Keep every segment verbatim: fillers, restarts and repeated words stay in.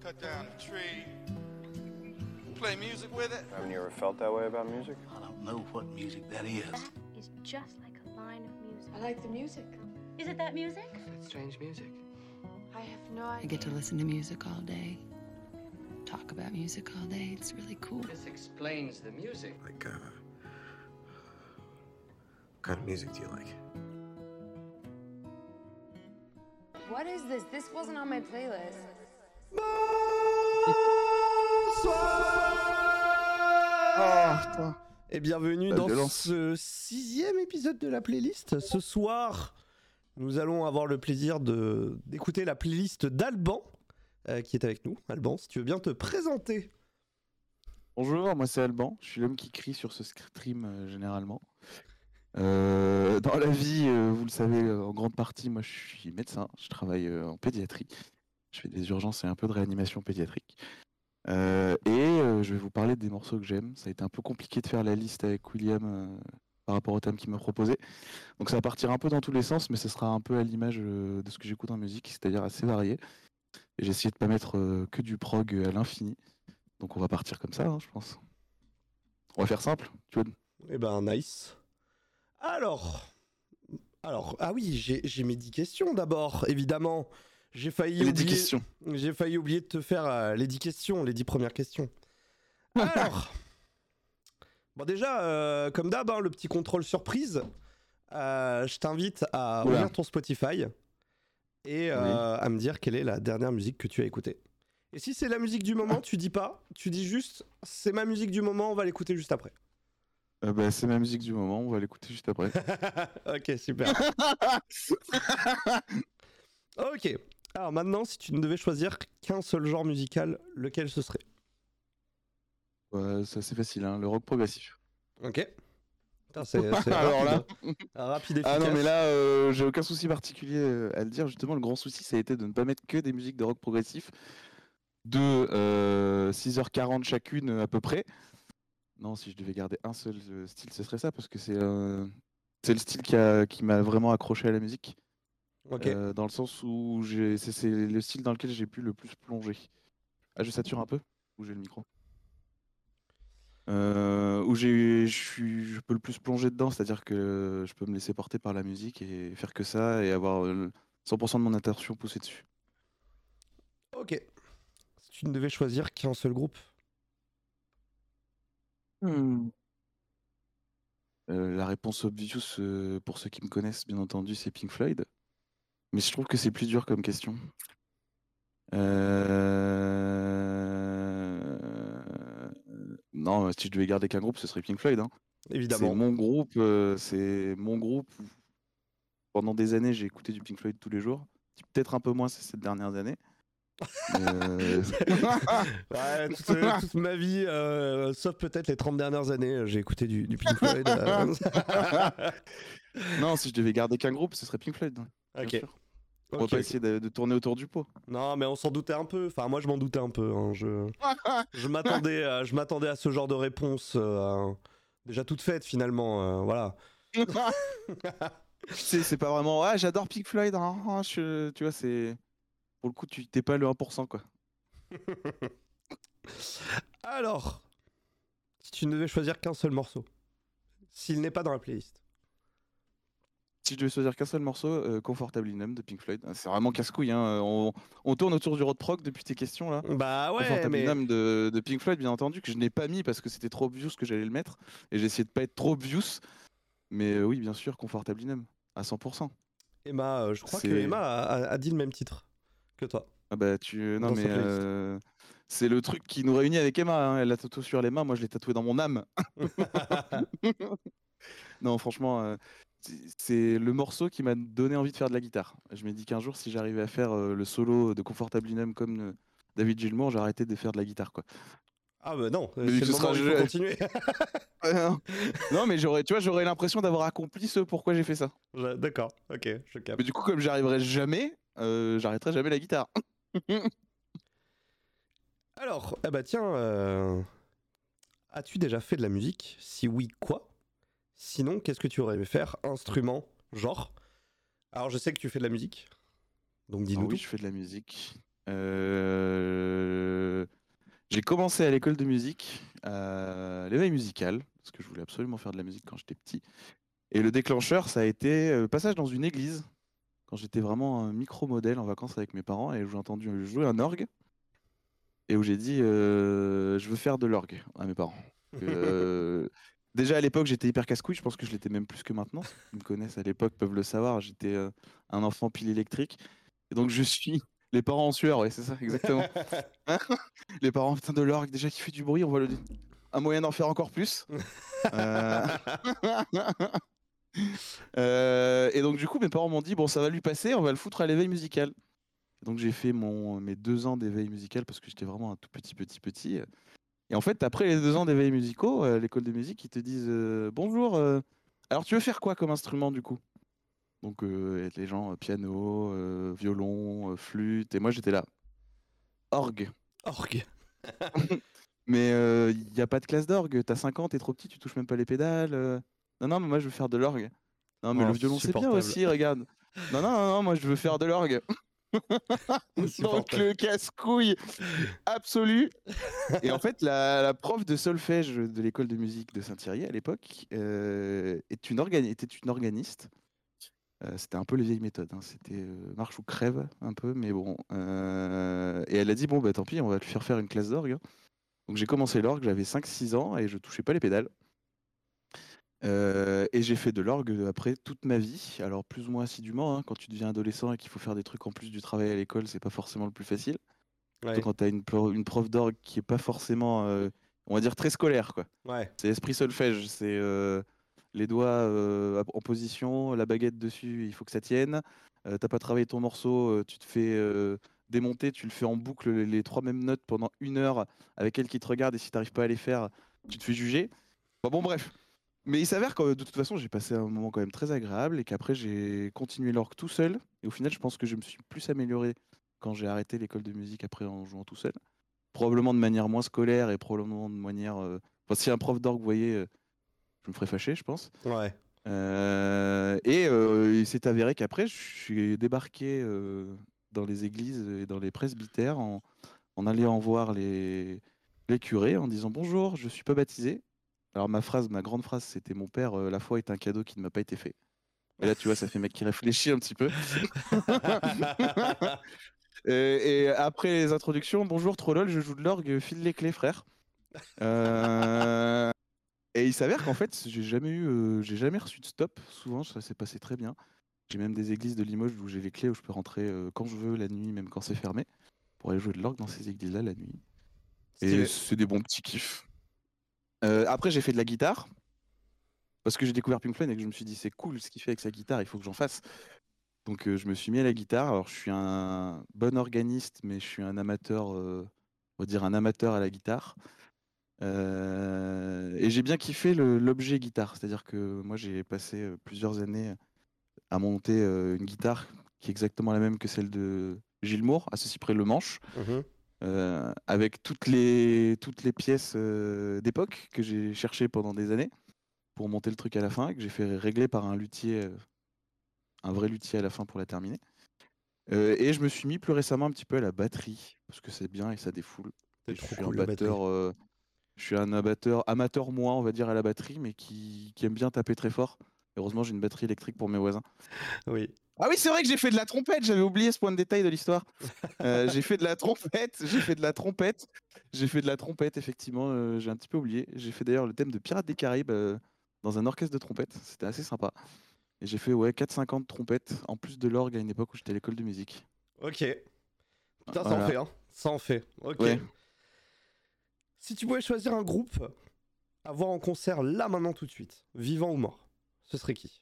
cut down a tree, play music with it. Haven't you ever felt that way about music? I don't know what music that is. That is just like a line of music. I like the music. Is it that music? It's strange music. I have no idea. I get to listen to music all day, talk about music all day. It's really cool. This explains the music. Like, uh, what kind of music do you like? What is this? This wasn't on my playlist. Oh putain. Et bienvenue La dans violence. ce sixième épisode de la playlist. Ce soir, nous allons avoir le plaisir de, d'écouter la playlist d'Alban, euh, qui est avec nous. Alban, si tu veux bien te présenter. Bonjour, moi c'est Alban, je suis l'homme qui crie sur ce stream euh, généralement. Euh, dans la vie, euh, vous le savez, euh, en grande partie, moi je suis médecin, je travaille euh, en pédiatrie. Je fais des urgences et un peu de réanimation pédiatrique. Euh, et euh, je vais vous parler des morceaux que j'aime. Ça a été un peu compliqué de faire la liste avec William euh, par rapport au thème qu'il m'a proposé. Donc ça va partir un peu dans tous les sens, mais ce sera un peu à l'image euh, de ce que j'écoute en musique, c'est-à-dire assez varié. Et j'ai essayé de pas mettre euh, que du prog à l'infini. Donc on va partir comme ça, hein, je pense. On va faire simple, tu vois. Eh ben, nice. Alors, alors, ah oui, j'ai, j'ai mes dix questions d'abord, évidemment. J'ai failli Les oublier. dix questions. J'ai failli oublier de te faire euh, les dix questions, les dix premières questions. Alors, bon déjà, euh, comme d'hab, hein, le petit contrôle surprise. Euh, je t'invite à Oula. ouvrir ton Spotify et euh, à me dire quelle est la dernière musique que tu as écoutée. Et si c'est la musique du moment, tu dis pas, tu dis juste, c'est ma musique du moment, on va l'écouter juste après. Euh, bah, c'est ma musique du moment, on va l'écouter juste après. Ok, super. Ok. Alors maintenant, si tu ne devais choisir qu'un seul genre musical, lequel ce serait? Ouais, c'est assez facile, hein, le rock progressif. Ok. Putain, c'est, c'est Alors là, rapide. Rapide et ah efficace. non mais là, euh, j'ai aucun souci particulier euh, à le dire. Justement, le grand souci, ça a été de ne pas mettre que des musiques de rock progressif de euh, six heures quarante chacune euh, à peu près. Non, si je devais garder un seul euh, style, ce serait ça, parce que c'est euh, c'est le style qui, a, qui m'a vraiment accroché à la musique. Ok. Euh, dans le sens où j'ai, c'est, c'est le style dans lequel j'ai pu le plus plonger. Ah, je sature un peu? Où j'ai le micro? Euh, où j'ai, je suis, je peux le plus plonger dedans, c'est-à-dire que je peux me laisser porter par la musique et faire que ça et avoir euh, cent pour cent de mon attention poussée dessus. Ok. Si tu ne devais choisir qu'un seul groupe. Euh, la réponse obvious, euh, pour ceux qui me connaissent, bien entendu, c'est Pink Floyd. Mais je trouve que c'est plus dur comme question. Euh... Non, si je devais garder qu'un groupe, ce serait Pink Floyd, hein. Évidemment. C'est mon groupe, euh, c'est mon groupe. où Pendant des années, j'ai écouté du Pink Floyd tous les jours. Peut-être un peu moins ces sept dernières années. Mais, euh, Ouais, toute, toute ma vie, euh, sauf peut-être les trente dernières années, j'ai écouté du, du Pink Floyd. euh. Non, si je devais garder qu'un groupe, ce serait Pink Floyd, hein, bien Ok. sûr. On va Ok, pas ok. essayer de, de tourner autour du pot. Non, mais on s'en doutait un peu. Enfin, moi, je m'en doutais un peu. hein. Je, je m'attendais, à, je m'attendais à ce genre de réponse, euh, déjà toute faite finalement. euh, voilà. c'est, c'est pas vraiment. Ah, j'adore Pink Floyd. Hein, hein, je- tu vois, c'est. Pour le coup, tu t'es pas le un pour cent, quoi. Alors, si tu ne devais choisir qu'un seul morceau, s'il n'est pas dans la playlist. Si je devais choisir qu'un seul morceau, euh, Comfortably Numb de Pink Floyd. Ah, c'est vraiment casse-couille. Hein. On, on tourne autour du road prog depuis tes questions, là. Bah ouais, Comfortably mais Numb de, de Pink Floyd, bien entendu, que je n'ai pas mis parce que c'était trop obvious que j'allais le mettre. Et j'ai essayé de pas être trop obvious. Mais euh, oui, bien sûr, Comfortably Numb, à cent pour cent. Emma, euh, je crois C'est- que Emma a, a- a dit le même titre que toi. Ah bah tu non Dans mais sa playlist. euh, c'est le truc qui nous réunit avec Emma, hein. Elle l'a tatoué sur les mains, moi je l'ai tatoué dans mon âme. Non franchement euh, c'est- c'est le morceau qui m'a donné envie de faire de la guitare. Je m'ai dit qu'un jour si j'arrivais à faire euh, le solo de Comfortably Numb comme euh, David Gilmour, j'arrêtais de faire de la guitare quoi. Ah bah non, Mais c'est ce le moment sera où il faut je- continuer. Non mais j'aurais tu vois j'aurais l'impression d'avoir accompli ce pourquoi j'ai fait ça. Je- D'accord, ok, je capte. Mais du coup comme j'arriverai jamais, euh, j'arrêterai jamais la guitare. Alors, eh bah tiens, euh, as-tu déjà fait de la musique? Si oui, quoi? Sinon, qu'est-ce que tu aurais aimé faire? Instrument, genre? Alors, je sais que tu fais de la musique, donc Ah dis-nous oui, tout. je fais de la musique. Euh, J'ai commencé à l'école de musique, à l'éveil musical, parce que je voulais absolument faire de la musique quand j'étais petit. Et le déclencheur, ça a été euh, le passage dans une église, quand j'étais vraiment un micro-modèle en vacances avec mes parents, et où j'ai entendu jouer un orgue, et où j'ai dit euh, je veux faire de l'orgue à mes parents. Euh, déjà à l'époque, j'étais hyper casse-couille, je pense que je l'étais même plus que maintenant. Ceux qui me connaissent à l'époque peuvent le savoir, j'étais euh, un enfant pile électrique. Et donc je suis les parents en sueur, ouais, c'est ça, exactement. Les parents, putain de l'orgue, déjà qui fait du bruit, on voit le... un moyen d'en faire encore plus. Euh, euh, Et donc du coup, mes parents m'ont dit, bon, ça va lui passer, on va le foutre à l'éveil musical. Donc j'ai fait mon... mes deux ans d'éveil musical parce que j'étais vraiment un tout petit, petit, petit. Et en fait, après les deux ans d'éveil musicaux, à l'école de musique, ils te disent, euh, bonjour, euh, alors tu veux faire quoi comme instrument du coup? Donc euh, les gens, euh, piano, euh, violon, euh, flûte, et moi j'étais là, orgue. Orgue. Mais il n'y a pas de classe d'orgue, t'as cinq ans, t'es trop petit, tu touches même pas les pédales. euh. Non, non, mais moi je veux faire de l'orgue. Non, mais Oh, le violon c'est bien insupportable. aussi, regarde. Non, non, non, non, moi je veux faire de l'orgue. Donc Insupportable. le casse-couille absolu. Et en fait, la, la prof de solfège de l'école de musique de Saint-Thierry à l'époque euh, est une organi- était une organiste. Euh, c'était un peu les vieilles méthodes, hein. C'était euh, marche ou crève un peu, mais bon. euh, Et elle a dit, bon, bah tant pis, on va lui faire faire une classe d'orgue, hein. Donc j'ai commencé l'orgue, j'avais cinq six ans et je touchais pas les pédales. Euh, et j'ai fait de l'orgue après toute ma vie. Alors plus ou moins assidûment, hein. Quand tu deviens adolescent et qu'il faut faire des trucs en plus du travail à l'école, c'est pas forcément le plus facile. Ouais. Surtout quand tu as une, pro- une prof d'orgue qui est pas forcément, euh, on va dire, très scolaire, quoi. Ouais. C'est esprit solfège, c'est euh, les doigts euh, en position, la baguette dessus, il faut que ça tienne. Euh, t'as pas travaillé ton morceau, euh, tu te fais euh, démonter, tu le fais en boucle les, les trois mêmes notes pendant une heure avec elle qui te regarde et si t'arrives pas à les faire, tu te fais juger. Bon, bon bref. Mais il s'avère que de toute façon, j'ai passé un moment quand même très agréable et qu'après j'ai continué l'orgue tout seul. Et au final, je pense que je me suis plus amélioré quand j'ai arrêté l'école de musique après en jouant tout seul. Probablement de manière moins scolaire et probablement de manière. euh, Enfin, si un prof d'orgue, vous voyez, euh, je me ferais fâcher, je pense. Ouais. Euh, Et euh, il s'est avéré qu'après, je suis débarqué euh, dans les églises et dans les presbytères en, en allant voir les, les curés en disant bonjour, je suis pas baptisé. Alors ma phrase, ma grande phrase, c'était mon père, euh, la foi est un cadeau qui ne m'a pas été fait. Et là, tu vois, ça fait mec qui réfléchit un petit peu. Et, et après les introductions, bonjour Trollol, je joue de l'orgue, file les clés, frère. Euh, Et il s'avère qu'en fait, j'ai jamais eu, euh, j'ai jamais reçu de stop. Souvent, ça s'est passé très bien. J'ai même des églises de Limoges où j'ai les clés où je peux rentrer euh, quand je veux la nuit, même quand c'est fermé, pour aller jouer de l'orgue dans ces églises-là la nuit. Et Stylé. c'est des bons petits kiffs. Euh, après, j'ai fait de la guitare parce que j'ai découvert Pink Floyd et que je me suis dit c'est cool ce qu'il fait avec sa guitare, il faut que j'en fasse. Donc euh, je me suis mis à la guitare. Alors je suis un bon organiste, mais je suis un amateur, euh, on va dire un amateur à la guitare. Euh, et j'ai bien kiffé le- l'objet guitare. C'est-à-dire que moi j'ai passé euh, plusieurs années à monter euh, une guitare qui est exactement la même que celle de Gilles Moore, à ceci près le manche, Mhm. euh, avec toutes les, toutes les pièces euh, d'époque que j'ai cherchées pendant des années pour monter le truc à la fin, et que j'ai fait régler par un luthier, euh, un vrai luthier à la fin pour la terminer. Euh, et je me suis mis plus récemment un petit peu à la batterie, parce que c'est bien et ça défoule. C'est Et je trop suis cool un la batterie. batteur, euh, je suis un abatteur, amateur moins, on va dire, à la batterie, mais qui, qui aime bien taper très fort. Heureusement, j'ai une batterie électrique pour mes voisins. Oui. Ah oui, c'est vrai que j'ai fait de la trompette, j'avais oublié ce point de détail de l'histoire. Euh, j'ai fait de la trompette, j'ai fait de la trompette, j'ai fait de la trompette, effectivement, euh, j'ai un petit peu oublié. J'ai fait d'ailleurs le thème de Pirates des Caraïbes euh, dans un orchestre de trompette, c'était assez sympa. Et j'ai fait ouais, quatre cinq ans de trompette, en plus de l'orgue à une époque où j'étais à l'école de musique. Ok. Putain, ça en Voilà. fait, hein. Ça en fait. Ok. Ouais. Si tu pouvais choisir un groupe à voir en concert là, maintenant, tout de suite, vivant ou mort, ce serait qui?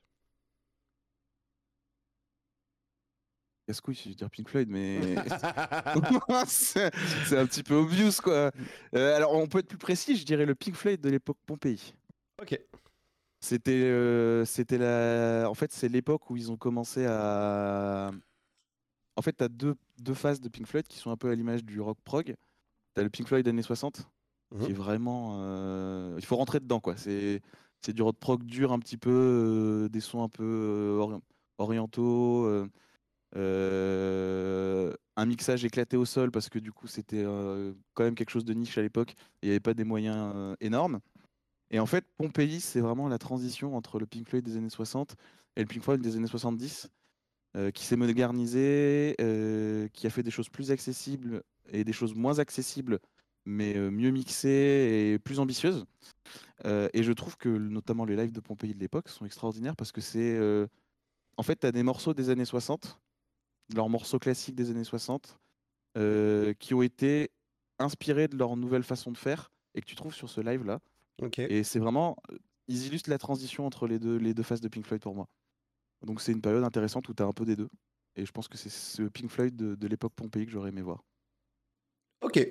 Casse-couille, je veux dire Pink Floyd, mais c'est c'est un petit peu obvious, quoi. Euh, alors, on peut être plus précis, je dirais le Pink Floyd de l'époque Pompéi. Ok. C'était, euh, c'était la... En fait, c'est l'époque où ils ont commencé à... En fait, tu as deux, deux phases de Pink Floyd qui sont un peu à l'image du rock prog. Tu as le Pink Floyd années soixante, Mhm. qui est vraiment... euh, Il faut rentrer dedans, quoi. C'est, c'est du rock prog dur un petit peu, euh, des sons un peu euh, ori- orientaux. euh, euh, un mixage éclaté au sol parce que du coup c'était euh, quand même quelque chose de niche à l'époque, il n'y avait pas des moyens euh, énormes. Et en fait, Pompéi, c'est vraiment la transition entre le Pink Floyd des années soixante et le Pink Floyd des années soixante-dix, euh, qui s'est modernisé, euh, qui a fait des choses plus accessibles et des choses moins accessibles, mais euh, mieux mixées et plus ambitieuses. Euh, et je trouve que notamment les lives de Pompéi de l'époque sont extraordinaires parce que c'est... euh, En fait, tu as des morceaux des années soixante, leurs morceaux classiques des années soixante, euh, qui ont été inspirés de leur nouvelle façon de faire et que tu trouves sur ce live-là. Ok. Et c'est vraiment... Ils illustrent la transition entre les deux, les deux phases de Pink Floyd pour moi. Donc c'est une période intéressante où tu as un peu des deux. Et je pense que c'est ce Pink Floyd de, de l'époque Pompéi que j'aurais aimé voir. Ok.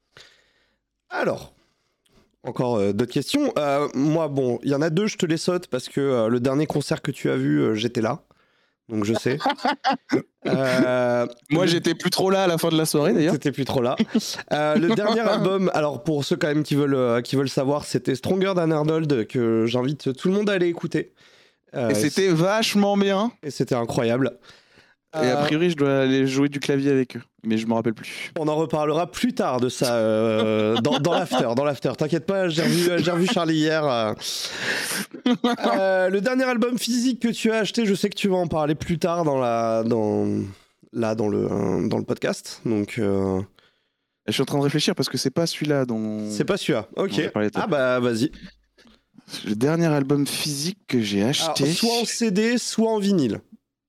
Alors, encore euh, d'autres questions. Euh, moi, bon, il y en a deux, je te les saute parce que euh, le dernier concert que tu as vu, euh, j'étais là. Donc je sais. euh, Moi, j'étais plus trop là à la fin de la soirée d'ailleurs. T'étais plus trop là. Euh, le dernier album, alors pour ceux quand même qui veulent, euh, qui veulent savoir, c'était Stronger Than Arnold que j'invite tout le monde à aller écouter. Euh, et c'était vachement bien. Et c'était incroyable. Et a priori, je dois aller jouer du clavier avec eux, mais je me rappelle plus. On en reparlera plus tard de ça euh, dans, dans l'after. Dans l'after, t'inquiète pas, j'ai revu, j'ai revu Charlie hier. Euh. Euh, le dernier album physique que tu as acheté, je sais que tu vas en parler plus tard dans la, dans, là dans le, euh, dans le podcast. Donc, euh... je suis en train de réfléchir parce que c'est pas celui-là dont. C'est pas celui-là. Ok. Ah bah vas-y. Le dernier album physique que j'ai acheté. Alors, soit en C D, soit en vinyle.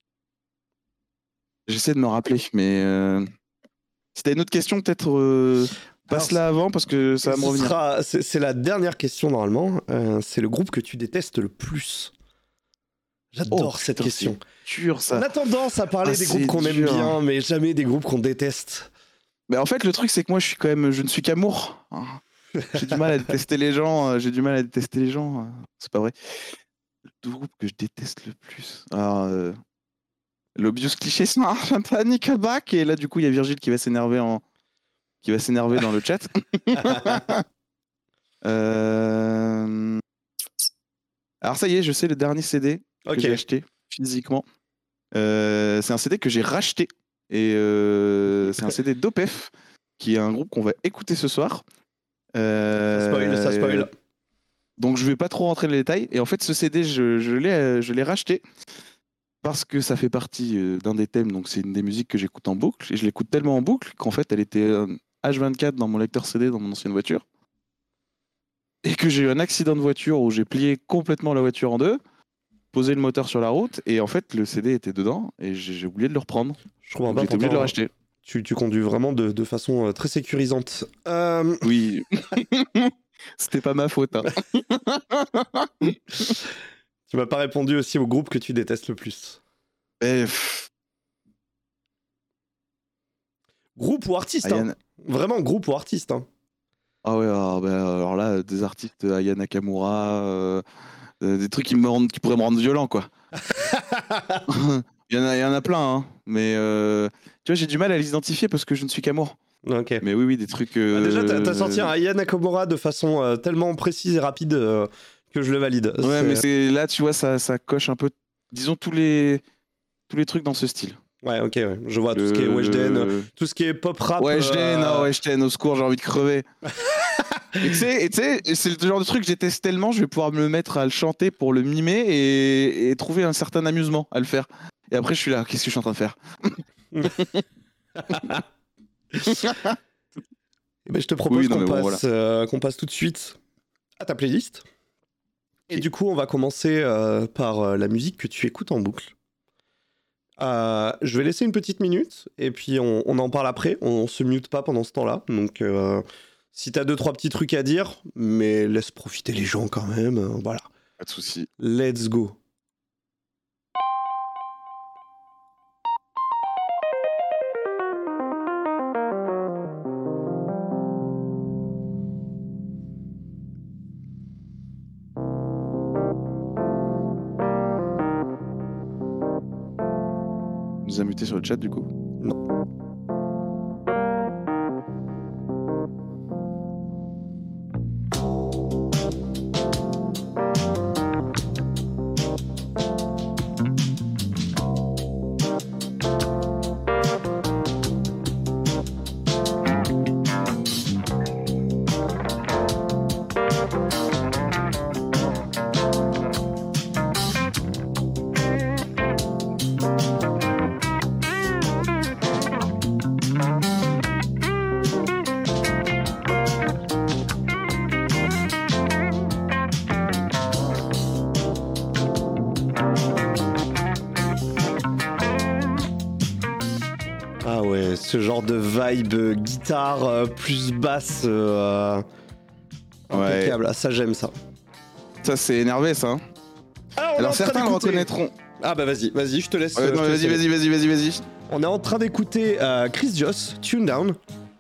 J'essaie de me rappeler, mais euh... si t'as une autre question, peut-être euh... passe-la avant parce que ça va me revenir. Sera... C'est, c'est la dernière question normalement. Euh, c'est le groupe que tu détestes le plus. J'adore oh, cette putain, question. Dur, ça. On a tendance à parler ah, des groupes qu'on dur. aime bien, mais jamais des groupes qu'on déteste. Mais en fait, le truc, c'est que moi, je suis quand même, je ne suis qu'amour. J'ai du mal à détester les gens. J'ai du mal à détester les gens. C'est pas vrai. Le groupe que je déteste le plus. Alors. Euh... L'obvious cliché, c'est un peu Nickelback. Et là, du coup, il y a Virgile qui va s'énerver en... qui va s'énerver dans le chat. euh... Alors, ça y est, je sais le dernier C D que okay. j'ai acheté physiquement. Euh, c'est un C D que j'ai racheté. Et euh, c'est un C D d'O P E F, qui est un groupe qu'on va écouter ce soir. Euh... Ça spoil, ça spoil. Donc, je vais pas trop rentrer dans les détails. Et en fait, ce C D, je, je, l'ai, je l'ai racheté. Parce que ça fait partie euh, d'un des thèmes, donc c'est une des musiques que j'écoute en boucle, et je l'écoute tellement en boucle qu'en fait elle était euh, H vingt-quatre dans mon lecteur C D dans mon ancienne voiture, et que j'ai eu un accident de voiture où j'ai plié complètement la voiture en deux, posé le moteur sur la route, et en fait le C D était dedans, et j'ai, j'ai oublié de le reprendre. Je comprends pas. J'étais obligé de le racheter. Tu, tu conduis vraiment de, de façon euh, très sécurisante. Euh... Oui. C'était pas ma faute. Hein. Tu m'as pas répondu aussi au groupe que tu détestes le plus. Eh, groupe ou artiste hein. Vraiment groupe ou artiste hein. Ah ouais, alors, bah, alors là, des artistes, Aya Nakamura, euh, des trucs qui, me rendent, qui pourraient me rendre violent, quoi. il, y en a, il y en a plein, hein. Mais euh, tu vois, j'ai du mal à les identifier parce que je ne suis qu'amour. Okay. Mais oui, oui, des trucs... Euh... Ah, déjà, t'as, t'as sorti un Aya Nakamura de façon euh, tellement précise et rapide... Euh... que je le valide. Ouais, c'est... mais c'est là, tu vois, ça, ça coche un peu, disons, tous les, tous les trucs dans ce style. Ouais, ok, ouais. Je vois le... tout ce qui est Weshden, euh... tout ce qui est pop rap. Weshden, euh... oh, Weshden, au secours, j'ai envie de crever. Et tu sais, c'est le genre de truc que je déteste tellement, je vais pouvoir me mettre à le chanter pour le mimer et, et trouver un certain amusement à le faire. Et après, je suis là, qu'est-ce que je suis en train de faire? Et ben, je te propose oui, qu'on, passe, bon, voilà. euh, qu'on passe tout de suite à ta playlist. Et du coup, on va commencer euh, par euh, la musique que tu écoutes en boucle. Euh, je vais laisser une petite minute et puis on, on en parle après. On, on se mute pas pendant ce temps-là. Donc, euh, si t'as deux trois petits trucs à dire, mais laisse profiter les gens quand même. Euh, voilà. Pas de souci. Let's go. Vous a muté sur le chat du coup? Non. ce genre de vibe euh, guitare euh, plus basse. Euh, impeccable. Ah, ça, j'aime ça. Ça, c'est énervé, ça. Hein. Alors, Alors certains le reconnaîtront. Ah bah vas-y, vas-y, je te laisse. Ouais, euh, non, je te vas-y, laisse. vas-y, vas-y, vas-y, vas-y. On est en train d'écouter euh, Chris Joss, Tune Down.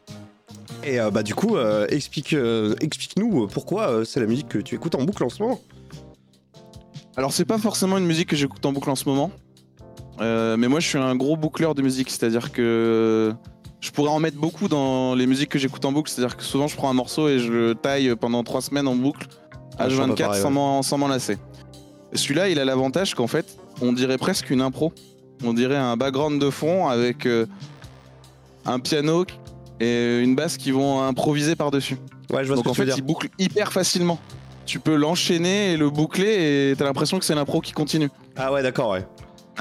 Et euh, bah du coup, euh, explique, euh, explique-nous pourquoi euh, c'est la musique que tu écoutes en boucle en ce moment. Alors c'est pas forcément une musique que j'écoute en boucle en ce moment. Euh, mais moi je suis un gros boucleur de musique, c'est-à-dire que je pourrais en mettre beaucoup dans les musiques que j'écoute en boucle, c'est-à-dire que souvent je prends un morceau et je le taille pendant trois semaines en boucle, Ah, H je sens pas vingt-quatre pareil, sans ouais. m'en- sans m'en lasser. Et celui-là il a l'avantage qu'en fait on dirait presque une impro, on dirait un background de fond avec euh, un piano et une basse qui vont improviser par-dessus. Ouais, je vois Donc ce en que tu veux fait dire. il boucle hyper facilement. Tu peux l'enchaîner et le boucler et t'as l'impression que c'est l'impro qui continue. Ah ouais, d'accord, ouais.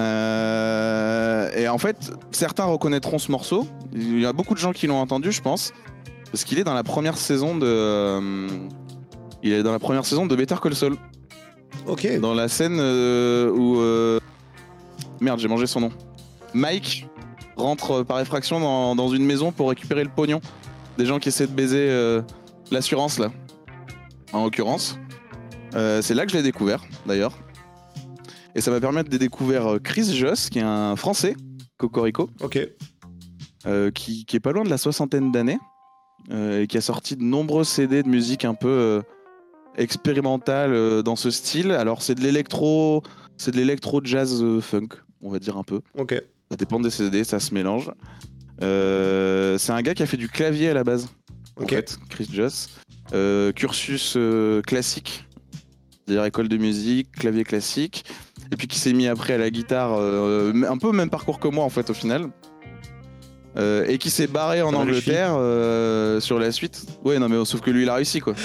Euh, et en fait, certains reconnaîtront ce morceau. Il y a beaucoup de gens qui l'ont entendu, je pense, parce qu'il est dans la première saison de. euh, il est dans la première saison de Better Call Saul. Ok. Dans la scène euh, où. euh, Merde, j'ai mangé son nom. Mike rentre par effraction dans, dans une maison pour récupérer le pognon des gens qui essaient de baiser euh, l'assurance là. En l'occurrence, Euh, c'est là que je l'ai découvert d'ailleurs. Et ça m'a permis de découvrir euh, Chris Joss, qui est un Français, Cocorico, Ok. euh, qui, qui est pas loin de la soixantaine d'années, euh, et qui a sorti de nombreux C D de musique un peu euh, expérimentale euh, dans ce style. Alors c'est de l'électro, c'est de l'électro jazz euh, funk, on va dire un peu. Ok. Ça dépend des C D, ça se mélange. Euh, c'est un gars qui a fait du clavier à la base, en Ok. fait, Chris Joss. Euh, cursus euh, classique, c'est-à-dire école de musique, clavier classique, et puis qui s'est mis après à la guitare, euh, un peu au même parcours que moi en fait au final, euh, et qui s'est barré en Ça va, les Angleterre euh, sur la suite. Ouais, non mais sauf que lui il a réussi quoi.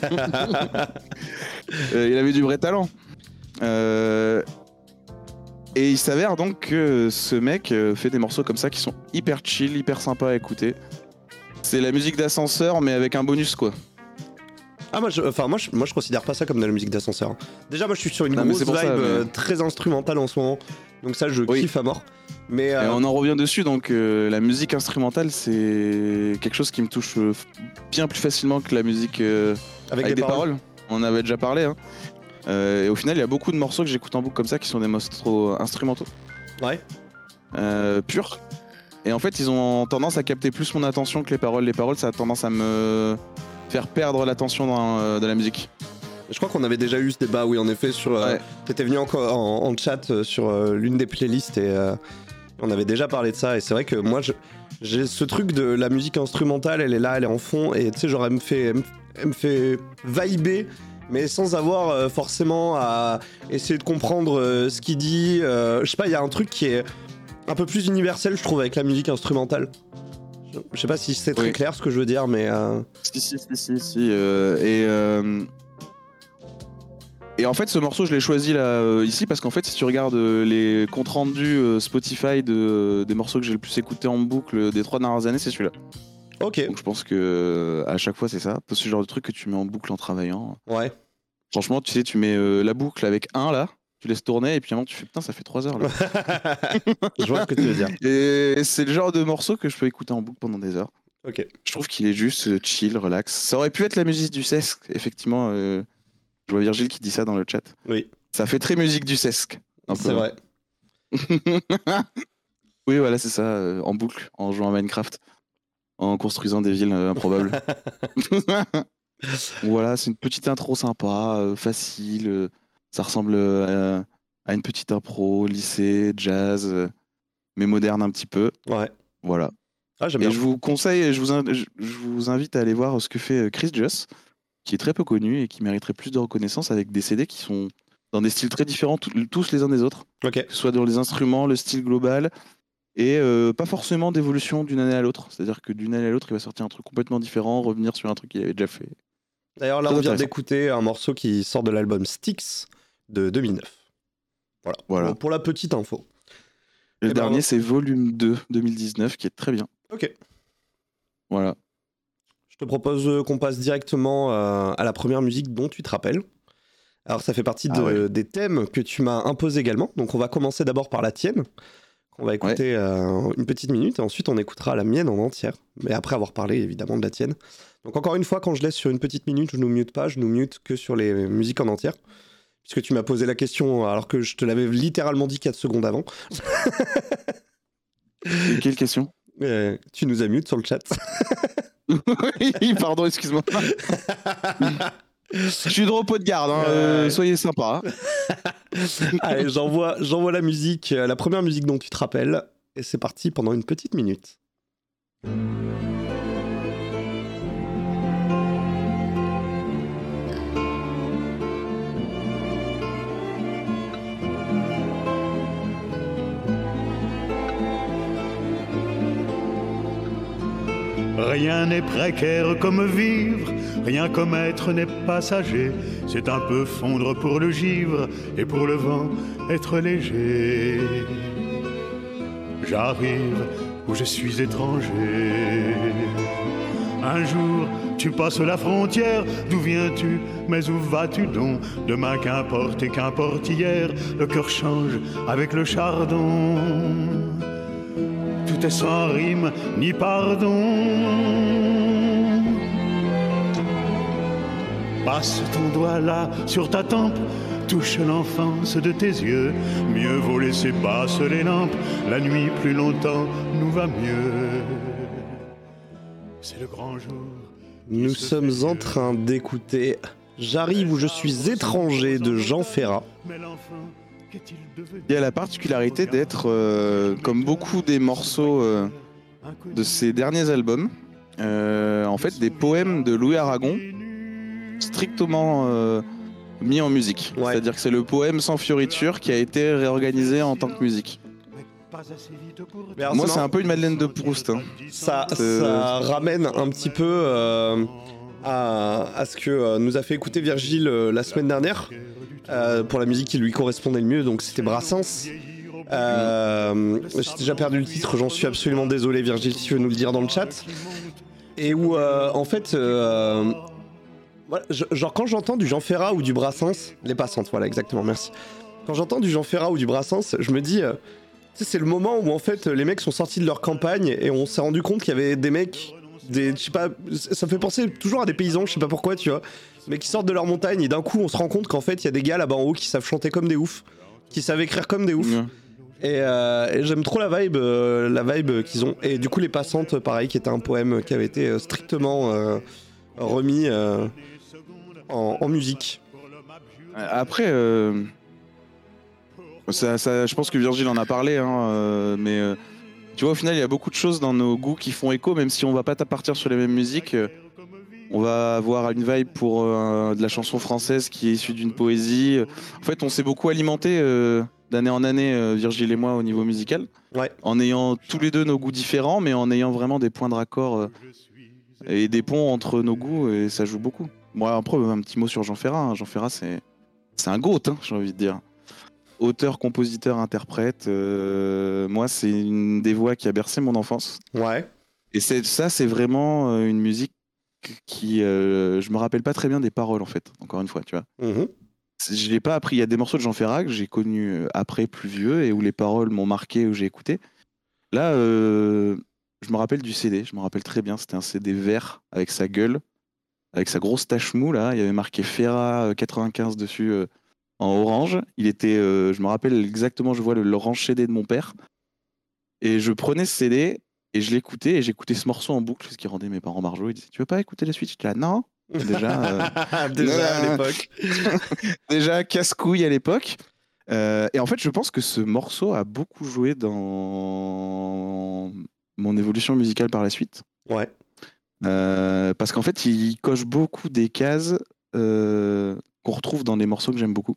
Euh, il avait du vrai talent. Euh, et il s'avère donc que ce mec euh, fait des morceaux comme ça qui sont hyper chill, hyper sympas à écouter. C'est la musique d'ascenseur mais avec un bonus quoi. Ah moi je, enfin moi je, moi je considère pas ça comme de la musique d'ascenseur. Déjà moi je suis sur une Non, mais grosse c'est vibe pour ça, mais- euh, très instrumentale en ce moment. Donc ça je Oui. kiffe à mort. Mais Et euh, on en revient dessus, donc euh, la musique instrumentale, c'est quelque chose qui me touche euh, bien plus facilement que la musique euh, avec, avec des, des paroles. paroles. On en avait déjà parlé. Hein. Euh, et au final, il y a beaucoup de morceaux que j'écoute en boucle comme ça qui sont des morceaux instrumentaux, Ouais. euh, purs. Et en fait, ils ont tendance à capter plus mon attention que les paroles. Les paroles, ça a tendance à me faire perdre l'attention dans, euh, de la musique. Je crois qu'on avait déjà eu ce débat, oui, en effet, sur. Euh, Ouais. T'étais venu encore en, en chat euh, sur euh, l'une des playlists et euh, on avait déjà parlé de ça. Et c'est vrai que moi, je- j'ai ce truc de la musique instrumentale, elle est là, elle est en fond, et tu sais, genre, elle me fait, elle me, elle me fait vibrer, mais sans avoir euh, forcément à essayer de comprendre euh, ce qu'il dit. Euh, je sais pas, il y a un truc qui est un peu plus universel, je trouve, avec la musique instrumentale. Je, je sais pas si c'est très Oui. clair ce que je veux dire, mais. euh, Si, si, si, si, si. euh, et, euh, et en fait, ce morceau, je l'ai choisi là, euh, ici, parce qu'en fait, si tu regardes euh, les comptes rendus euh, Spotify de, des morceaux que j'ai le plus écouté en boucle des trois dernières années, c'est celui-là. Ok, Donc je pense que euh, à chaque fois, c'est ça. C'est ce genre de truc que tu mets en boucle en travaillant. ouais. Franchement, tu sais, tu mets euh, la boucle avec un là, tu laisses tourner, et puis à un moment, tu fais putain, ça fait trois heures là. Je vois ce que tu veux dire. Et c'est le genre de morceau que je peux écouter en boucle pendant des heures. Ok. Je trouve qu'il est juste euh, chill, relax. Ça aurait pu être la musique du Cesc, effectivement. euh, Je vois Virgile qui dit ça dans le chat. Oui, Ça fait très musique du Cesc. un peu. c'est vrai. Oui, voilà, c'est ça, euh, en boucle, en jouant à Minecraft, en construisant des villes euh, improbables. Voilà, c'est une petite intro sympa, euh, facile. euh, ça ressemble euh, à une petite impro, lycée, jazz, euh, mais moderne un petit peu. Ouais. Voilà. Ah, j'aime Et bien. je vous conseille, je vous, in- je je vous invite à aller voir ce que fait euh, Chris Joss, qui est très peu connu et qui mériterait plus de reconnaissance avec des C D qui sont dans des styles très différents, tout- tous les uns des autres, Ok. que ce soit dans les instruments, le style global, et euh, pas forcément d'évolution d'une année à l'autre. C'est-à-dire que d'une année à l'autre, il va sortir un truc complètement différent, revenir sur un truc qu'il avait déjà fait. D'ailleurs, là, Très on vient intéressant. d'écouter un morceau qui sort de l'album Styx de deux mille neuf. Voilà. Voilà. Pour, pour la petite info. Et le Eh ben, dernier, c'est Volume deux, deux mille dix-neuf, qui est très bien. Ok. Voilà. Je te propose euh, qu'on passe directement euh, à la première musique dont tu te rappelles. Alors, ça fait partie de- Ah ouais. des thèmes que tu m'as imposés également. Donc, on va commencer d'abord par la tienne. qu'on va écouter ouais. euh, une petite minute et ensuite on écoutera la mienne en entière. Mais après avoir parlé évidemment de la tienne. Donc encore une fois, quand je laisse sur une petite minute, je nous mute pas, je nous mute que sur les musiques en entière. Puisque tu m'as posé la question alors que je te l'avais littéralement dit quatre secondes avant. Quelle question? euh, Tu nous as mute sur le chat. Oui, pardon, excuse-moi. Je suis de repos de garde, hein, euh... soyez sympa. Allez, j'envoie, j'envoie la musique, la première musique dont tu te rappelles. Et c'est parti pendant une petite minute. Rien n'est précaire comme vivre, rien comme être n'est passager. C'est un peu fondre pour le givre et pour le vent être léger. J'arrive où je suis étranger. Un jour, tu passes la frontière, d'où viens-tu, mais où vas-tu donc? Demain, qu'importe et qu'importe hier, le cœur change avec le chardon. Tout est sans rime ni pardon. Passe ton doigt là sur ta tempe, touche l'enfance de tes yeux. Mieux vaut laisser passer les lampes, la nuit plus longtemps nous va mieux. C'est le grand jour. Nous sommes en train d'écouter J'arrive où je suis étranger de Jean Ferrat. Il y a la particularité d'être, euh, comme beaucoup des morceaux euh, de ses derniers albums, euh, en fait des poèmes de Louis Aragon strictement euh, mis en musique. Ouais. C'est-à-dire que c'est le poème sans fioriture qui a été réorganisé en tant que musique. Alors, moi, c'est un peu une Madeleine de Proust. Hein. Ça, ça ramène un petit peu euh, à, à ce que euh, nous a fait écouter Virgile euh, la semaine dernière. Euh, pour la musique qui lui correspondait le mieux, donc c'était Brassens. Euh, j'ai déjà perdu le titre, j'en suis absolument désolé Virgile si tu veux nous le dire dans le chat. Et où euh, en fait, euh, voilà, je, genre quand j'entends du Jean Ferrat ou du Brassens, les passantes, voilà exactement, merci. Quand j'entends du Jean Ferrat ou du Brassens, je me dis, euh, tu sais, c'est le moment où en fait les mecs sont sortis de leur campagne et on s'est rendu compte qu'il y avait des mecs, des, je sais pas, ça me fait penser toujours à des paysans, je sais pas pourquoi, tu vois. Mais qui sortent de leur montagne et d'un coup on se rend compte qu'en fait il y a des gars là-bas en haut qui savent chanter comme des oufs, qui savent écrire comme des oufs. Mmh. Et, euh, et j'aime trop la vibe, euh, la vibe qu'ils ont. Et du coup les passantes, pareil, qui était un poème qui avait été euh, strictement euh, remis euh, en, en musique. Après, euh, ça, ça, je pense que Virgile en a parlé, hein, euh, mais euh, tu vois au final il y a beaucoup de choses dans nos goûts qui font écho, même si on va pas partir sur les mêmes musiques. Euh, On va avoir une vibe pour euh, de la chanson française qui est issue d'une poésie. En fait, on s'est beaucoup alimenté euh, d'année en année, euh, Virgile et moi, au niveau musical. Ouais. En ayant tous les deux nos goûts différents, mais en ayant vraiment des points de raccord euh, et des ponts entre nos goûts, et ça joue beaucoup. Moi, après, un petit mot sur Jean Ferrat. Hein. Jean Ferrat, c'est, c'est un goat, hein, j'ai envie de dire. Auteur, compositeur, interprète. Euh, moi, c'est une des voix qui a bercé mon enfance. Ouais. Et c'est, ça, c'est vraiment euh, une musique qui euh, je me rappelle pas très bien des paroles en fait, encore une fois, tu vois. Mmh. Je l'ai pas appris. Il y a des morceaux de Jean Ferrat que j'ai connus après, plus vieux, et où les paroles m'ont marqué, où j'ai écouté. Là, euh, je me rappelle du C D, je me rappelle très bien, c'était un C D vert avec sa gueule, avec sa grosse tache mou là, il y avait marqué Ferrat quatre-vingt-quinze dessus euh, en orange. Il était, euh, je me rappelle exactement, je vois le l'orange C D de mon père, et je prenais ce C D. Et je l'écoutais, et j'écoutais ce morceau en boucle, ce qui rendait mes parents margeaux. Ils disaient, tu veux pas écouter la suite? J'étais là, non. Déjà, euh... déjà à l'époque. Déjà casse-couille à l'époque. Euh, et en fait, je pense que ce morceau a beaucoup joué dans mon évolution musicale par la suite. Ouais. Euh, parce qu'en fait, il coche beaucoup des cases euh, qu'on retrouve dans des morceaux que j'aime beaucoup.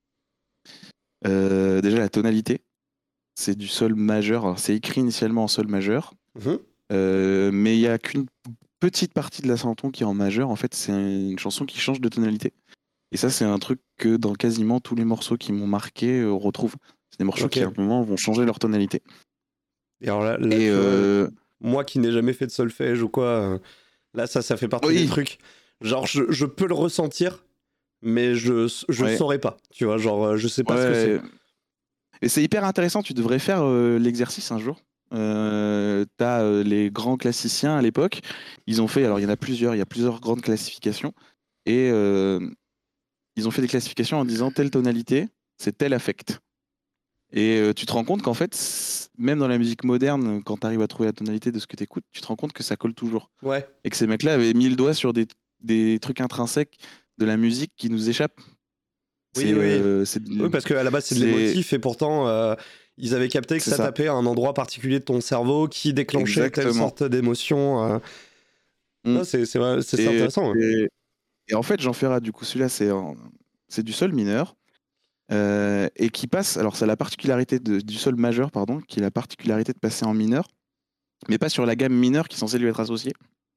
Euh, déjà, la tonalité. C'est du sol majeur. Alors, c'est écrit initialement en sol majeur. Mmh. Euh, mais il n'y a qu'une petite partie de la chanson qui est en majeur. En fait, c'est une chanson qui change de tonalité. Et ça, c'est un truc que dans quasiment tous les morceaux qui m'ont marqué, euh, on retrouve. C'est des morceaux okay. qui, à un moment, vont changer leur tonalité. Et alors là, là Et euh... moi qui n'ai jamais fait de solfège ou quoi, euh, là, ça, ça fait partie oui. des trucs. Genre, je, je peux le ressentir, mais je je ouais. saurais pas. Tu vois, genre, je sais pas ouais. ce que c'est. Et c'est hyper intéressant, tu devrais faire euh, l'exercice un jour. Euh, t'as euh, les grands classiciens à l'époque, ils ont fait, alors il y en a plusieurs, il y a plusieurs grandes classifications, et euh, ils ont fait des classifications en disant telle tonalité, c'est tel affect. Et euh, tu te rends compte qu'en fait, c- même dans la musique moderne, quand tu arrives à trouver la tonalité de ce que tu écoutes, tu te rends compte que ça colle toujours. Ouais. Et que ces mecs-là avaient mis le doigt sur des, des trucs intrinsèques de la musique qui nous échappent. Oui, C'est, oui. euh, c'est- Oui, parce qu'à la base, c'est de c'est- l'émotif et pourtant, euh, ils avaient capté que C'est ça, ça. tapait à un endroit particulier de ton cerveau qui déclenchait telle Exactement. sorte d'émotion. euh. Mm. Non, c'est c'est vrai- c'est Et- intéressant. ouais. Et, et en fait, Jean Ferrat, du coup, celui-là, c'est, en- c'est du sol mineur. euh, et qui passe, alors c'est la particularité de- du sol majeur, pardon, qui est la particularité de passer en mineur, mais pas sur la gamme mineure qui est censée lui être associée.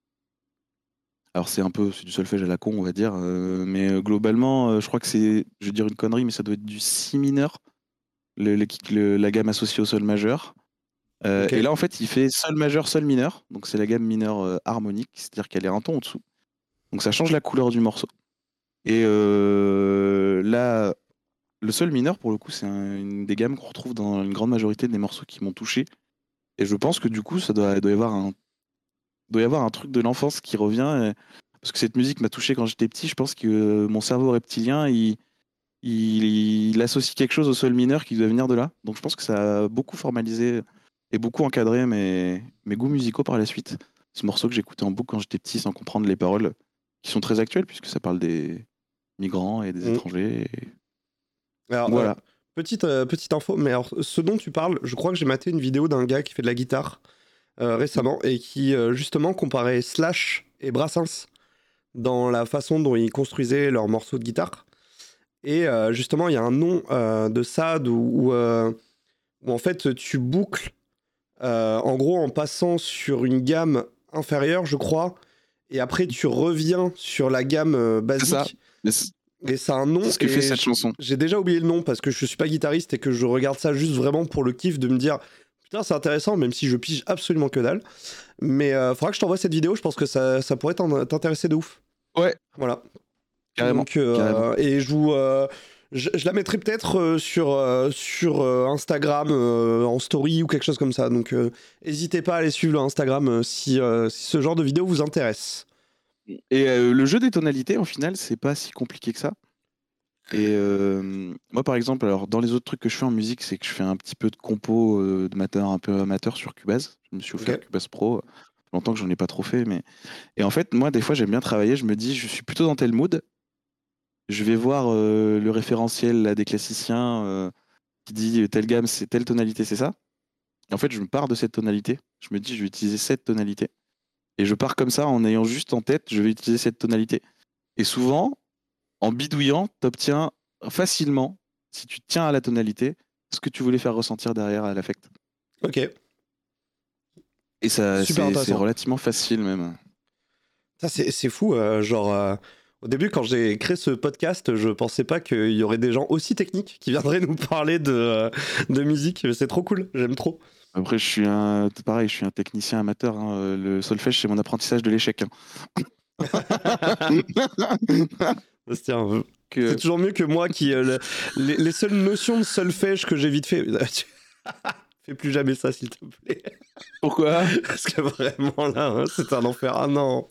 Alors c'est un peu, c'est du solfège à la con, on va dire, euh, mais euh, globalement, euh, je crois que c'est, je vais dire une connerie, mais ça doit être du si mineur, le- le- le- la gamme associée au sol majeur. Euh, Ok. Et là, en fait, il fait sol majeur, sol mineur, donc c'est la gamme mineure euh, harmonique, c'est-à-dire qu'elle est un ton en dessous. Donc ça change la couleur du morceau. Et euh, là, le sol mineur, pour le coup, c'est un- une des gammes qu'on retrouve dans une grande majorité des morceaux qui m'ont touché. Et je pense que du coup, ça doit, doit y avoir un, doit y avoir un truc de l'enfance qui revient. et- Parce que cette musique m'a touché quand j'étais petit. Je pense que euh, mon cerveau reptilien, il, il, il associe quelque chose au sol mineur qui doit venir de là. Donc je pense que ça a beaucoup formalisé et beaucoup encadré mes, mes goûts musicaux par la suite. Ce morceau que j'écoutais en boucle quand j'étais petit sans comprendre les paroles, qui sont très actuelles puisque ça parle des migrants et des Mm. étrangers. et- Alors, Voilà. euh, petite, euh, petite info, mais alors, ce dont tu parles, je crois que j'ai maté une vidéo d'un gars qui fait de la guitare euh, récemment et qui euh, justement comparait Slash et Brassens dans la façon dont ils construisaient leurs morceaux de guitare. Et euh, justement, il y a un nom euh, de S A D où, où, euh, où en fait tu boucles euh, en gros en passant sur une gamme inférieure, je crois, et après tu reviens sur la gamme euh, C'est ça. basique. Mais c'est Et ça a un nom. c'est ce que et fait cette je- chanson. J'ai déjà oublié le nom parce que je suis pas guitariste et que je regarde ça juste vraiment pour le kiff de me dire putain, c'est intéressant, même si je pige absolument que dalle. Mais euh, faudra que je t'envoie cette vidéo, je pense que ça, ça pourrait t'en- t'intéresser de ouf. Ouais, Voilà. carrément. Donc, euh, carrément. et je vous. euh, je, je la mettrai peut-être euh, sur, euh, sur euh, Instagram euh, en story ou quelque chose comme ça. Donc, euh, n'hésitez pas à aller suivre le Instagram euh, si, euh, si ce genre de vidéo vous intéresse. Et euh, le jeu des tonalités, au final, c'est pas si compliqué que ça. Et euh, moi, par exemple, alors dans les autres trucs que je fais en musique, c'est que je fais un petit peu de compo euh, de amateur, un peu amateur sur Cubase. Je me suis offert Ok. Cubase Pro. Ça fait longtemps que j'en ai pas trop fait, mais et en fait, moi, des fois, j'aime bien travailler. Je me dis, je suis plutôt dans tel mood. Je vais voir euh, le référentiel là, des classiciens euh, qui dit euh, telle gamme, c'est telle tonalité, c'est ça. Et en fait, je me pars de cette tonalité. Je me dis, je vais utiliser cette tonalité. Et je pars comme ça en ayant juste en tête, je vais utiliser cette tonalité. Et souvent, en bidouillant, tu obtiens facilement, si tu tiens à la tonalité, ce que tu voulais faire ressentir derrière à l'affect. Ok. Et ça, Super c'est, intéressant. c'est relativement facile même. Ça, c'est c'est fou. euh, genre, euh, au début, quand j'ai créé ce podcast, je pensais pas qu'il y aurait des gens aussi techniques qui viendraient nous parler de, euh, de musique. C'est trop cool. J'aime trop. Après, je suis un, pareil, je suis un technicien amateur. hein. Le solfège, c'est mon apprentissage de l'échec. hein. Bastien, euh, Que- c'est toujours mieux que moi qui. euh, le- les, les seules notions de solfège que j'ai vite fait. Fais plus jamais ça, s'il te plaît. Pourquoi? Parce que vraiment, là, hein, c'est un enfer. Ah non.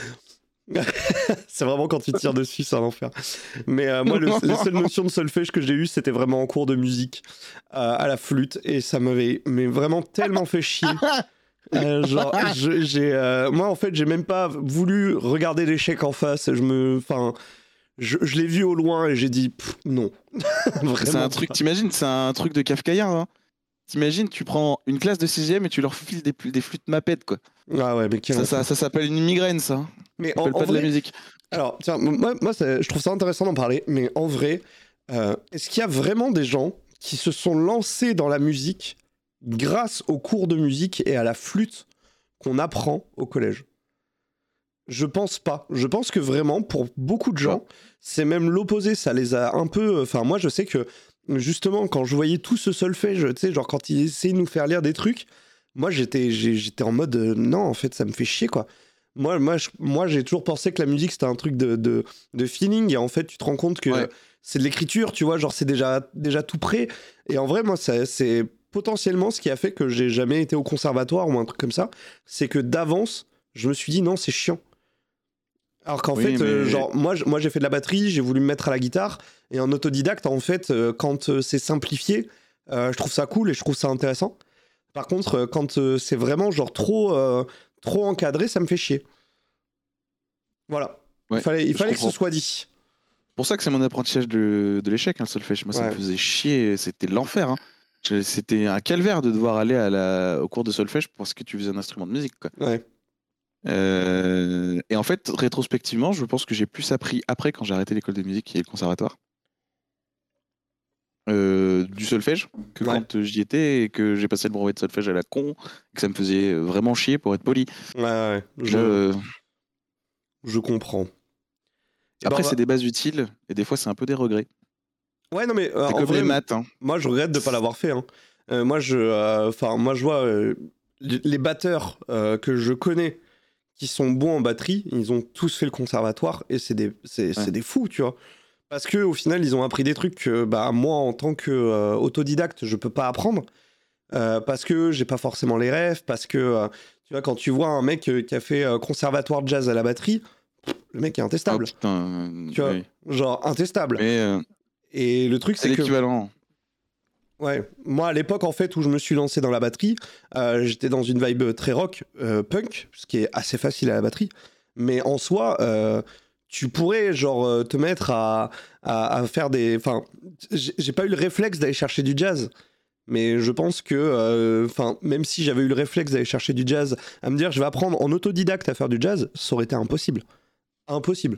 C'est vraiment quand tu tires dessus, c'est un enfer. Mais euh, moi, le- les seules notions de solfège que j'ai eues, c'était vraiment en cours de musique euh, à la flûte. Et ça m'avait mais vraiment tellement fait chier. Euh, genre, je- j'ai, euh, moi, en fait, j'ai même pas voulu regarder l'échec en face. Je me. Enfin. Je, je l'ai vu au loin et j'ai dit pff, non. C'est Vraiment un truc, pas. t'imagines, c'est un truc de kafkaïen. Hein. T'imagines, tu prends une classe de sixième et tu leur files des, des flûtes mapettes, quoi. Ah ouais, mais quel Ça, enfer. ça, ça s'appelle une migraine, ça. hein. Mais Ça en, s'appelle en pas de la vrai, musique. alors, tiens, moi, moi ça- je trouve ça intéressant d'en parler, mais en vrai, euh, est-ce qu'il y a vraiment des gens qui se sont lancés dans la musique grâce aux cours de musique et à la flûte qu'on apprend au collège? Je pense pas. Je pense que vraiment, pour beaucoup de gens, c'est même l'opposé. Ça les a un peu. Enfin, moi, je sais que justement, quand je voyais tout ce solfège, tu sais, genre quand ils essayaient de nous faire lire des trucs, moi, j'étais, j'ai- j'étais en mode euh, non, en fait, ça me fait chier, quoi. Moi, moi, je- moi, j'ai toujours pensé que la musique, c'était un truc de, de, de feeling. Et en fait, tu te rends compte que Ouais. c'est de l'écriture, tu vois, genre, c'est déjà, déjà tout prêt. Et en vrai, moi, ça- c'est potentiellement ce qui a fait que j'ai jamais été au conservatoire ou un truc comme ça. C'est que d'avance, je me suis dit, non, c'est chiant. Alors qu'en Oui, fait, euh, mais- genre, moi, j- moi, j'ai fait de la batterie, j'ai voulu me mettre à la guitare. Et en autodidacte, en fait, euh, quand euh, c'est simplifié, euh, je trouve ça cool et je trouve ça intéressant. Par contre, euh, quand euh, c'est vraiment genre trop, euh, trop encadré, ça me fait chier. Voilà. Ouais, il fallait, il je fallait que ce comprends. soit dit. C'est pour ça que c'est mon apprentissage de, de l'échec, hein, le solfège. Moi, ça Ouais. me faisait chier, c'était l'enfer. Hein. Je- C'était un calvaire de devoir aller à la, au cours de solfège parce que tu faisais un instrument de musique. Quoi. Ouais. Euh, et en fait, rétrospectivement, je pense que j'ai plus appris après, quand j'ai arrêté l'école de musique et le conservatoire, euh, du solfège, que Ouais. quand j'y étais et que j'ai passé le brevet de solfège à la con, et que ça me faisait vraiment chier pour être poli. Ouais, ouais. Je, Euh, je comprends. Et après, ben, on va- c'est des bases utiles et des fois, c'est un peu des regrets. Ouais, non, mais euh, C'est en comme vrai, les maths. Hein. moi, je regrette de pas l'avoir fait. Hein. Euh, moi, je, euh, enfin, moi, je vois euh, les les batteurs euh, que je connais qui sont bons en batterie, ils ont tous fait le conservatoire et c'est des, c'est, Ouais. c'est des fous, tu vois. Parce que au final, ils ont appris des trucs que bah, moi, en tant qu'autodidacte, je peux pas apprendre. Euh, parce que j'ai pas forcément les refs, parce que euh, tu vois, quand tu vois un mec euh, qui a fait euh, conservatoire de jazz à la batterie, pff, le mec est Oh, intestable. putain, Tu vois, oui. genre intestable. Mais euh, Et le truc, c'est c'est que. l'équivalent. Ouais, moi à l'époque en fait où je me suis lancé dans la batterie, euh, j'étais dans une vibe très rock, euh, punk, ce qui est assez facile à la batterie. Mais en soi, euh, tu pourrais genre euh, te mettre à, à, à faire des. Enfin, j'ai j'ai pas eu le réflexe d'aller chercher du jazz. Mais je pense que, enfin, même si j'avais eu le réflexe d'aller chercher du jazz, à me dire je vais apprendre en autodidacte à faire du jazz, ça aurait été impossible. Impossible.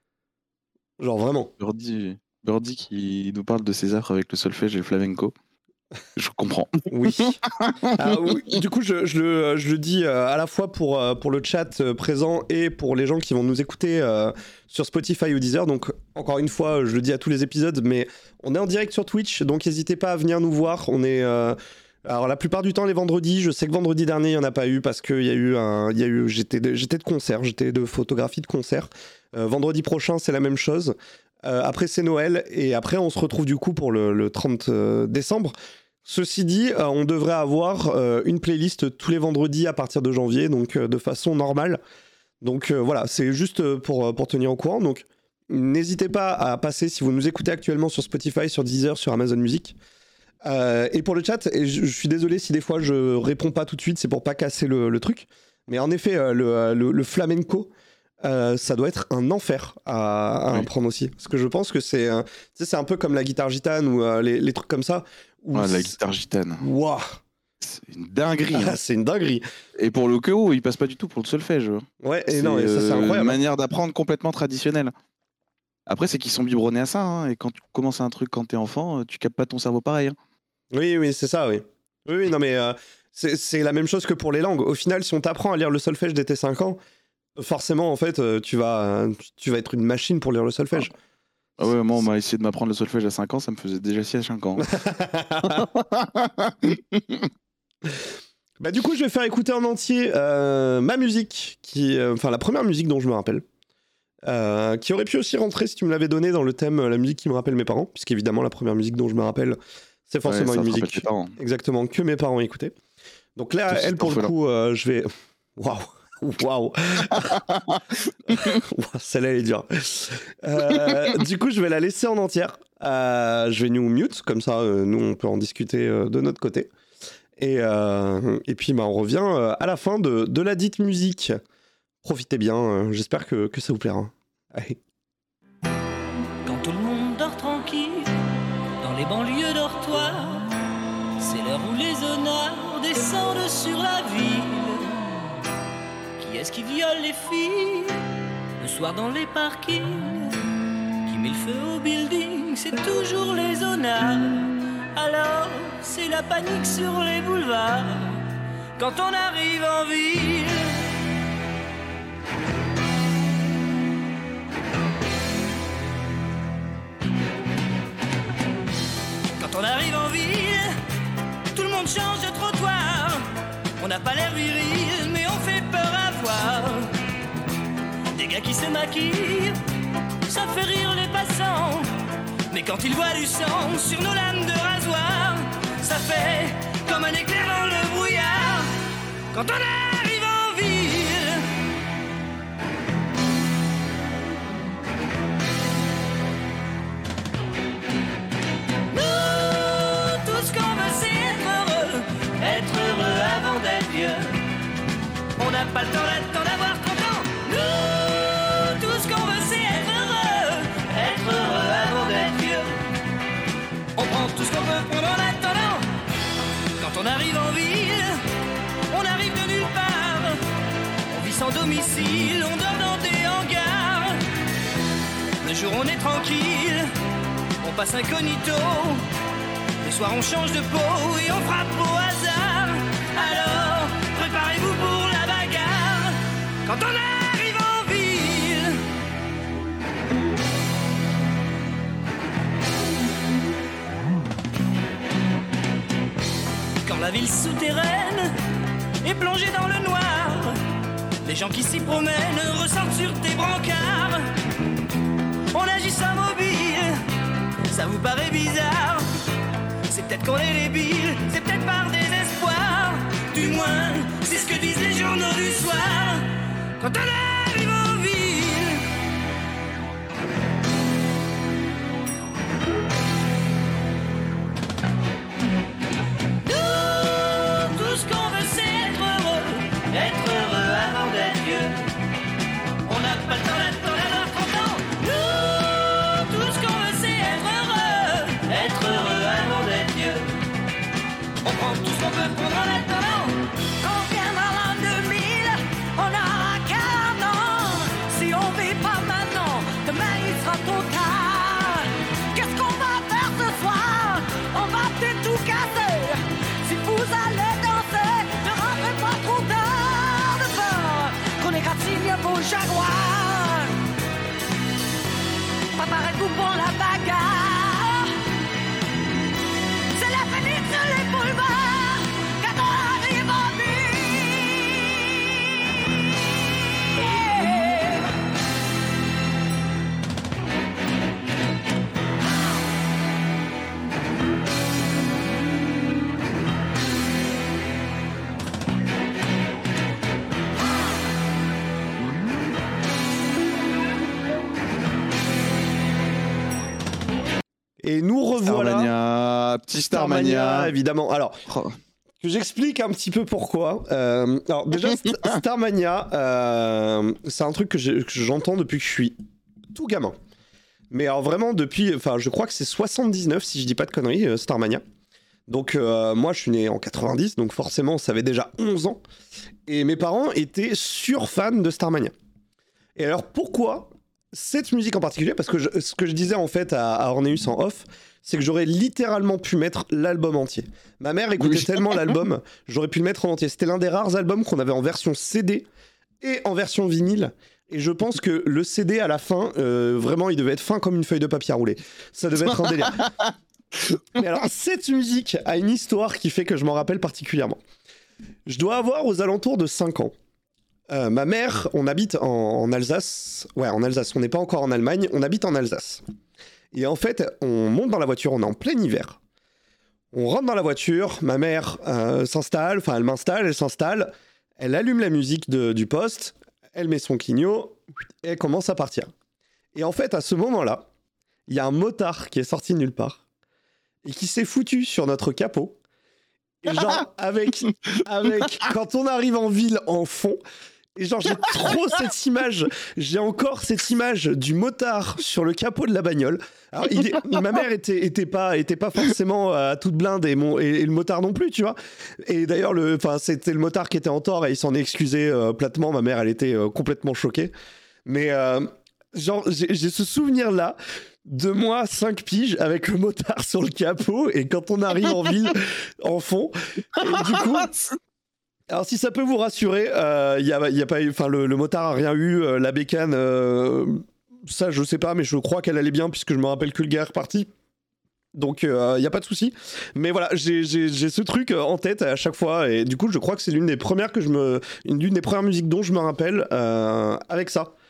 Genre vraiment. Birdie, Birdie qui nous parle de ses affres avec le solfège et le flamenco. Je comprends. Oui. Ah, oui. Du coup, je, je le, je le dis euh, à la fois pour, euh, pour le chat euh, présent et pour les gens qui vont nous écouter euh, sur Spotify ou Deezer. Donc, encore une fois, je le dis à tous les épisodes, mais on est en direct sur Twitch, donc n'hésitez pas à venir nous voir. On est. euh, Alors, la plupart du temps, les vendredis, je sais que vendredi dernier, il n'y en a pas eu parce que il y a eu un. Il y a eu, j'étais, de, j'étais de concert, j'étais de photographie de concert. Euh, vendredi prochain, c'est la même chose. Euh, après, c'est Noël. Et après, on se retrouve du coup pour le, le trente décembre. Ceci dit, euh, on devrait avoir euh, une playlist tous les vendredis à partir de janvier, donc euh, de façon normale. Donc euh, voilà, c'est juste pour, pour tenir au courant. Donc n'hésitez pas à passer si vous nous écoutez actuellement sur Spotify, sur Deezer, sur Amazon Music. Euh, et pour le chat, et je, je suis désolé si des fois je réponds pas tout de suite, c'est pour pas casser le, le truc. Mais en effet, euh, le, le, le flamenco, euh, ça doit être un enfer à, à Oui. apprendre aussi. Parce que je pense que c'est, euh, tu sais, c'est un peu comme la guitare gitane ou euh, les, les trucs comme ça. où Ouais, la c'est- guitare gitane. Waouh, C'est une dinguerie. hein. ah, c'est une dinguerie. Et pour le Keo, il passe pas du tout pour le solfège. Ouais, et C'est non, et ça c'est euh, incroyable. une manière d'apprendre complètement traditionnelle. Après, c'est qu'ils sont biberonnés à ça. hein, Et quand tu commences un truc quand t'es enfant, euh, tu captes pas ton cerveau pareil. hein. Oui, oui, c'est ça, oui. Oui, oui, non, mais euh, c'est c'est la même chose que pour les langues. Au final, si on t'apprend à lire le solfège dès tes cinq ans, forcément, en fait, euh, tu vas, tu vas être une machine pour lire le solfège. Ah ouais, moi, on m'a essayé de m'apprendre le solfège à cinq ans, ça me faisait déjà chier à cinq ans. Bah, du coup, je vais faire écouter en entier euh, ma musique, qui, euh, enfin, la première musique dont je me rappelle. Euh, qui aurait pu aussi rentrer si tu me l'avais donné dans le thème euh, la musique qui me rappelle mes parents, puisqu'évidemment la première musique dont je me rappelle, c'est forcément Ouais, ça une te rappelle musique tes parents. exactement que mes parents écoutaient. Donc là, Tous ces elle pour le orphelins. coup, euh, je vais, waouh, waouh, Ouah, celle-là elle est dure. Euh, du coup, je vais la laisser en entière. Euh, je vais nous mute comme ça, euh, nous on peut en discuter euh, de notre côté. Et, euh, et puis bah, on revient euh, à la fin de, de la dite musique. Profitez bien, euh, j'espère que, que ça vous plaira. Allez. Quand tout le monde dort tranquille, dans les banlieues dortoirs, c'est l'heure où les honneurs descendent sur la ville. Qui est-ce qui viole les filles le soir dans les parkings? Qui met le feu au building? C'est toujours les honneurs. Alors c'est la panique sur les boulevards quand on arrive en ville. Quand on arrive en ville, tout le monde change de trottoir. On n'a pas l'air viril, mais on fait peur à voir. des gars qui se maquillent, ça fait rire les passants. Mais quand ils voient du sang sur nos lames de rasoir, ça fait comme un éclair dans le brouillard. Quand on arrive en ville, nous, tout ce qu'on veut c'est être heureux, être heureux avant d'être vieux. On n'a pas le temps là-dedans d'avoir trente ans. Nous, tout ce qu'on veut c'est être heureux, être heureux avant d'être vieux. On prend tout ce qu'on peut prendre en attendant. Quand on arrive en ville, on arrive de nulle part. On vit sans domicile, on dort dans des hangars. Le jour on est tranquille, on passe incognito. Le soir on change de peau et on frappe au hasard. Alors, préparez-vous pour la bagarre. Quand on arrive en ville, quand la ville souterraine est plongée dans le noir, les gens qui s'y promènent ressortent sur tes brancards. On agit sans mobile, ça vous paraît bizarre. C'est peut-être qu'on est débiles, c'est peut-être par désespoir. Du moins, c'est ce que disent les journaux du soir. Quand on arrive en ville, nous, tout ce qu'on veut c'est être heureux, être heureux avant d'être vieux. On n'a pas le temps d'attendre d'avoir trente ans. Nous, tout ce qu'on veut c'est être heureux, être heureux avant d'être vieux. On prend tout ce qu'on peut prendre en attendant. Quand viendra l'an deux mille, on aura quarante ans. Si on vit pas maintenant, demain il sera trop tard. Qu'est-ce qu'on va faire ce soir? On va peut-être tout casser. Si vous allez danser, ne rentrez pas trop tard devant qu'on égratigne vos jaguars. Préparez-vous pour la bagarre. C'est la fenêtre sur les boulevards quand on arrive en Et nous revoilà. Starmania, petit Starmania, Starmania. évidemment. Alors, Oh. que j'explique un petit peu pourquoi. Euh, alors, déjà, St- Starmania, euh, c'est un truc que, j'ai- que j'entends depuis que je suis tout gamin. Mais alors, vraiment, depuis. Enfin, je crois que c'est soixante-dix-neuf, si je dis pas de conneries, euh, Starmania. Donc, euh, moi, je suis né en quatre-vingt-dix, donc forcément, ça avait déjà onze ans. Et mes parents étaient sur-fans de Starmania. Et alors, pourquoi cette musique en particulier? Parce que je- ce que je disais en fait à, à Orneus en off, c'est que j'aurais littéralement pu mettre l'album entier. Ma mère écoutait Oui. tellement l'album, j'aurais pu le mettre en entier. C'était l'un des rares albums qu'on avait en version C D et en version vinyle. Et je pense que le C D à la fin, euh, vraiment, il devait être fin comme une feuille de papier à rouler. Ça devait être un délire. Mais alors, cette musique a une histoire qui fait que je m'en rappelle particulièrement. Je dois avoir aux alentours de cinq ans. Euh, ma mère, on habite en, en Alsace. Ouais, en Alsace. On n'est pas encore en Allemagne. On habite en Alsace. Et en fait, on monte dans la voiture. On est en plein hiver. On rentre dans la voiture. Ma mère euh, s'installe. Enfin, elle m'installe. Elle s'installe. Elle allume la musique de- du poste. Elle met son clignot. Et elle commence à partir. Et en fait, à ce moment-là, il y a un motard qui est sorti de nulle part et qui s'est foutu sur notre capot. Et genre, avec, avec, quand on arrive en ville en fond, et genre, j'ai trop cette image, j'ai encore cette image du motard sur le capot de la bagnole. Alors, il est- ma mère était, était, pas, était pas forcément à toute blinde et, mon, et, et le motard non plus, tu vois. Et d'ailleurs, le, enfin, c'était le motard qui était en tort et il s'en est excusé euh, platement. Ma mère, elle était euh, complètement choquée. Mais euh, genre, j'ai j'ai ce souvenir-là de moi, cinq piges, avec le motard sur le capot, et quand on arrive en ville, en fond. Et du coup, alors si ça peut vous rassurer, euh, y a, y a pas eu, enfin, le, le motard a rien eu, euh, la bécane, euh, ça je sais pas, mais je crois qu'elle allait bien, puisque je me rappelle que le gars est reparti. Donc il euh, n'y a pas de souci. Mais voilà, j'ai, j'ai, j'ai ce truc en tête à chaque fois, et du coup je crois que c'est l'une des premières que je me, une, l'une des premières musiques dont je me rappelle euh, avec ça.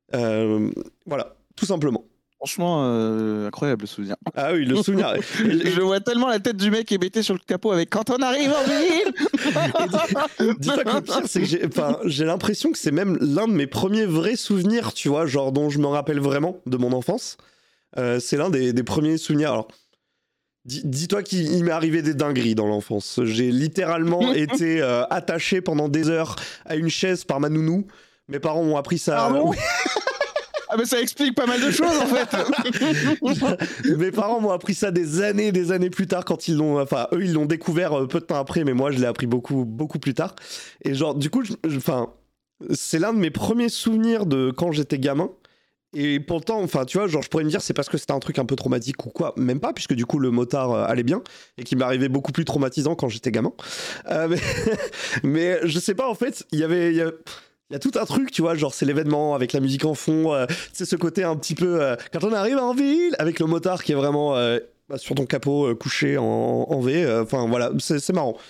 Euh, voilà, tout simplement. Franchement, euh, incroyable le souvenir. Ah oui, le souvenir. Je vois tellement la tête du mec hébété sur le capot avec quand on arrive en ville. Dis-toi que le pire, c'est que j'ai, enfin, j'ai l'impression que c'est même l'un de mes premiers vrais souvenirs, tu vois, genre dont je me rappelle vraiment de mon enfance. Euh, c'est l'un des, des premiers souvenirs. Alors, dis, dis-toi qu'il il m'est arrivé des dingueries dans l'enfance. J'ai littéralement été euh, attaché pendant des heures à une chaise par ma nounou. Mes parents m'ont appris ça. Pardon ? Ah mais ça explique pas mal de choses en fait. Mes parents m'ont appris ça des années, des années plus tard quand ils l'ont, enfin eux ils l'ont découvert peu de temps après, mais moi je l'ai appris beaucoup, beaucoup plus tard. Et genre du coup, enfin c'est l'un de mes premiers souvenirs de quand j'étais gamin. Et pourtant, enfin tu vois, genre je pourrais me dire c'est parce que c'était un truc un peu traumatique ou quoi, même pas, puisque du coup le motard euh, allait bien et qui m'arrivait beaucoup plus traumatisant quand j'étais gamin. Euh, mais, mais je sais pas en fait, il y avait, il y a... Il y a tout un truc, tu vois, genre c'est l'événement avec la musique en fond, euh, c'est ce côté un petit peu euh, quand on arrive en ville avec le motard qui est vraiment euh, bah, sur ton capot euh, couché en, en V. Enfin euh, voilà, c'est, c'est marrant.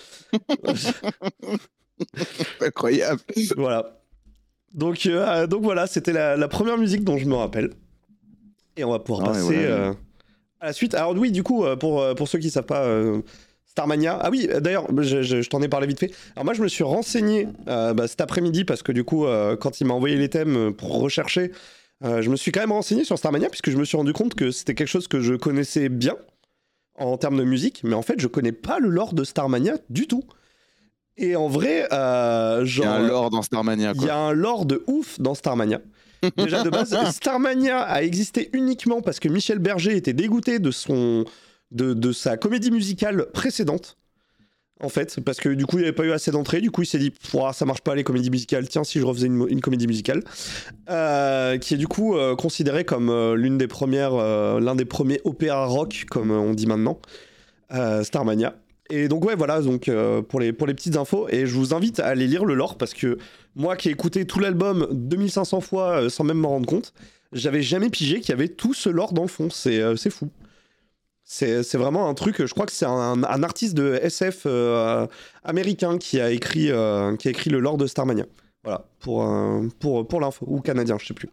Incroyable. Voilà. Donc, euh, donc voilà, c'était la, la première musique dont je me rappelle. Et on va pouvoir ah, passer voilà, euh, à la suite. Alors oui, du coup, pour, pour ceux qui ne savent pas... Euh, Starmania. Ah oui, d'ailleurs, je, je, je t'en ai parlé vite fait. Alors moi, je me suis renseigné euh, bah, cet après-midi parce que du coup, euh, quand il m'a envoyé les thèmes pour rechercher, euh, je me suis quand même renseigné sur Starmania puisque je me suis rendu compte que c'était quelque chose que je connaissais bien en termes de musique, mais en fait, je connais pas le lore de Starmania du tout. Et en vrai, euh, genre... Il y a un lore dans Starmania, quoi. Il y a un lore de ouf dans Starmania. Déjà, de base, Starmania a existé uniquement parce que Michel Berger était dégoûté de son... De, de sa comédie musicale précédente, en fait, parce que du coup il n'y avait pas eu assez d'entrées, du coup il s'est dit ça marche pas les comédies musicales, tiens si je refaisais une, une comédie musicale, euh, qui est du coup euh, considérée comme euh, l'une des premières, euh, l'un des premiers opéras rock, comme on dit maintenant, euh, Starmania. Et donc ouais voilà, donc euh, pour les pour les petites infos, et je vous invite à aller lire le lore parce que moi qui ai écouté tout l'album deux mille cinq cents fois euh, sans même m'en rendre compte, j'avais jamais pigé qu'il y avait tout ce lore dans le fond, c'est euh, c'est fou. C'est, c'est vraiment un truc, je crois que c'est un, un artiste de S F euh, américain qui a, écrit, euh, qui a écrit le lore de Starmania. Voilà, pour, euh, pour, pour l'info, ou canadien, je sais plus.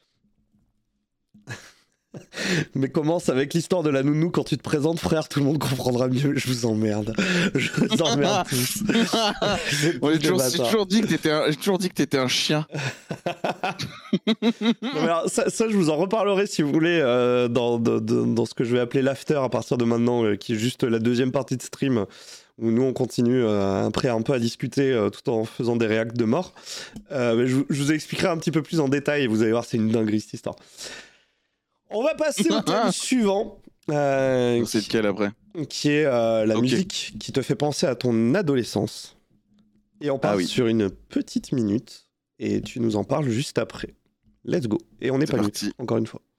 Mais commence avec l'histoire de la nounou quand tu te présentes, frère, tout le monde comprendra mieux. Je vous emmerde. Je vous emmerde tous. J'ai toujours, toujours dit que t'étais un, j'ai toujours dit que t'étais un chien. Non, mais alors, ça, ça, je vous en reparlerai si vous voulez euh, dans, dans, dans ce que je vais appeler l'after à partir de maintenant, euh, qui est juste la deuxième partie de stream où nous on continue euh, après un peu à discuter euh, tout en faisant des réacts de mort. Euh, mais je, je vous expliquerai un petit peu plus en détail et vous allez voir, c'est une dinguerie cette histoire. On va passer au thème suivant. Euh, c'est lequel après ? Qui est euh, la okay. musique qui te fait penser à ton adolescence. Et on passe ah oui. sur une petite minute et tu nous en parles juste après. Let's go. Et on n'est pas parti. Encore une fois.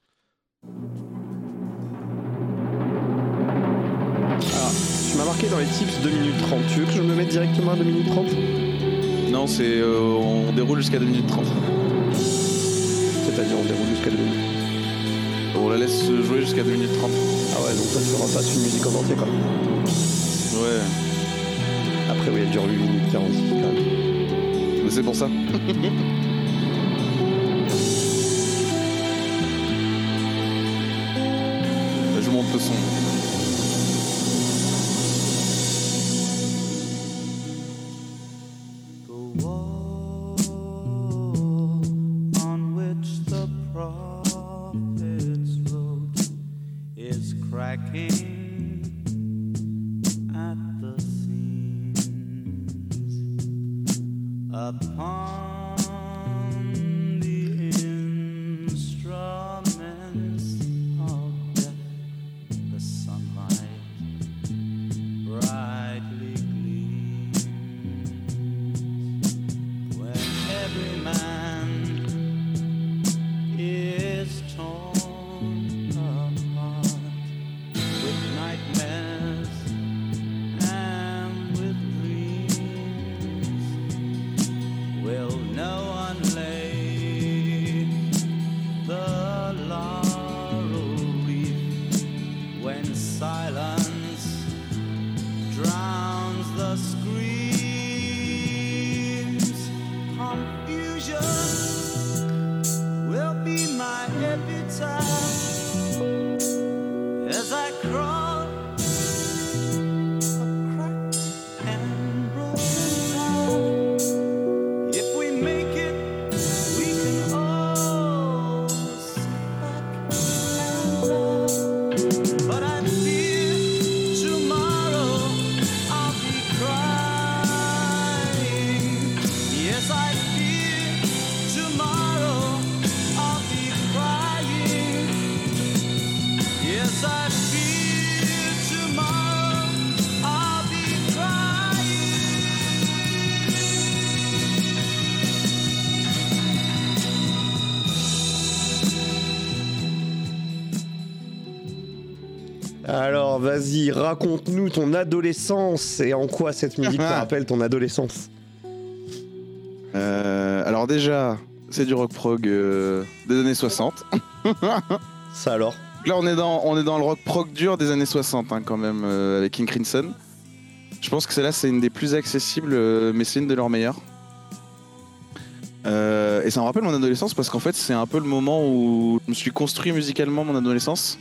Alors, tu m'as marqué dans les tips deux minutes trente. Tu veux que je me mette directement à deux minutes trente ? Non, c'est euh, on déroule jusqu'à deux minutes trente. C'est-à-dire on déroule jusqu'à deux minutes. On la laisse jouer jusqu'à deux minutes trente. Ah ouais, donc ça tu repasses une musique en entier quoi. Ouais. Après oui, elle dure huit minutes quarante-six quand même. Mais c'est pour ça. Je monte le son. Alors, vas-y, raconte-nous ton adolescence et en quoi cette musique te rappelle ton adolescence. Euh, alors déjà, c'est du rock prog euh, des années soixante. Ça alors. Là, on est dans, on est dans le rock prog dur des années soixante, hein, quand même, euh, avec King Crimson. Je pense que celle-là, c'est une des plus accessibles, euh, mais c'est une de leurs meilleures. Euh, et ça me rappelle mon adolescence parce qu'en fait, c'est un peu le moment où je me suis construit musicalement mon adolescence.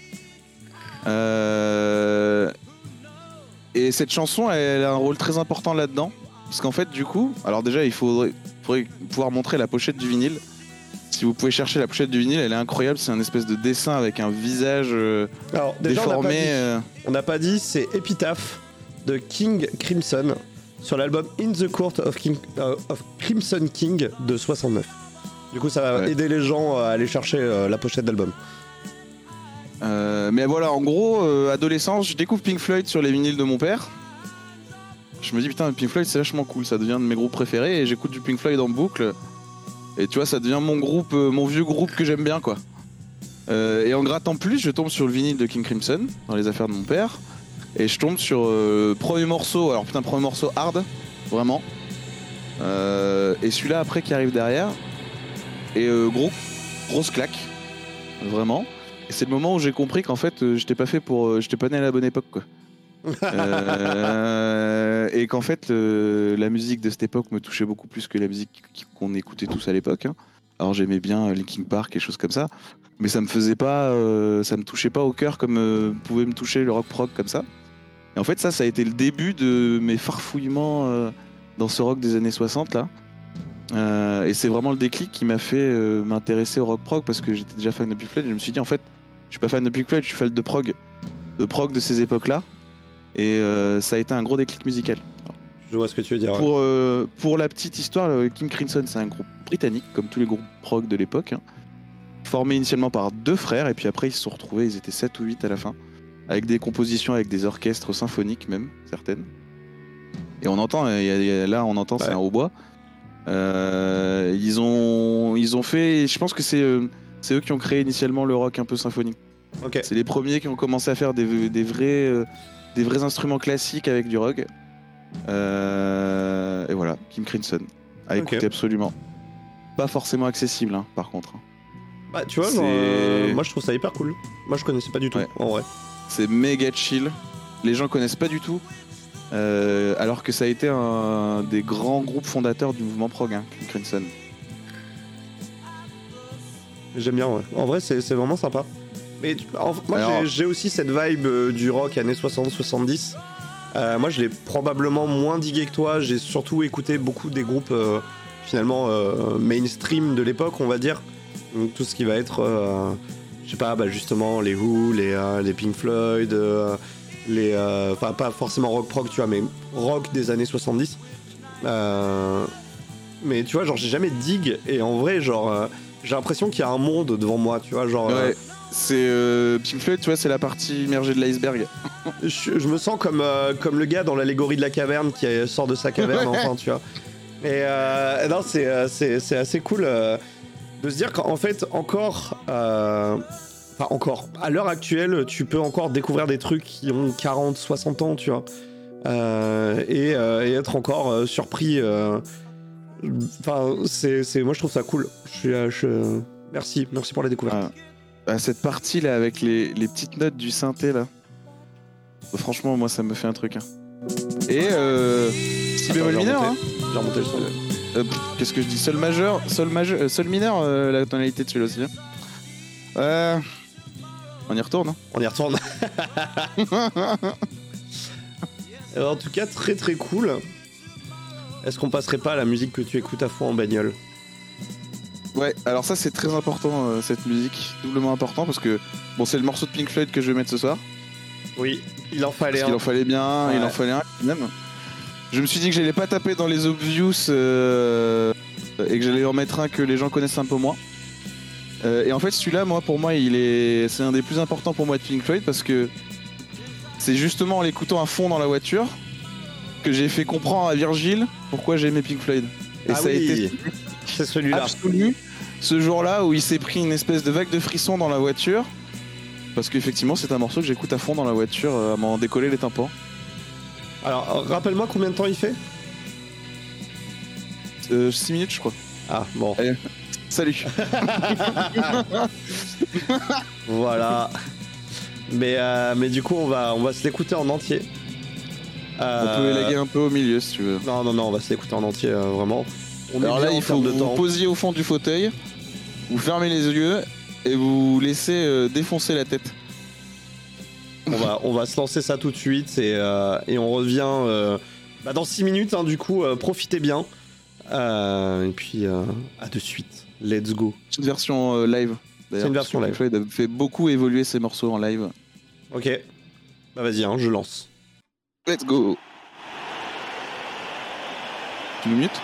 Euh, et cette chanson, elle a un rôle très important là-dedans. Parce qu'en fait, du coup, alors déjà, il faudrait, faudrait pouvoir montrer la pochette du vinyle. Si vous pouvez chercher la pochette du vinyle, elle est incroyable. C'est un espèce de dessin avec un visage euh, Alors, déjà, déformé. On n'a pas, euh... pas dit, c'est Epitaph de King Crimson sur l'album In the Court of, King, uh, of Crimson King de soixante-neuf. Du coup, ça va ouais. aider les gens à aller chercher euh, la pochette d'album. Euh, mais voilà, en gros, euh, adolescence, je découvre Pink Floyd sur les vinyles de mon père. Je me dis, putain, Pink Floyd, c'est vachement cool, ça devient un de mes groupes préférés. Et j'écoute du Pink Floyd en boucle. Et tu vois, ça devient mon groupe, euh, mon vieux groupe que j'aime bien, quoi. Euh, et en grattant plus, je tombe sur le vinyle de King Crimson, dans les affaires de mon père. Et je tombe sur euh, premier morceau, alors putain, premier morceau hard, vraiment. Euh, et celui-là après qui arrive derrière. Et euh, gros, grosse claque, vraiment. Et c'est le moment où j'ai compris qu'en fait, euh, j'étais pas fait pour, euh, j'étais pas né à la bonne époque, quoi. euh, et qu'en fait, euh, la musique de cette époque me touchait beaucoup plus que la musique qu'on écoutait tous à l'époque. Hein. Alors j'aimais bien Linkin Park et choses comme ça, mais ça me faisait pas, euh, ça me touchait pas au cœur comme euh, pouvait me toucher le rock prog comme ça. Et en fait, ça, ça a été le début de mes farfouillements euh, dans ce rock des années soixante là. Euh, et c'est vraiment le déclic qui m'a fait euh, m'intéresser au rock prog parce que j'étais déjà fan de Pink Floyd. Et je me suis dit en fait, je suis pas fan de Pink Floyd, je suis fan de prog, de prog de ces époques-là. Et euh, ça a été un gros déclic musical. Alors, je vois ce que tu veux dire. Pour, ouais. euh, pour la petite histoire, King Crimson, c'est un groupe britannique, comme tous les groupes prog de l'époque, hein, formé initialement par deux frères, et puis après ils se sont retrouvés, ils étaient sept ou huit à la fin, avec des compositions, avec des orchestres symphoniques même, certaines. Et on entend, y a, y a, là on entend, ouais. C'est un hautbois. Euh, ils, ont, ils ont fait, je pense que c'est, euh, c'est eux qui ont créé initialement le rock un peu symphonique. Okay. C'est les premiers qui ont commencé à faire des, des vrais... Euh, des vrais instruments classiques avec du rock. Euh, et voilà, King Crimson. À écouter okay. Absolument. Pas forcément accessible, hein, par contre. Bah, tu vois, genre, euh, moi je trouve ça hyper cool. Moi je connaissais pas du tout, ouais. En vrai. C'est méga chill. Les gens connaissent pas du tout. Euh, alors que ça a été un des grands groupes fondateurs du mouvement prog, hein, King Crimson. J'aime bien, ouais. En vrai, c'est, c'est vraiment sympa. Mais en, moi Alors... j'ai, j'ai aussi cette vibe euh, du rock années soixante soixante-dix. Euh, moi je l'ai probablement moins digué que toi. J'ai surtout écouté beaucoup des groupes euh, finalement euh, mainstream de l'époque, on va dire. Donc tout ce qui va être, euh, je sais pas, bah, justement les Who, les, euh, les Pink Floyd, euh, les, enfin euh, pas forcément rock prog, tu vois, mais rock des années soixante-dix. Euh, mais tu vois, genre j'ai jamais digue et en vrai, genre euh, j'ai l'impression qu'il y a un monde devant moi, tu vois, genre. Ouais. Euh, C'est euh, Pink Floyd, tu vois, c'est la partie immergée de l'iceberg. je, je me sens comme, euh, comme le gars dans l'allégorie de la caverne qui sort de sa caverne, enfin, tu vois. Et euh, non, c'est, c'est, c'est assez cool euh, de se dire qu'en fait, encore, euh, enfin, encore, à l'heure actuelle, tu peux encore découvrir des trucs qui ont quarante, soixante ans, tu vois. Euh, et, euh, et être encore euh, surpris. Enfin, euh, c'est, c'est, moi, je trouve ça cool. Je suis, euh, je, merci, merci pour la découverte. Ah. Bah, cette partie là avec les, les petites notes du synthé là, bah, franchement moi ça me fait un truc hein. Et euh, si bémol mineur hein. J'ai remonté le son. Euh, qu'est-ce que je dis, sol majeur, sol majeur, euh, sol mineur euh, la tonalité de celui-là aussi. Hein. Euh, on y retourne. Hein. On y retourne. Alors, en tout cas très très cool. Est-ce qu'on passerait pas à la musique que tu écoutes à fond en bagnole? Ouais, alors ça c'est très important euh, cette musique, doublement important parce que bon c'est le morceau de Pink Floyd que je vais mettre ce soir. Oui, il en fallait parce un. qu'il en fallait bien, ouais. Il en fallait un même. Je me suis dit que j'allais pas taper dans les obvious euh, et que j'allais en mettre un que les gens connaissent un peu moins. Euh, et en fait celui-là, moi pour moi il est, c'est un des plus importants pour moi de Pink Floyd parce que c'est justement en l'écoutant à fond dans la voiture que j'ai fait comprendre à Virgile pourquoi j'aimais Pink Floyd. Et ah ça oui. a été c'est celui-là. Absolu, ce jour-là où il s'est pris une espèce de vague de frissons dans la voiture Parce qu'effectivement, c'est un morceau que j'écoute à fond dans la voiture euh, à m'en décoller les tympans. Alors, rappelle-moi combien de temps il fait euh, six minutes, je crois. Ah, bon. Allez, salut. Voilà. Mais, euh, mais du coup, on va, on va se l'écouter en entier. Euh... On peut élaguer un peu au milieu si tu veux. Non, non, non, on va se l'écouter en entier, euh, vraiment. On Alors est là, bien il faut de vous temps. posiez au fond du fauteuil, vous fermez les yeux et vous laissez euh, défoncer la tête. On va, on va se lancer ça tout de suite et, euh, et on revient euh, bah dans six minutes, hein, du coup, euh, profitez bien. Euh, et puis, euh, à de suite. Let's go. C'est une version euh, live. C'est une version live. Floyd a fait beaucoup évoluer ses morceaux en live. Ok. Bah vas-y, hein, je lance. Let's go. Tu nous mutes ?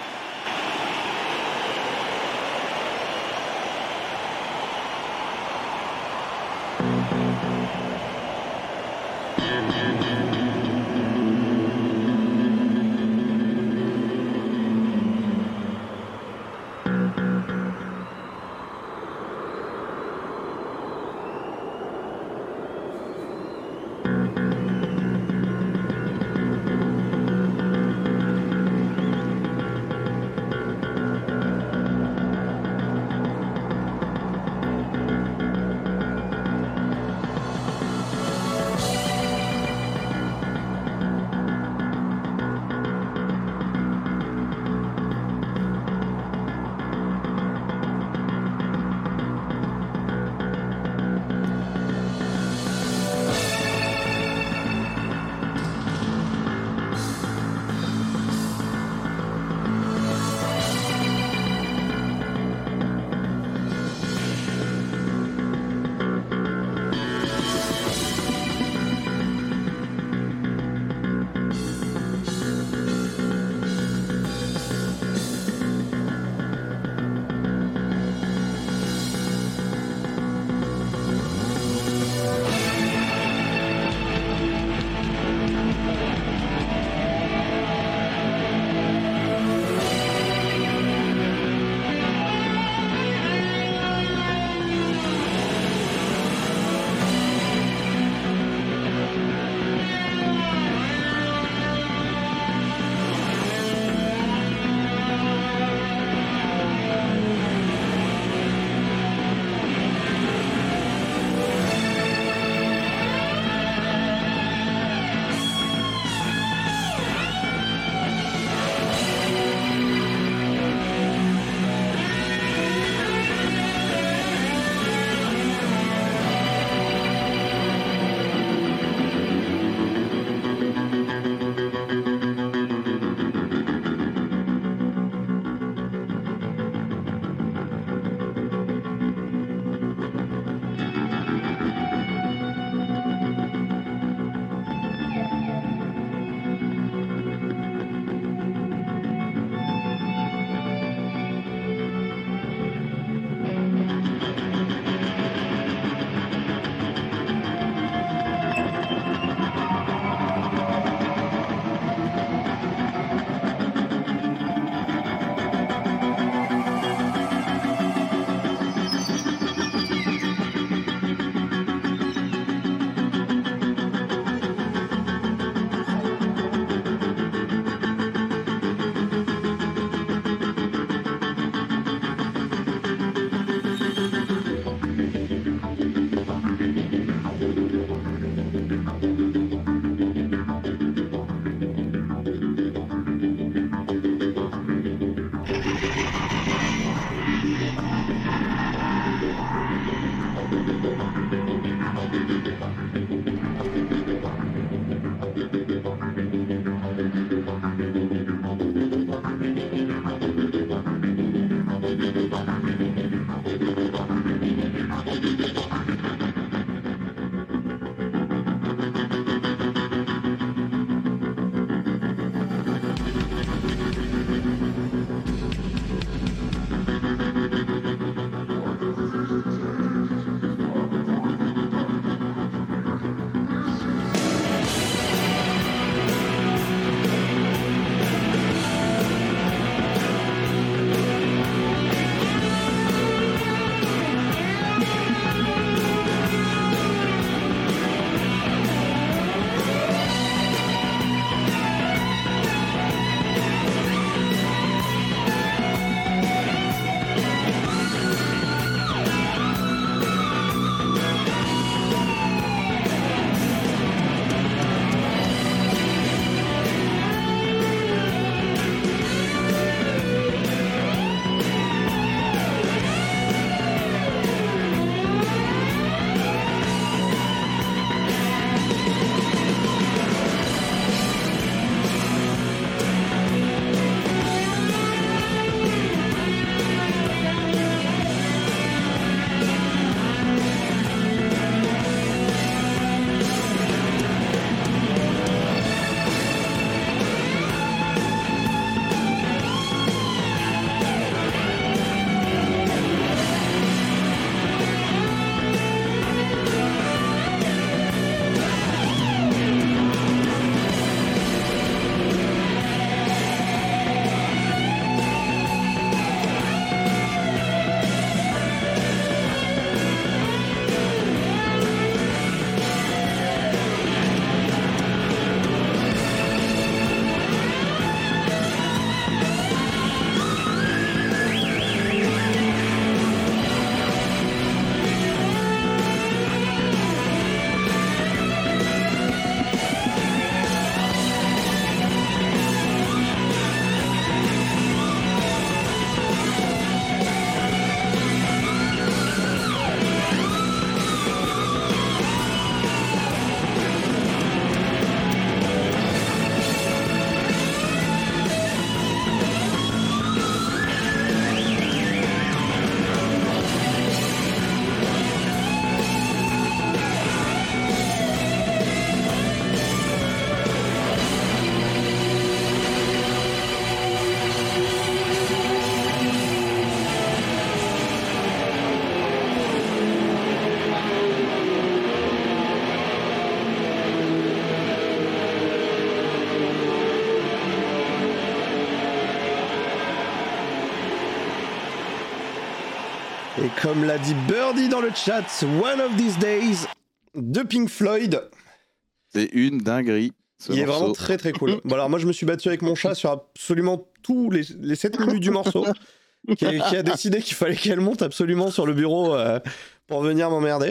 Et comme l'a dit Birdie dans le chat, One of These Days de Pink Floyd. C'est une dinguerie. Ce Il morceau. est vraiment très très cool. Bon alors moi je me suis battu avec mon chat sur absolument tous les, les sept minutes du morceau, qui, a, qui a décidé qu'il fallait qu'elle monte absolument sur le bureau euh, pour venir m'emmerder.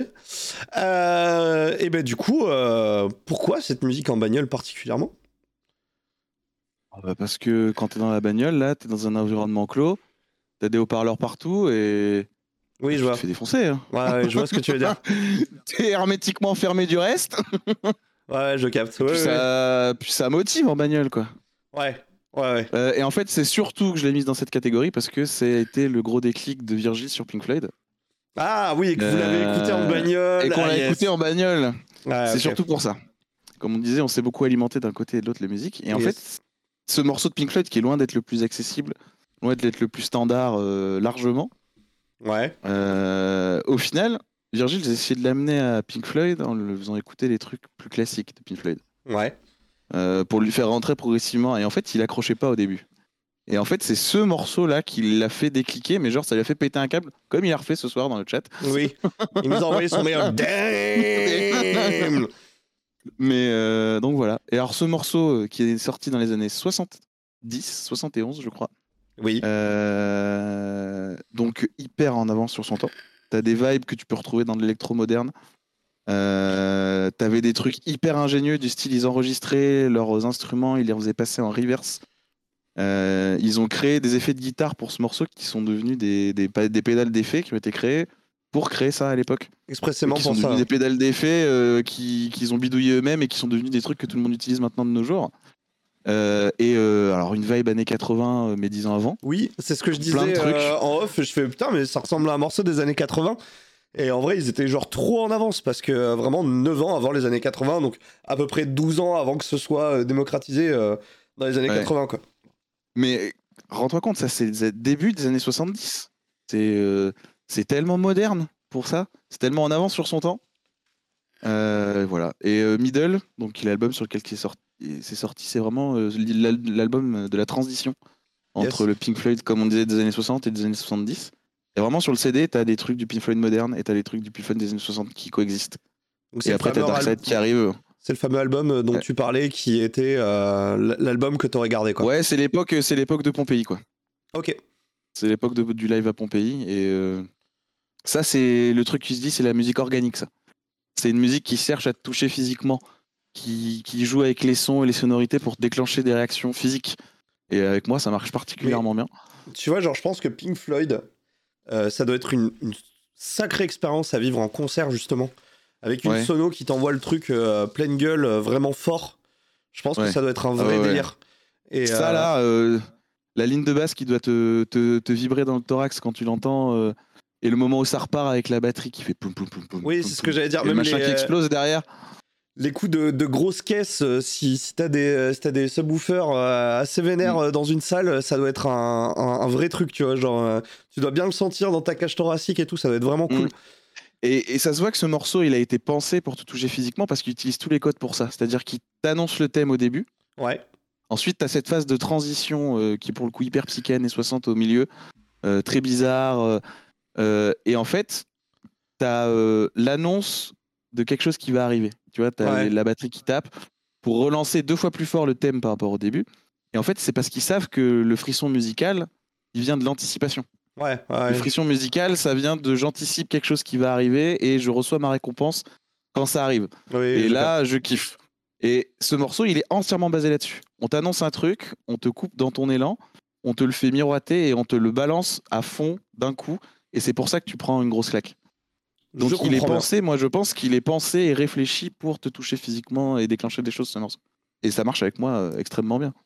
Euh, et ben du coup, euh, pourquoi cette musique en bagnole particulièrement? Ah bah parce que quand t'es dans la bagnole, là, t'es dans un environnement clos, t'as des haut-parleurs partout et. Oui, je tu vois. te fais défoncer. Hein. Ouais, ouais, je vois ce que tu veux dire. T'es hermétiquement fermé du reste. Ouais, je capte. puis, Ouais, ouais. ça... puis ça motive en bagnole, quoi. Ouais, ouais, ouais. Euh, et en fait, c'est surtout que je l'ai mise dans cette catégorie parce que c'était le gros déclic de Virgile sur Pink Floyd. Ah oui, et que vous l'avez Euh, écouté en bagnole. Et qu'on ah, l'a yes. écouté en bagnole. Ah, c'est ok. surtout pour ça. Comme on disait, on s'est beaucoup alimenté d'un côté et de l'autre les musiques. Et en Yes. fait, ce morceau de Pink Floyd qui est loin d'être le plus accessible, loin d'être le plus standard euh, largement, Ouais. euh, au final, Virgile, j'ai essayé de l'amener à Pink Floyd en le faisant écouter les trucs plus classiques de Pink Floyd. Ouais. Euh, pour lui faire rentrer progressivement. Et en fait, il accrochait pas au début. Et en fait, c'est ce morceau-là qui l'a fait décliquer, mais genre, ça lui a fait péter un câble, comme il a refait ce soir dans le chat. Oui. Il nous a envoyé son meilleur damn. Mais euh, donc voilà. Et alors, ce morceau euh, qui est sorti dans les années soixante-dix, soixante et onze, je crois. Oui. Euh, donc, hyper en avance sur son temps. T'as des vibes que tu peux retrouver dans de l'électro moderne. Euh, T'avais des trucs hyper ingénieux du style, ils enregistraient leurs instruments, ils les faisaient passer en reverse. Euh, ils ont créé des effets de guitare pour ce morceau qui sont devenus des, des, des pédales d'effets qui ont été créées pour créer ça à l'époque. Expressément qui pour sont ça. devenus des pédales d'effets euh, qui- qu'ils ont bidouillé eux-mêmes et qui sont devenus des trucs que tout le monde utilise maintenant de nos jours. Euh, et euh, alors une vibe années quatre-vingts, euh, mais dix ans avant. Oui, c'est ce que je Plein de disais trucs. euh, en off. Je fais putain, mais ça ressemble à un morceau des années quatre-vingts. Et en vrai, ils étaient genre trop en avance parce que euh, vraiment neuf ans avant les années quatre-vingts, donc à peu près douze ans avant que ce soit euh, démocratisé euh, dans les années Ouais. quatre-vingts, quoi. Mais rends-toi compte, ça c'est le début des années soixante-dix. C'est euh, c'est tellement moderne pour ça. C'est tellement en avance sur son temps. Euh, voilà. Et euh, Middle, donc l'album sur lequel c'est sorti, c'est sorti, c'est vraiment euh, l'al- l'album de la transition entre Yes. le Pink Floyd, comme on disait, des années soixante et des années soixante-dix. Et vraiment sur le C D, t'as des trucs du Pink Floyd moderne et t'as des trucs du Pink Floyd des années soixante qui coexistent. Donc, Et c'est le après t'as fameux Dark Side al- qui arrive. C'est le fameux album euh, dont Ouais. tu parlais qui était euh, l'album que t'aurais gardé, quoi. Ouais, c'est l'époque, c'est l'époque de Pompéi, quoi. Ok. C'est l'époque de- du live à Pompéi. Et euh, ça, c'est le truc qui se dit, c'est la musique organique, ça. C'est une musique qui cherche à te toucher physiquement, qui, qui joue avec les sons et les sonorités pour déclencher des réactions physiques. Et avec moi, ça marche particulièrement bien. Tu vois, genre, je pense que Pink Floyd, euh, ça doit être une, une sacrée expérience à vivre en concert, justement. Avec une Ouais. sono qui t'envoie le truc euh, pleine gueule, euh, vraiment fort. Je pense que Ouais. ça doit être un Ah vrai ouais, ouais. délire. Et, Ça, euh, là, euh, la ligne de basse qui doit te, te, te vibrer dans le thorax quand tu l'entends. euh, et le moment où ça repart avec la batterie qui fait poum poum poum poum. Oui, poum, c'est ce poum. que j'allais dire. Et le Même machin les, qui euh, explose derrière. les coups de, de grosses caisses, euh, si, si t'as des, euh, si t'as des subwoofers euh, assez vénères Mm. euh, dans une salle, ça doit être un, un- un vrai truc, tu vois. Genre, euh, tu dois bien le sentir dans ta cage thoracique et tout, ça doit être vraiment cool. Mm. Et, et ça se voit que ce morceau, il a été pensé pour te toucher physiquement parce qu'il utilise tous les codes pour ça. C'est-à-dire qu'il t'annonce le thème au début. Ouais. Ensuite, tu as cette phase de transition euh, qui est pour le coup hyper psyché années soixante au milieu, euh, très bizarre. euh, euh, et en fait, tu as l'annonce de quelque chose qui va arriver. Tu vois, tu as Ouais. la batterie qui tape pour relancer deux fois plus fort le thème par rapport au début. Et en fait, c'est parce qu'ils savent que le frisson musical, il vient de l'anticipation. Ouais, ouais. Le frisson musical, ça vient de j'anticipe quelque chose qui va arriver et je reçois ma récompense quand ça arrive. Oui, Et je là, je kiffe. Et ce morceau, il est entièrement basé là-dessus. On t'annonce un truc, on te coupe dans ton élan, on te le fait miroiter et on te le balance à fond d'un coup. Et c'est pour ça que tu prends une grosse claque. Donc Je il est comprends bien. pensé, moi je pense qu'il est pensé et réfléchi pour te toucher physiquement et déclencher des choses ce morceau. Et ça marche avec moi euh, extrêmement bien.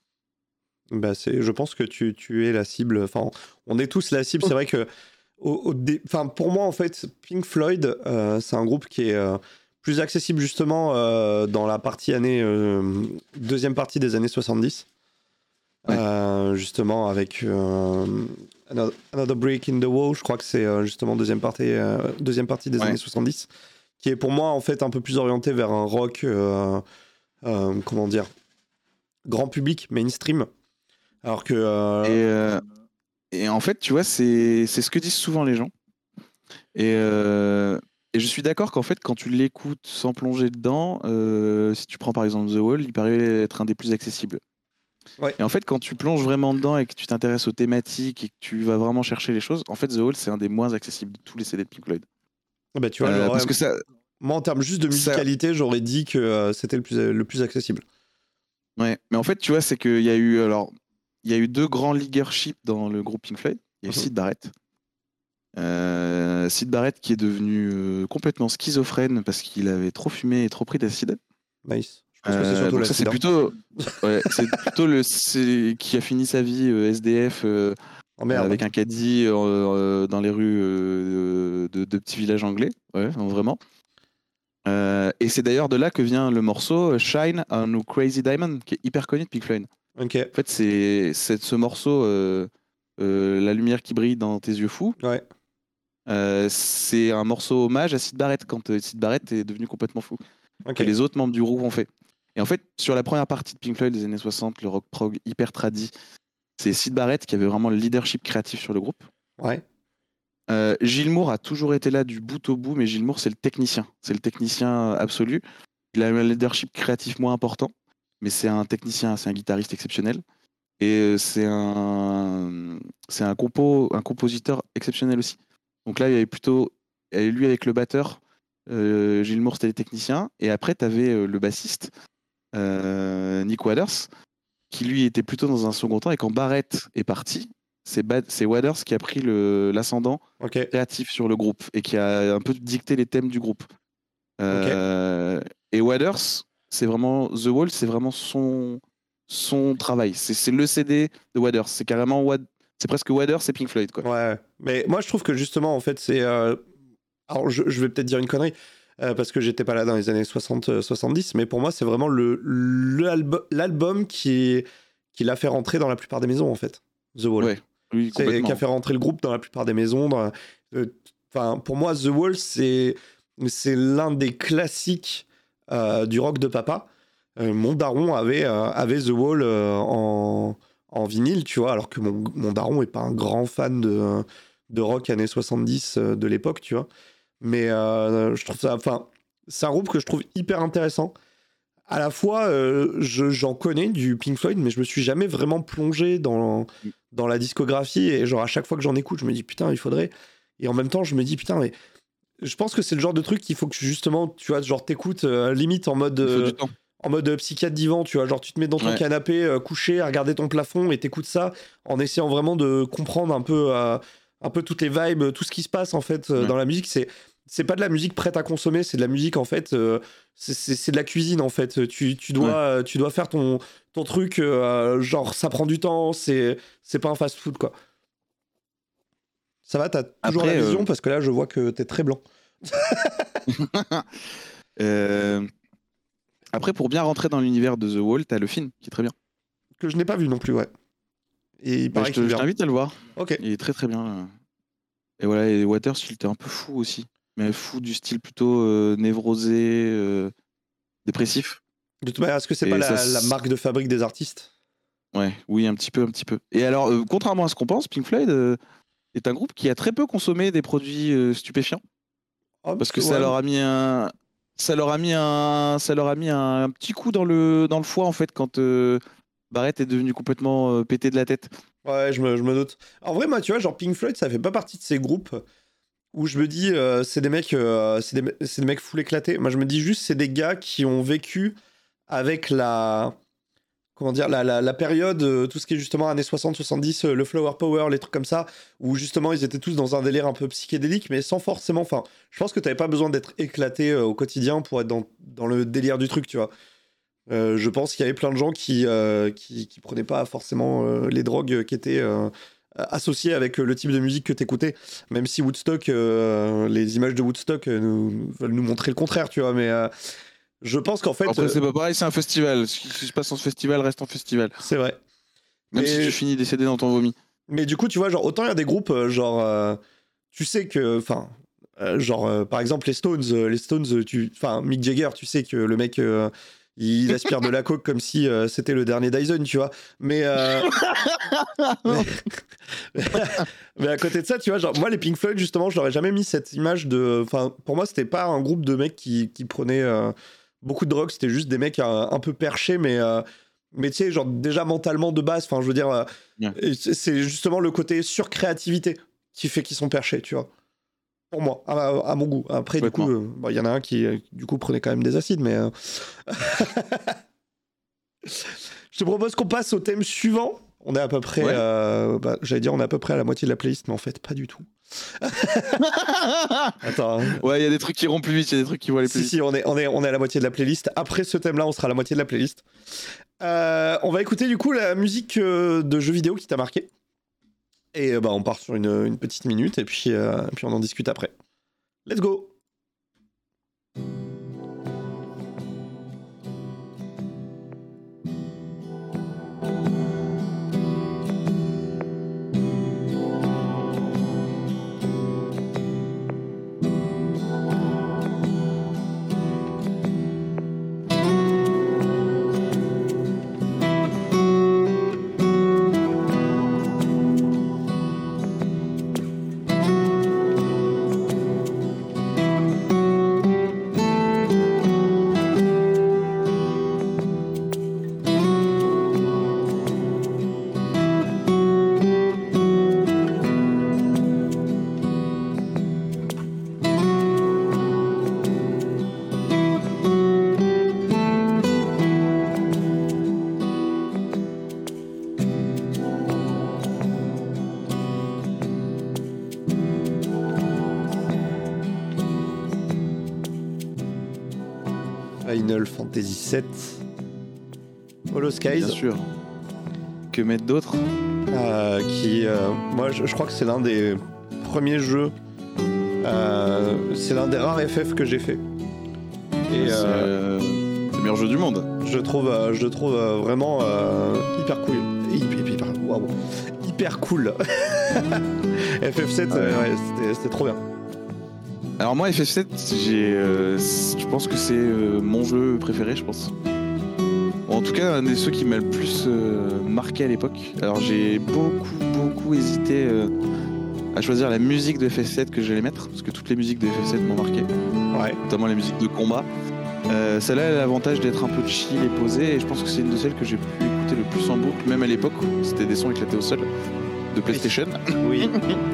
Bah c'est, je pense que tu, tu es la cible. Enfin, on est tous la cible. C'est vrai que, au, au dé- enfin, pour moi, en fait, Pink Floyd, euh, c'est un groupe qui est euh, plus accessible justement euh, dans la partie année, euh, deuxième partie des années soixante-dix. Ouais. Euh, justement, avec euh, Another, Another Break in the Wall, je crois que c'est euh, justement deuxième partie, euh, deuxième partie des Ouais. années soixante-dix, qui est pour moi en fait un peu plus orienté vers un rock, euh, euh, comment dire, grand public, mainstream. Alors que. euh, Et, euh, et en fait, tu vois, c'est c'est ce que disent souvent les gens. Et, euh, et je suis d'accord qu'en fait, quand tu l'écoutes sans plonger dedans, euh, si tu prends par exemple The Wall, il paraît être un des plus accessibles. Ouais. Et en fait, quand tu plonges vraiment dedans et que tu t'intéresses aux thématiques et que tu vas vraiment chercher les choses, en fait, The Wall, c'est un des moins accessibles de tous les C D de Pink Floyd. Bah, tu vois, Euh, genre, parce ouais, que ça, moi, en termes juste de ça- musicalité, j'aurais dit que euh, c'était le plus, le plus accessible. Ouais, mais en fait, tu vois, c'est qu'il y a eu alors, il y a eu deux grands leaderships dans le groupe Pink Floyd. Il y a eu Mhm. Syd Barrett. Euh, Syd Barrett qui est devenu euh, complètement schizophrène parce qu'il avait trop fumé et trop pris d'acide. Nice. Je pense que c'est Euh, surtout donc ça, c'est l'accident. plutôt, ouais, c'est plutôt le c'est- qui a fini sa vie euh, S D F euh, Oh merde. avec un caddie euh, euh, dans les rues euh, de, de petits villages anglais, ouais, vraiment. Euh, et c'est d'ailleurs de là que vient le morceau Shine on Crazy Diamond, qui est hyper connu de Pink Floyd. Ok. En fait, c'est c'est ce morceau, euh, euh, La lumière qui brille dans tes yeux fous. Ouais. Euh, c'est un morceau hommage à Syd Barrett quand euh, Syd Barrett est devenu complètement fou. Ok. Que les autres membres du groupe ont fait. Et en fait, sur la première partie de Pink Floyd des années soixante, le rock prog hyper tradi, c'est Syd Barrett qui avait vraiment le leadership créatif sur le groupe. Ouais. Euh, Gilmour Moore a toujours été là du bout au bout, mais Gilmour Moore, c'est le technicien. C'est le technicien absolu. Il a un leadership créatif moins important, mais c'est un technicien, c'est un guitariste exceptionnel. Et euh, c'est un, c'est un, compo, un compositeur exceptionnel aussi. Donc là, il y avait plutôt lui avec le batteur, euh, Gilmour Moore, c'était le technicien. Et après, tu avais euh, le bassiste, euh, Nick Waters, qui lui était plutôt dans un second temps. Et quand Barrett est parti, c'est, Ba- c'est Waters qui a pris le, l'ascendant Ok. créatif sur le groupe et qui a un peu dicté les thèmes du groupe. Euh, Et Waters, c'est vraiment The Wall, c'est vraiment son, son travail. C'est, c'est le C D de Waters. C'est carrément Wad- c'est presque Waters, c'est Pink Floyd, quoi. Ouais. Mais moi, je trouve que justement, en fait, c'est. euh, Alors, je, je vais peut-être dire une connerie. euh, parce que j'étais pas là dans les années soixante soixante-dix, mais pour moi, c'est vraiment le, le albu- l'album qui, qui l'a fait rentrer dans la plupart des maisons, en fait. The Wall. Ouais, oui, C'est complètement. qui a fait rentrer le groupe dans la plupart des maisons. dans la- euh, Enfin, pour moi, The Wall, c'est c'est l'un des classiques euh, du rock de papa. Euh, mon daron avait, euh, avait The Wall euh, en, en vinyle, tu vois, alors que mon, mon daron est pas un grand fan de, de rock années soixante-dix euh, de l'époque, tu vois. Mais euh, je trouve ça, enfin, c'est un groupe que je trouve hyper intéressant. À la fois, euh, je, j'en connais du Pink Floyd, mais je me suis jamais vraiment plongé dans, dans la discographie. Et genre, à chaque fois que j'en écoute, je me dis putain, il faudrait. Et en même temps, je me dis putain, mais je pense que c'est le genre de truc qu'il faut que justement, tu vois, genre t'écoutes euh, limite en mode. Il faut euh, du temps. en mode euh, psychiatre divan, tu vois, genre tu te mets dans ton Ouais. canapé euh, couché à regarder ton plafond et t'écoutes ça en essayant vraiment de comprendre un peu, euh, un peu toutes les vibes, tout ce qui se passe en fait euh, Ouais. dans la musique. C'est c'est pas de la musique prête à consommer, c'est de la musique en fait, euh, c'est- c'est c'est de la cuisine en fait. Tu, tu, dois, Ouais. euh, tu dois faire ton, ton truc, euh, genre ça prend du temps, c'est c'est pas un fast food quoi. Ça va, t'as toujours Après, la vision euh, parce que là je vois que t'es très blanc. Euh, Après, pour bien rentrer dans l'univers de The Wall, t'as le film qui est très bien. Que je n'ai pas vu non plus, ouais. Et il Bah, paraît je, te- qu'il est je bien. t'invite à le voir. Ok. Il est très très bien. là. Et voilà, et Waters, il était un peu fou aussi. Mais fou du style plutôt euh, névrosé, euh, dépressif. De toute manière, est-ce que c'est Et pas ça la, s- la marque de fabrique des artistes? Ouais, oui, un petit peu, un petit peu. Et alors, euh, contrairement à ce qu'on pense, Pink Floyd euh, est un groupe qui a très peu consommé des produits euh, stupéfiants. Oh, Parce que ouais. ça leur a mis un. Ça leur a mis un, ça leur a mis un, un petit coup dans le, dans le foie en fait quand euh, Barrett est devenu complètement euh, pété de la tête. Ouais, je me, je me doute. En vrai, moi, tu vois, genre Pink Floyd, ça fait pas partie de ces groupes où je me dis, euh, c'est des mecs, euh, c'est des, me- c'est des mecs full éclatés. Moi, je me dis juste, c'est des gars qui ont vécu avec la, comment dire, la, la, la période, euh, tout ce qui est justement années soixante soixante-dix, euh, le Flower Power, les trucs comme ça, où justement ils étaient tous dans un délire un peu psychédélique, mais sans forcément. Enfin, je pense que t'avais pas besoin d'être éclaté euh, au quotidien pour être dans, dans le délire du truc, tu vois. Euh, je pense qu'il y avait plein de gens qui, euh, qui, qui prenaient pas forcément euh, les drogues qui étaient euh, associées avec euh, le type de musique que t'écoutais, même si Woodstock, euh, les images de Woodstock euh, nous, veulent nous montrer le contraire, tu vois, mais euh, je pense qu'en fait. Après, euh, c'est pas pareil, c'est un festival. Ce qui se passe en festival reste en festival. C'est vrai. Même Mais- si tu finis décédé dans ton vomi. Mais du coup, tu vois, genre, autant il y a des groupes, euh, genre, euh, tu sais que, enfin, euh, genre, euh, par exemple, les Stones, euh, les Stones, euh, tu, enfin, Mick Jagger, tu sais que le mec, euh, il aspire de la coke comme si euh, c'était le dernier Dyson, tu vois. Mais, euh... mais, mais à côté de ça, tu vois, genre moi les Pink Floyd justement, je n'aurais jamais mis cette image de. Enfin, pour moi, c'était pas un groupe de mecs qui, qui prenaient euh, beaucoup de drogue, c'était juste des mecs un, un peu perchés, mais. Euh... Mais tu sais, genre déjà mentalement de base, enfin je veux dire, euh, yeah. c'est justement le côté surcréativité qui fait qu'ils sont perchés, tu vois. Pour moi, à, à mon goût. Après, du coup, il euh, bah, y en a un qui, euh, du coup, prenait quand même des acides, mais... Euh... Je te propose qu'on passe au thème suivant. On est à peu près... Ouais. Euh, bah, j'allais dire, on est à peu près à la moitié de la playlist, mais en fait, pas du tout. Attends. Hein. Ouais, il y a des trucs qui iront plus vite, il y a des trucs qui vont aller plus si, vite. Si, si, on est, on, est, on est à la moitié de la playlist. Après ce thème-là, on sera à la moitié de la playlist. Euh, on va écouter, du coup, la musique euh, de jeux vidéo qui t'a marqué. Et bah, on part sur une, une petite minute et puis, euh, puis on en discute après. Let's go! Final Fantasy sept, Hollow Skies. Bien sûr. Que mettre d'autres euh, Qui, euh, moi, je, je crois que c'est l'un des premiers jeux. Euh, c'est l'un des rares F F que j'ai fait. Et c'est euh, le meilleur jeu du monde. Je trouve, euh, je trouve euh, vraiment euh, hyper cool. Hyper, hyper, wow, hyper cool. F F sept, ouais. euh, ouais, c'était, c'était trop bien. Alors moi F F sept, j'ai, euh, je pense que c'est euh, mon jeu préféré, je pense. Bon, en tout cas, un des ceux qui m'a le plus euh, marqué à l'époque. Alors j'ai beaucoup, beaucoup hésité euh, à choisir la musique de F F sept que j'allais mettre, parce que toutes les musiques de F F sept m'ont marqué, ouais. Notamment les musiques de combat. Euh, celle-là a l'avantage d'être un peu chill et posée, et je pense que c'est une de celles que j'ai pu écouter le plus en boucle, même à l'époque où c'était des sons éclatés au sol de PlayStation. Oui.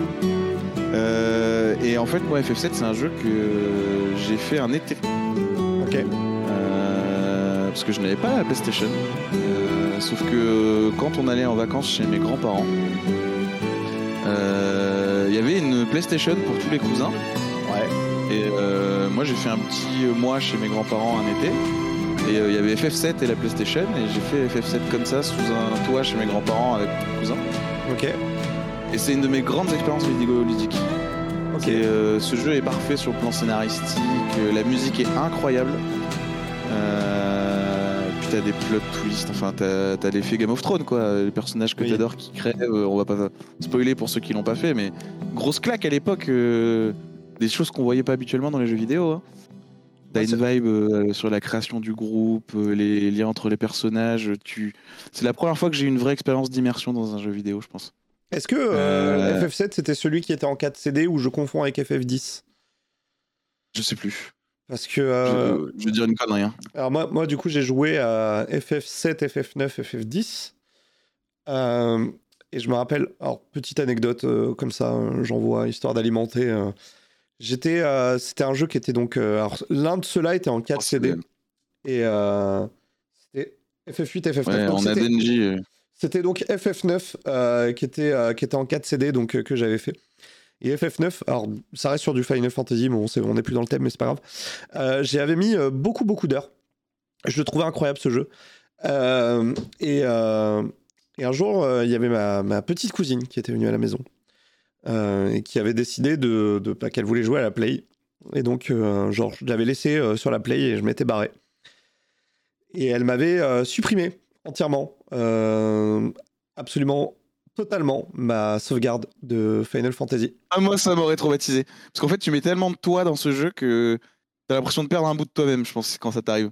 Euh, et en fait, moi, F F sept, c'est un jeu que j'ai fait un été. Ok. Euh, parce que je n'avais pas la PlayStation. Euh, sauf que quand on allait en vacances chez mes grands-parents, il euh, y avait une PlayStation pour tous les cousins. Ouais. Et euh, moi, j'ai fait un petit mois chez mes grands-parents un été. Et il euh, y avait F F sept et la PlayStation. Et j'ai fait F F sept comme ça, sous un toit chez mes grands-parents avec mes cousins. Ok. Et c'est une de mes grandes expériences vidéoludiques. Okay. Et euh, ce jeu est parfait sur le plan scénaristique, euh, la musique est incroyable. Euh, puis t'as des plot twists, enfin t'as, t'as l'effet Game of Thrones quoi, les personnages que oui. t'adores qui crèvent, euh, on va pas spoiler pour ceux qui l'ont pas fait, mais grosse claque à l'époque, euh, des choses qu'on voyait pas habituellement dans les jeux vidéo. Hein. T'as une vibe euh, sur la création du groupe, euh, les liens entre les personnages. Tu... C'est la première fois que j'ai eu une vraie expérience d'immersion dans un jeu vidéo, je pense. Est-ce que euh, euh... F F sept c'était celui qui était en quatre C D ou je confonds avec F F dix? Je sais plus. Parce que. Euh... Je, je vais dire une connerie. Hein. Alors, moi, moi, du coup, j'ai joué à F F sept, F F neuf, F F dix. Euh, et je me rappelle. Alors, petite anecdote euh, comme ça, euh, j'en vois, histoire d'alimenter. Euh, j'étais. Euh, c'était un jeu qui était donc. Euh, alors, l'un de ceux-là était en quatre C D. Oh, et euh, c'était F F huit, F F neuf. Ouais, donc, on a Denji. Euh... C'était donc F F neuf euh, qui, était, euh, qui était en quatre C D donc, euh, que j'avais fait. Et F F neuf, alors ça reste sur du Final Fantasy, mais bon, c'est, on n'est plus dans le thème, mais c'est pas grave. Euh, j'y avais mis euh, beaucoup, beaucoup d'heures. Je le trouvais incroyable ce jeu. Euh, et, euh, et un jour, il euh, y avait ma, ma petite cousine qui était venue à la maison euh, et qui avait décidé de, de, bah, qu'elle voulait jouer à la Play. Et donc, euh, genre, je l'avais laissé euh, sur la Play et je m'étais barré. Et elle m'avait euh, supprimé entièrement, euh, absolument, totalement, ma sauvegarde de Final Fantasy. Ah, moi, ça m'aurait traumatisé. Parce qu'en fait, tu mets tellement de toi dans ce jeu que t'as l'impression de perdre un bout de toi-même, je pense, quand ça t'arrive.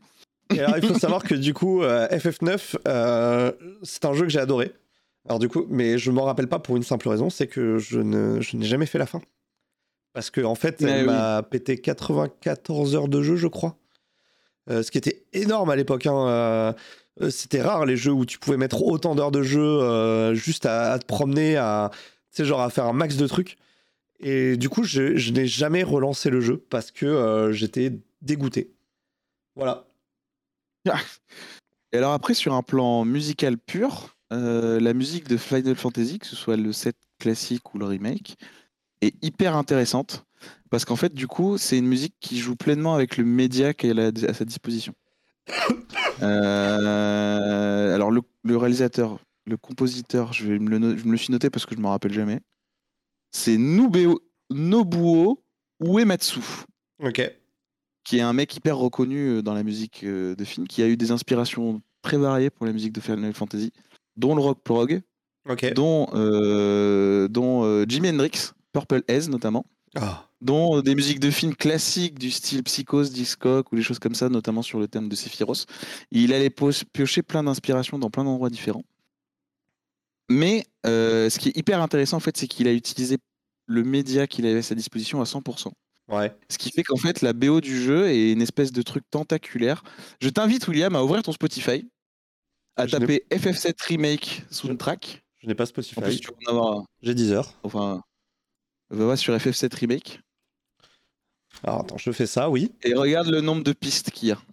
Et alors, il faut savoir que du coup, euh, F F neuf, euh, c'est un jeu que j'ai adoré. Alors du coup, mais je m'en rappelle pas pour une simple raison, c'est que je ne, je n'ai jamais fait la fin. Parce que en fait, elle oui. m'a pété quatre-vingt-quatorze heures de jeu, je crois. Euh, ce qui était énorme à l'époque. Hein. Euh, c'était rare les jeux où tu pouvais mettre autant d'heures de jeu euh, juste à, à te promener, à, tu sais, genre à faire un max de trucs. Et du coup, je, je n'ai jamais relancé le jeu parce que euh, j'étais dégoûté. Voilà. Et alors après, sur un plan musical pur, euh, la musique de Final Fantasy, que ce soit le set classique ou le remake, est hyper intéressante. Parce qu'en fait, du coup, c'est une musique qui joue pleinement avec le média qu'elle a à sa disposition. euh, alors, le, le réalisateur, le compositeur, je, vais me le no- je me le suis noté parce que je ne me rappelle jamais. C'est Nubeo, Nobuo Uematsu. Ok. Qui est un mec hyper reconnu dans la musique de film, qui a eu des inspirations très variées pour la musique de Final Fantasy, dont le rock prog, okay. dont, euh, dont euh, Jimi Hendrix, Purple Haze notamment, oh. dont euh, des musiques de films classiques du style Psychose, Discogs ou des choses comme ça, notamment sur le thème de Sephiroth. Il allait piocher plein d'inspirations dans plein d'endroits différents. Mais euh, ce qui est hyper intéressant, en fait, c'est qu'il a utilisé le média qu'il avait à sa disposition à cent pour cent. Ouais. Ce qui fait qu'en fait, la B O du jeu est une espèce de truc tentaculaire. Je t'invite, William, à ouvrir ton Spotify, à je taper F F sept Remake Soundtrack. Je n'ai pas Spotify. En plus, tu vas en avoir... J'ai dix heures. Enfin, va voir sur F F sept Remake. Alors attends, je fais ça, oui. Et regarde le nombre de pistes qu'il y a.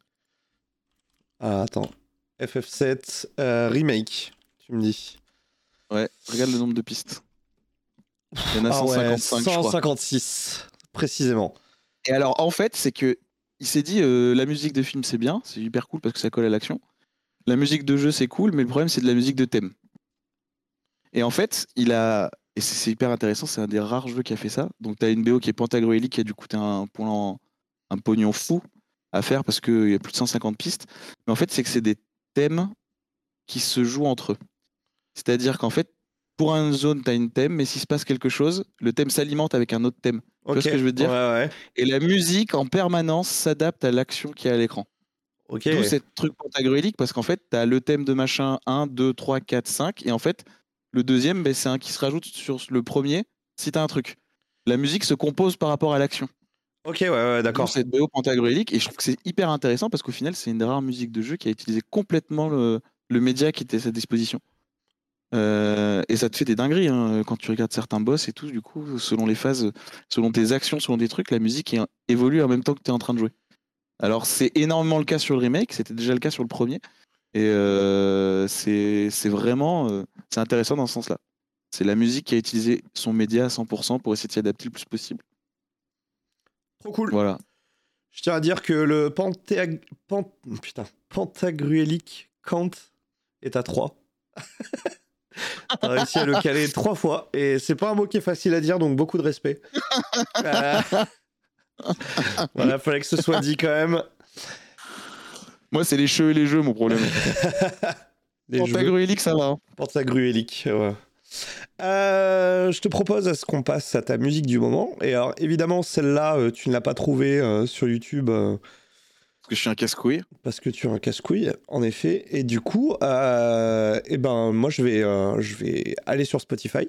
Ah, attends. F F sept euh, Remake, tu me dis. Ouais, regarde le nombre de pistes. Il y en a ah cent cinquante-cinq, ouais, cent cinquante-six, précisément. Et alors, en fait, c'est que il s'est dit, euh, la musique de film, c'est bien, c'est hyper cool parce que ça colle à l'action. La musique de jeu, c'est cool, mais le problème, c'est de la musique de thème. Et en fait, il a... Et c'est hyper intéressant, c'est un des rares jeux qui a fait ça. Donc, tu as une B O qui est pentagruélique, qui a dû coûter un, un, un pognon fou à faire parce qu'il y a plus de cent cinquante pistes. Mais en fait, c'est que c'est des thèmes qui se jouent entre eux. C'est-à-dire qu'en fait, pour une zone, tu as une thème, mais s'il se passe quelque chose, le thème s'alimente avec un autre thème. Tu okay. vois ce que je veux dire? Ouais, ouais. Et la musique, en permanence, s'adapte à l'action qui est à l'écran. Okay. D'où cette truc pentagruélique, parce qu'en fait, tu as le thème de machin un, deux, trois, quatre, cinq, et en fait, le deuxième, ben, c'est un qui se rajoute sur le premier si tu as un truc. La musique se compose par rapport à l'action. Ok, ouais, ouais, d'accord. C'est B O pentagruélique, et je trouve que c'est hyper intéressant, parce qu'au final, c'est une des rares musiques de jeu qui a utilisé complètement le, le média qui était à sa disposition. Euh, et ça te fait des dingueries hein, quand tu regardes certains boss et tout, du coup, selon les phases, selon tes actions, selon des trucs, la musique est, évolue en même temps que tu es en train de jouer. Alors, c'est énormément le cas sur le remake, c'était déjà le cas sur le premier, et euh, c'est vraiment euh, c'est intéressant dans ce sens-là. C'est la musique qui a utilisé son média à cent pour cent pour essayer de s'y adapter le plus possible. Trop cool. Voilà. Je tiens à dire que le panté... Pant... Putain. pentagruélique Kant est à trois. T'as réussi à le caler trois fois et c'est pas un mot qui est facile à dire, donc beaucoup de respect. euh... Voilà, fallait que ce soit dit quand même. Moi, c'est les cheveux et les jeux, mon problème. Pentagruélique, ça va. Hein. Pentagruélique, ouais. Euh, je te propose à ce qu'on passe à ta musique du moment. Et alors, évidemment, celle-là, euh, tu ne l'as pas trouvée euh, sur YouTube. Euh, parce que je suis un casse-couille. Parce que tu es un casse-couille, en effet. Et du coup, euh, eh ben, moi, je vais, euh, je vais aller sur Spotify.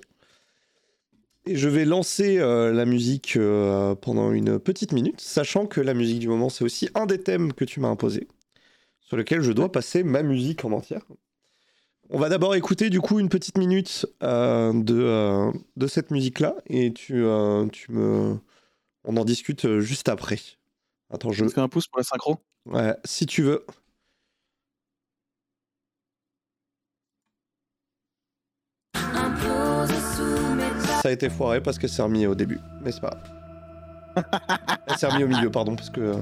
Et je vais lancer euh, la musique euh, pendant une petite minute, sachant que la musique du moment, c'est aussi un des thèmes que tu m'as imposé, sur lequel je dois passer ma musique en entière. On va d'abord écouter du coup une petite minute euh, de, euh, de cette musique-là, et tu, euh, tu me... on en discute juste après. Attends, je... Je fais un pouce pour la synchro. Ouais, si tu veux. Ça a été foiré parce que c'est remis au début, mais c'est pas grave. C'est remis au milieu, pardon, parce que...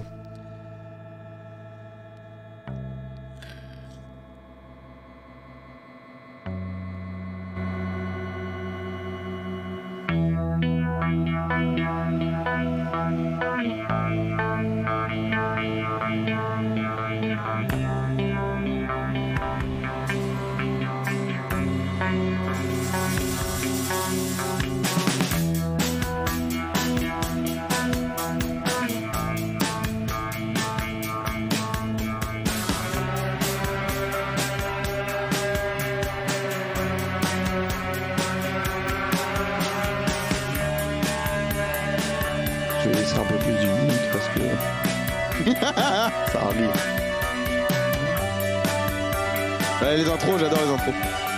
Ça arrive. Ouais, les intros, j'adore les intros.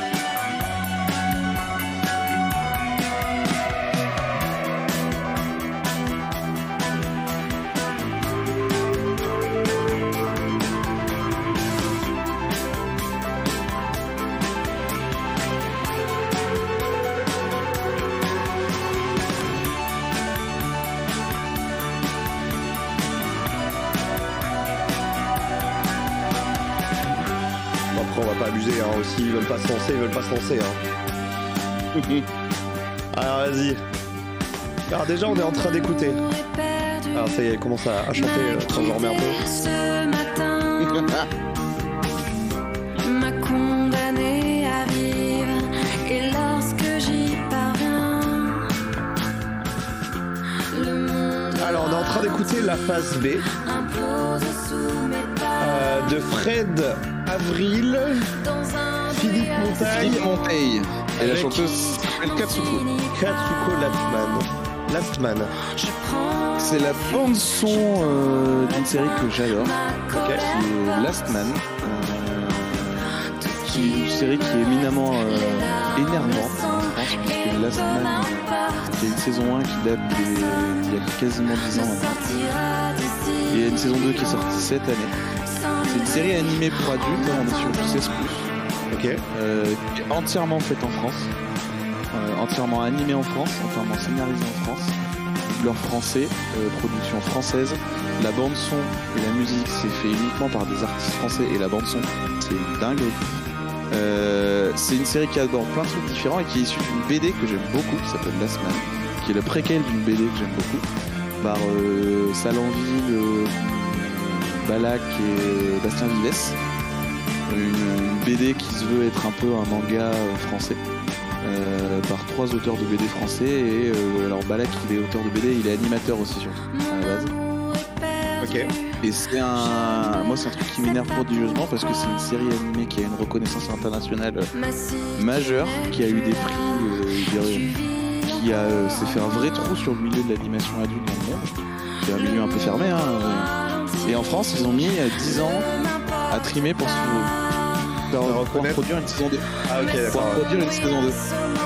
Après, on va pas abuser hein, aussi, ils veulent pas se lancer, ils veulent pas se lancer. Hein. Alors vas-y. Alors déjà, on est en train d'écouter. Alors ça y est, elle commence à, à chanter, euh, transformer un peu. Ce matin, m'a condamné à vivre, et lorsque j'y parviens, le monde Alors, on est en train d'écouter la phase B implose sous mes pas. euh, de Fred Avril, Philippe Montagne, Philippe Monteil. Et la avec chanteuse s'appelle Katsuko. Katsuko Lastman. Lastman. C'est la bande son euh, d'une série que j'adore, Ok. qui est Last Man, euh, qui est une série qui est éminemment euh, énervante en France, puisque Last Man, il y a une saison un qui date des- d'il y a quasiment dix ans maintenant. Et il y a une saison deux qui est sortie cette année. C'est une série animée pour adultes, hein, on est sur du seize plus, Ok. euh, qui est entièrement faite en France, euh, entièrement animée en France, entièrement scénarisée en France. Doubleur français, euh, production française. La bande son et la musique c'est fait uniquement par des artistes français et la bande son c'est dingue. Euh, c'est une série qui aborde plein de trucs différents et qui est issue d'une B D que j'aime beaucoup qui s'appelle Last Man, qui est le préquel d'une B D que j'aime beaucoup par euh, Salanville, euh, Balak et euh, Bastien Vives. Une, une B D qui se veut être un peu un manga euh, français. Euh, par trois auteurs de B D français et euh, alors Balak il est auteur de B D, il est animateur aussi surtout à la base. Ok. Et c'est un, moi c'est un truc qui m'énerve prodigieusement parce que c'est une série animée qui a une reconnaissance internationale euh, majeure, qui a eu des prix, euh, je dirais, qui a euh, s'est fait un vrai trou sur le milieu de l'animation adulte dans le monde. C'est un milieu un peu fermé hein. euh. Et en France ils ont mis euh, dix ans à trimer pour se pour pouvoir produire une saison deux. Ah ok, Pour d'accord. pouvoir produire une saison deux.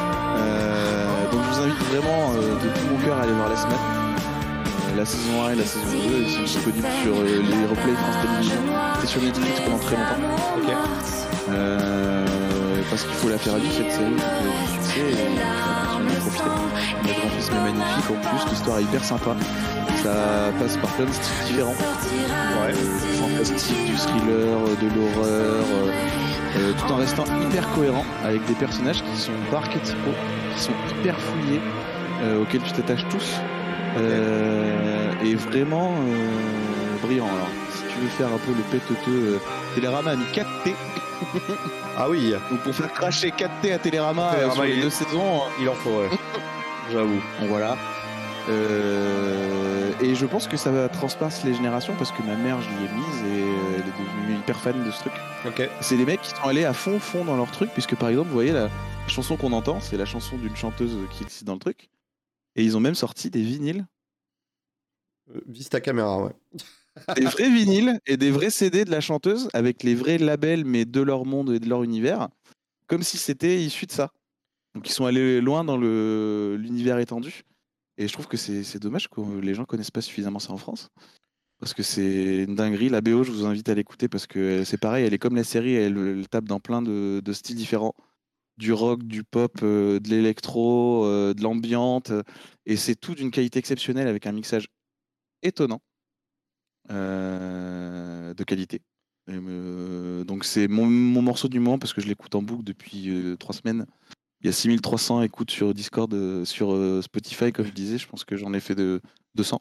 Euh, donc je vous invite vraiment euh, de tout mon cœur à aller voir la semaine. Euh, la saison un et la saison deux ils sont disponibles sur euh, les replays France Télévisions. C'est sur Netflix pendant très longtemps. Ok. Euh, parce qu'il faut la faire à vivre cette série, donc elle a du succès et il faut continuer d'en profiter. Le graphisme est magnifique en plus, l'histoire est hyper sympa. Ça passe par plein de styles différents. Ouais. Euh, du fantastique, du thriller, de l'horreur, euh, euh, tout en restant hyper cohérent avec des personnages qui sont pas archétypaux, qui sont hyper fouillés, euh, auxquels tu t'attaches tous. Euh, et vraiment euh, brillant. Alors, si tu veux faire un peu le péteux, euh, Télérama a mis quatre T. Ah oui. Donc pour faire cracher quatre T à Télérama, Télérama, euh, sur les il- deux saisons, Il en faut, ouais. J'avoue. donc voilà. Euh, et je pense que ça va transpasse les générations parce que ma mère, je l'y ai mise et euh, elle est devenue hyper fan de ce truc. Ok. C'est des mecs qui sont allés à fond fond dans leur truc, puisque par exemple, vous voyez la chanson qu'on entend, c'est la chanson d'une chanteuse qui est ici dans le truc. Et ils ont même sorti des vinyles, Euh, Vise ta caméra, ouais. des vrais vinyles et des vrais C D de la chanteuse avec les vrais labels, mais de leur monde et de leur univers, comme si c'était issu de ça. Donc ils sont allés loin dans le l'univers étendu. Et je trouve que c'est c'est dommage que les gens connaissent pas suffisamment ça en France. Parce que c'est une dinguerie. La B O, je vous invite à l'écouter parce que c'est pareil, elle est comme la série, elle, elle tape dans plein de, de styles différents. Du rock, du pop, euh, de l'électro, euh, de l'ambiante. Et c'est tout d'une qualité exceptionnelle avec un mixage étonnant euh, de qualité. Et, euh, donc c'est mon, mon morceau du moment parce que je l'écoute en boucle depuis euh, trois semaines. Il y a six mille trois cents écoutes sur Discord, euh, sur euh, Spotify, comme je disais. Je pense que j'en ai fait de deux cents.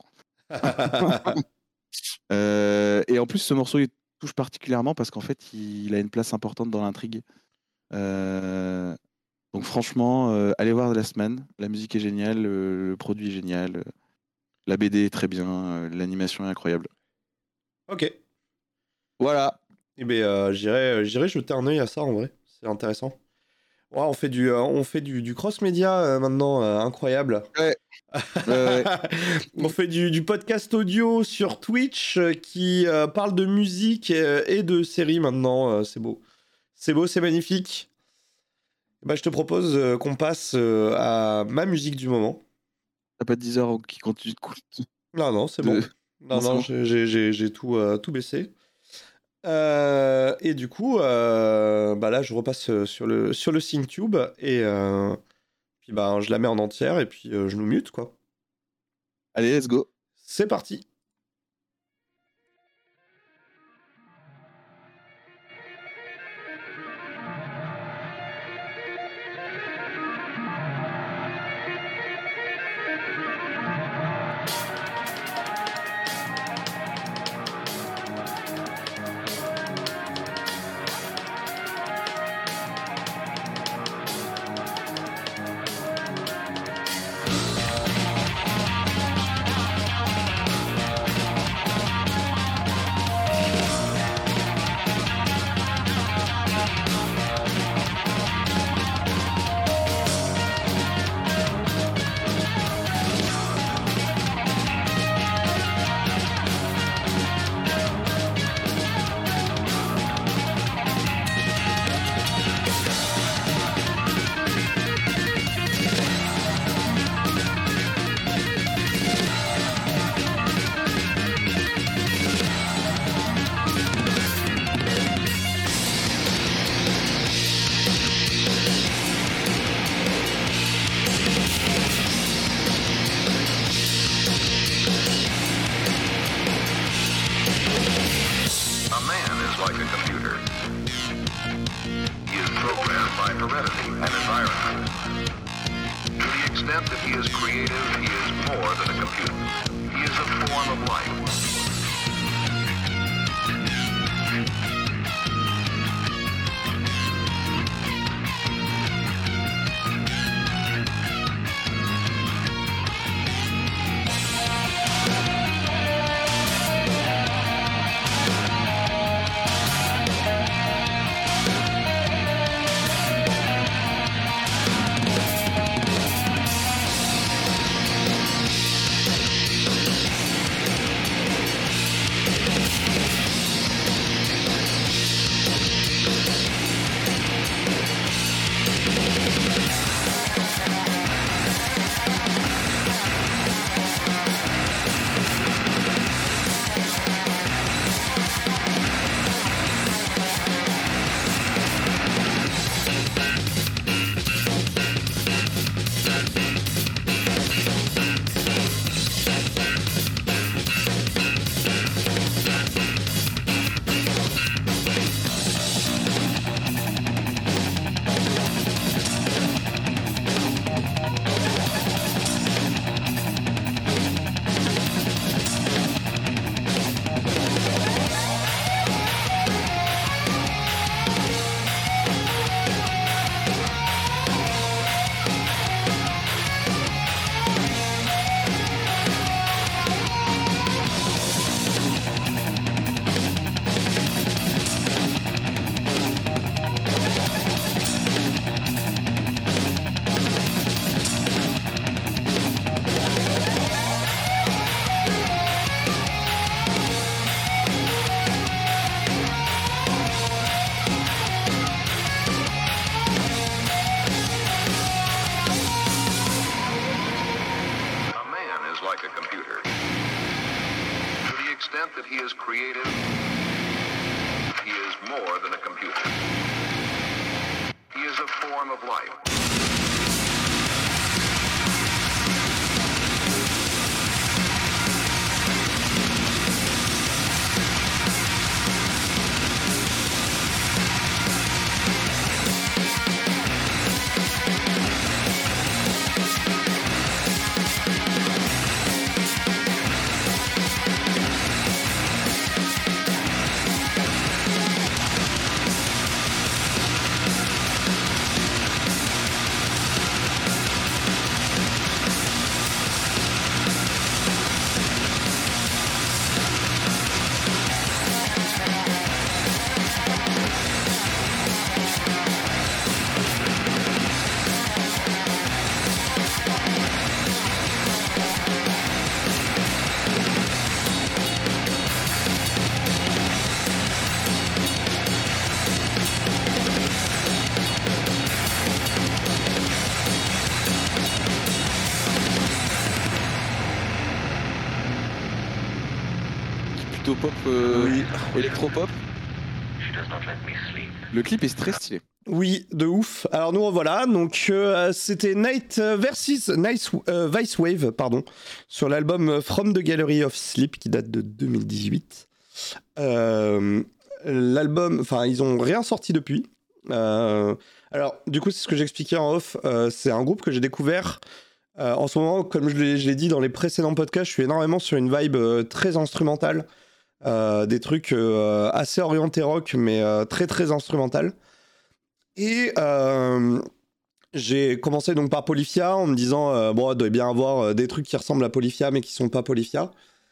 Euh, et en plus, ce morceau il touche particulièrement parce qu'en fait, il, il a une place importante dans l'intrigue. Euh, donc franchement, euh, allez voir The Last Man. La musique est géniale, euh, le produit est génial, euh, la B D est très bien, euh, l'animation est incroyable. Ok. Voilà. Eh bien, euh, j'irai, j'irai jeter un œil à ça en vrai. C'est intéressant. Ouais, on fait du, euh, on fait du, du cross-média euh, maintenant, euh, incroyable. Ouais. Ouais, ouais. On fait du, du podcast audio sur Twitch euh, qui euh, parle de musique et, et de séries maintenant. euh, c'est beau. C'est beau, c'est magnifique. Bah, je te propose euh, qu'on passe euh, à ma musique du moment. T'as pas de Deezer qui continue de couler. Non, non, c'est De- bon. Non, Non, c'est non, bon. j'ai- j'ai j'ai- j'ai tout, euh, tout baissé. Euh, et du coup, euh, bah là, je repasse euh, sur le, sur le SyncTube et euh, puis bah, je la mets en entière et puis euh, je nous mute, quoi. Allez, let's go. C'est parti. A man is like a computer. He is programmed by heredity and environment. To the extent that he is creative, he is more than a computer. He is a form of life. That he is creative, he is more than a computer. He is a form of life. plutôt pop, euh, oui. électro-pop. Le clip est très stylé. Oui, de ouf. Alors nous revoilà, donc euh, c'était Night versus Nice, euh, Vice Wave, pardon, sur l'album From the Gallery of Sleep qui date de deux mille dix-huit. Euh, l'album, enfin ils ont rien sorti depuis. Euh, alors du coup c'est ce que j'expliquais en off, euh, c'est un groupe que j'ai découvert euh, en ce moment, comme je l'ai, je l'ai dit dans les précédents podcasts, je suis énormément sur une vibe euh, très instrumentale, euh, des trucs euh, assez orientés rock mais euh, très très instrumental. Et euh, j'ai commencé donc par Polyphia en me disant euh, bon, il doit bien avoir des trucs qui ressemblent à Polyphia mais qui sont pas Polyphia.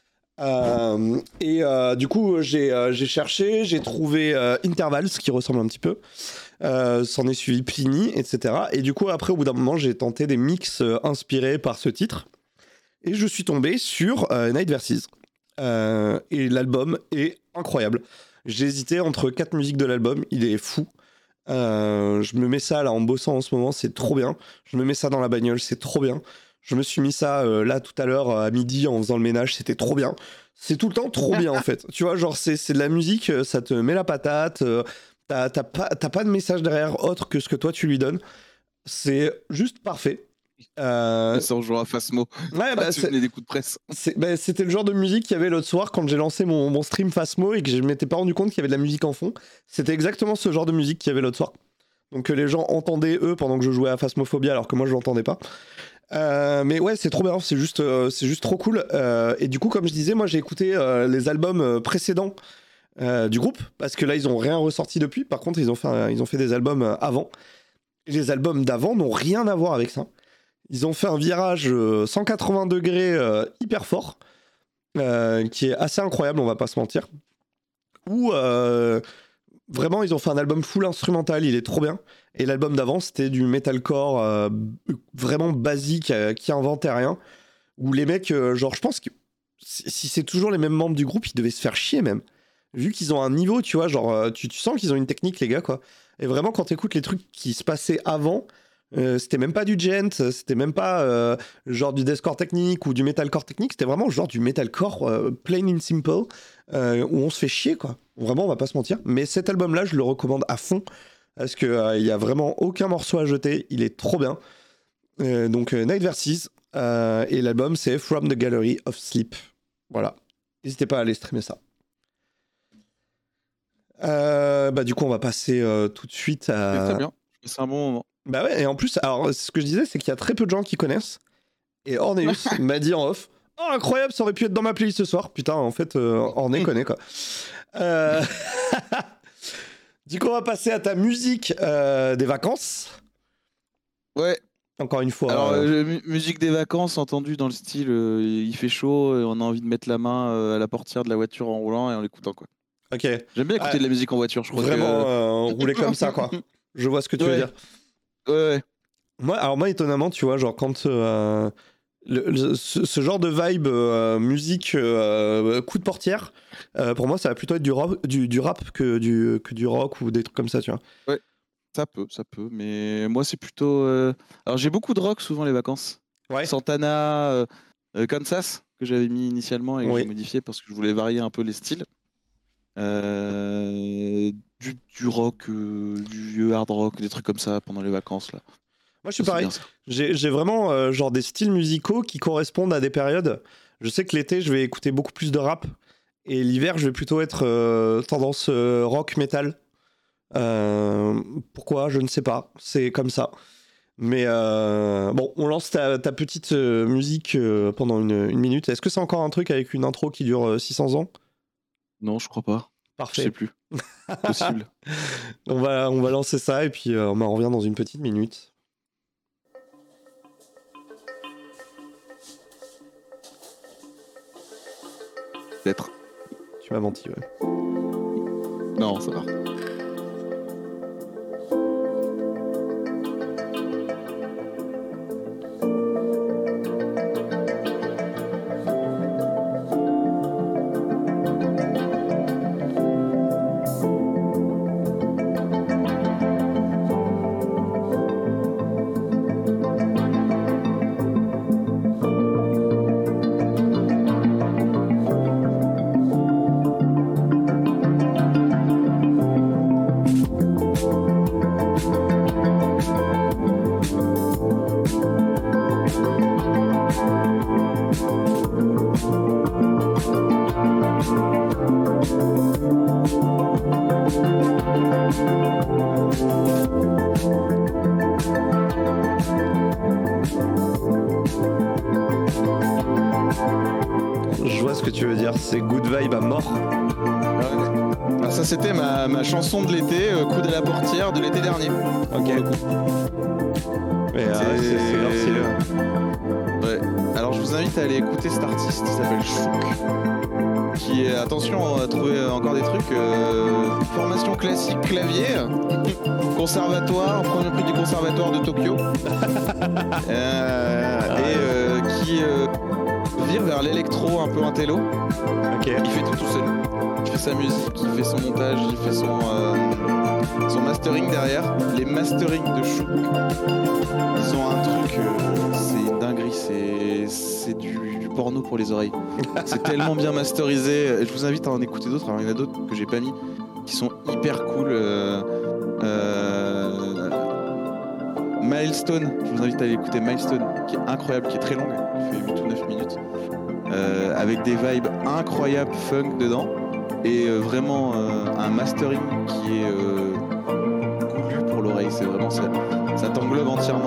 Euh, et euh, du coup, j'ai, euh, j'ai cherché, j'ai trouvé euh, Intervals qui ressemble un petit peu. Euh, s'en est suivi Pliny, et cetera. Et du coup, après, au bout d'un moment, j'ai tenté des mix euh, inspirés par ce titre. Et je suis tombé sur euh, Night Versus. Euh, et l'album est incroyable. J'ai hésité entre quatre musiques de l'album, il est fou. Euh, je me mets ça là en bossant en ce moment, c'est trop bien. Je me mets ça dans la bagnole, c'est trop bien. Je me suis mis ça euh, là tout à l'heure à midi en faisant le ménage, c'était trop bien. C'est tout le temps trop bien en fait. Tu vois, genre c'est, c'est de la musique, ça te met la patate, euh, t'as, t'as, pas, t'as pas de message derrière autre que ce que toi tu lui donnes. C'est juste parfait. Euh... Ça rejoint à Phasmo. Ouais, bah, tu venais des coups de presse. C'est, bah, c'était le genre de musique qu'il y avait l'autre soir quand j'ai lancé mon, mon stream Phasmo et que je m'étais pas rendu compte qu'il y avait de la musique en fond. C'était exactement ce genre de musique qu'il y avait l'autre soir. Donc les gens entendaient eux pendant que je jouais à Phasmophobia alors que moi je l'entendais pas. Euh, mais ouais, c'est trop bien, c'est juste, euh, c'est juste trop cool. Euh, et du coup, comme je disais, moi j'ai écouté euh, les albums précédents euh, du groupe parce que là ils ont rien ressorti depuis. Par contre, ils ont fait, un, ils ont fait des albums avant. Et les albums d'avant n'ont rien à voir avec ça. Ils ont fait un virage cent quatre-vingts degrés euh, hyper fort, euh, qui est assez incroyable, on va pas se mentir. Où euh, vraiment ils ont fait un album full instrumental, il est trop bien. Et l'album d'avant c'était du metalcore euh, vraiment basique, euh, qui inventait rien. Où les mecs, euh, genre je pense que si c'est toujours les mêmes membres du groupe, ils devaient se faire chier même. Vu qu'ils ont un niveau, tu vois, genre tu, tu sens qu'ils ont une technique les gars quoi. Et vraiment quand t'écoutes les trucs qui se passaient avant, Euh, c'était même pas du gent, c'était même pas euh, genre du deathcore technique ou du metalcore technique, c'était vraiment genre du metalcore euh, plain and simple euh, où on se fait chier quoi. Vraiment, on va pas se mentir. Mais cet album-là, je le recommande à fond parce que euh, il y a vraiment aucun morceau à jeter, il est trop bien. Euh, donc euh, Night Versus euh, et l'album c'est From the Gallery of Sleep. Voilà, n'hésitez pas à aller streamer ça. Euh, bah du coup, on va passer euh, tout de suite à. C'est très bien, c'est un bon moment. Bah ouais, et en plus, alors ce que je disais, c'est qu'il y a très peu de gens qui connaissent. Et Orneus m'a dit en off, oh incroyable, ça aurait pu être dans ma playlist ce soir. Putain, en fait, euh, Orné connaît quoi. Euh... du coup, on va passer à ta musique euh, des vacances. Ouais. Encore une fois. Alors, euh... euh, musique des vacances, entendue dans le style, euh, il fait chaud, et on a envie de mettre la main euh, à la portière de la voiture en roulant et en l'écoutant quoi. Ok. J'aime bien écouter ah, de la musique en voiture, je crois. Vraiment que... euh, rouler comme ça quoi. Je vois ce que tu ouais. veux dire. Ouais, ouais. Moi, alors moi, étonnamment, tu vois, genre quand euh, le, le, ce, ce genre de vibe euh, musique euh, coup de portière, euh, pour moi, ça va plutôt être du rap, du, du rap que du que du rock ou des trucs comme ça, tu vois. Ouais, ça peut, ça peut, mais moi, c'est plutôt. Euh... Alors, j'ai beaucoup de rock souvent les vacances. Ouais. Santana, euh, euh, Kansas que j'avais mis initialement et que oui. j'ai modifié parce que je voulais varier un peu les styles. Euh, du, du rock, euh, du vieux hard rock, des trucs comme ça pendant les vacances là. Moi je suis pareil, j'ai, j'ai vraiment euh, genre des styles musicaux qui correspondent à des périodes. Je sais que l'été je vais écouter beaucoup plus de rap et l'hiver je vais plutôt être euh, tendance euh, rock metal. Euh, pourquoi je ne sais pas, c'est comme ça. Mais euh, bon, on lance ta, ta petite euh, musique euh, pendant une, une minute. Est-ce que c'est encore un truc avec une intro qui dure euh, six cents ans ? Non, je crois pas. Parfait. Je sais plus. Possible. on, va, on va lancer ça et puis euh, on en revient dans une petite minute. Peut-être. Tu m'as menti, ouais. Non, ça va. Je vois ce que tu veux dire, c'est good vibe à mort. Ouais. Alors ça c'était ma, ma chanson de l'été, euh, Coude à la portière de l'été dernier. Ok. Mais euh, c'est, c'est, c'est leur style. Ouais. Alors je vous invite à aller écouter cet artiste qui s'appelle Chouk. Qui est, attention, on va trouver encore des trucs. Euh, formation classique, clavier, conservatoire, premier prix du conservatoire de Tokyo. euh, et euh, qui euh, vire vers l'électro un peu intello. Ok. Il fait tout tout seul. Il fait sa musique, il fait son montage, il fait son, euh, son mastering derrière. Les masterings de Chouk, ils ont un truc, euh, c'est une dinguerie, c'est, c'est du, du porno pour les oreilles. C'est tellement bien masterisé. Je vous invite à en écouter d'autres. Alors il y en a d'autres que j'ai pas mis, qui sont hyper cool. Euh, euh, Milestone, je vous invite à aller écouter Milestone, qui est incroyable, qui est très longue, qui fait huit ou neuf minutes, euh, avec des vibes incroyables funk dedans, et euh, vraiment euh, un mastering qui est euh, goulu pour l'oreille. C'est vraiment ça, ça t'englobe entièrement,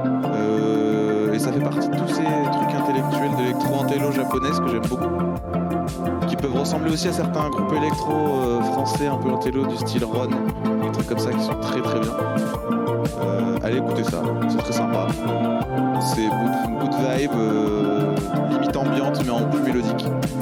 euh, et ça fait partie de tous ces trucs intellectuels d'électro-intello japonaise que j'aime beaucoup, qui peuvent ressembler aussi à certains groupes électro euh, français un peu intello du style Ron, des trucs comme ça qui sont très très bien. Euh, allez écouter ça, c'est très sympa. C'est good, good vibe, euh, limite ambiante mais en plus mélodique.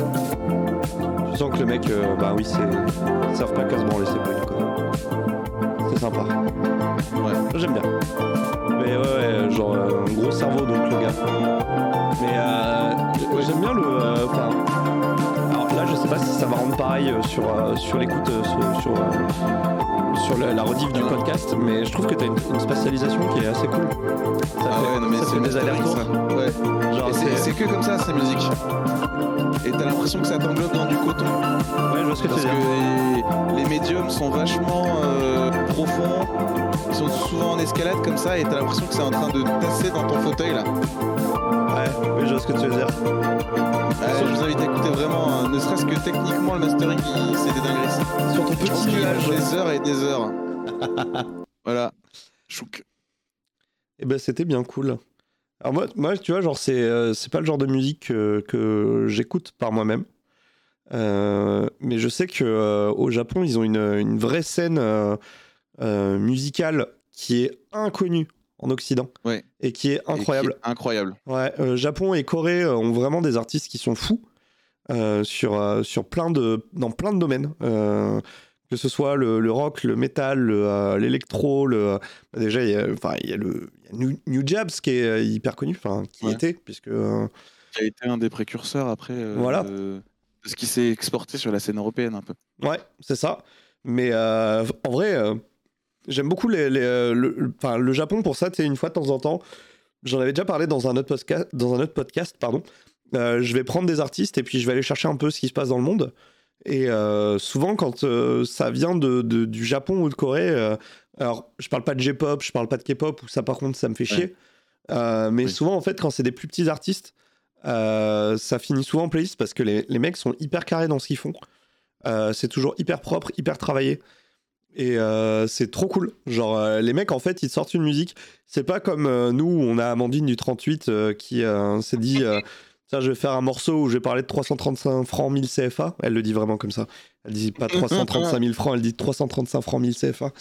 Tu sens que le mec, euh, bah oui, c'est. Ils savent pas qu'à se branler ses points, quoi. C'est sympa. Ouais. J'aime bien. Mais ouais, ouais, genre euh, un gros cerveau donc le gars. Mais euh, ouais, j'aime bien le. Enfin. Euh, alors là, je sais pas si ça va rendre pareil euh, sur, euh, sur l'écoute, euh, sur. sur euh, sur la, la rediff du podcast, mais je trouve que t'as une, une spatialisation qui est assez cool. Ça ah fait, ouais, non mais ça c'est fait des allers-retours. ça. Ouais. Genre et c'est, c'est... c'est que comme ça, ces musiques. Et t'as l'impression que ça t'englobe dans du coton. Ouais, je vois ce que tu veux dire. Parce que les, les médiums sont vachement euh, profonds, ils sont souvent en escalade comme ça, et t'as l'impression que c'est en train de tasser dans ton fauteuil là. Ouais, oui, je vois ce que tu veux dire. Ouais, je vous invite à écouter vraiment, hein, ne serait-ce que techniquement le mastering, il, c'est des dingueries. Sur ton petit nuage. Des heures et des heures. Voilà. Chouk. Et ben c'était bien cool. Alors moi, moi tu vois, genre c'est euh, c'est pas le genre de musique que, que j'écoute par moi-même. Euh, mais je sais que euh, au Japon, ils ont une, une vraie scène euh, euh, musicale qui est inconnue en Occident, ouais. Et qui est incroyable. Qui est incroyable. Ouais, euh, Japon et Corée euh, ont vraiment des artistes qui sont fous euh, sur euh, sur plein de dans plein de domaines. Euh, que ce soit le, le rock, le métal, le, euh, l'électro, le euh, déjà il y a enfin il y a le il y a New, New Jabs qui est euh, hyper connu, enfin qui ouais. était puisque euh... qui a été un des précurseurs après euh, voilà. de, de ce qui s'est exporté sur la scène européenne un peu. Ouais, c'est ça. Mais euh, en vrai. Euh... J'aime beaucoup les, les, euh, le, enfin, le Japon pour ça, tu sais, une fois de temps en temps. J'en avais déjà parlé dans un autre podcast, dans un autre podcast pardon. Euh, je vais prendre des artistes et puis je vais aller chercher un peu ce qui se passe dans le monde. Et euh, souvent, quand euh, ça vient de, de, du Japon ou de Corée, euh, alors je parle pas de J-pop, je parle pas de K-pop, où ça par contre ça me fait chier. Ouais. Euh, mais oui. Souvent, en fait, quand c'est des plus petits artistes, euh, ça finit souvent en playlist parce que les, les mecs sont hyper carrés dans ce qu'ils font. Euh, c'est toujours hyper propre, hyper travaillé. Et euh, c'est trop cool. Genre, euh, les mecs, en fait, ils sortent une musique. C'est pas comme euh, nous, on a Amandine du trente-huit euh, qui euh, s'est dit euh, tiens, je vais faire un morceau où je vais parler de trois cent trente-cinq francs mille C F A. Elle le dit vraiment comme ça. Elle dit pas trois cent trente-cinq mille francs, elle dit trois cent trente-cinq francs mille C F A.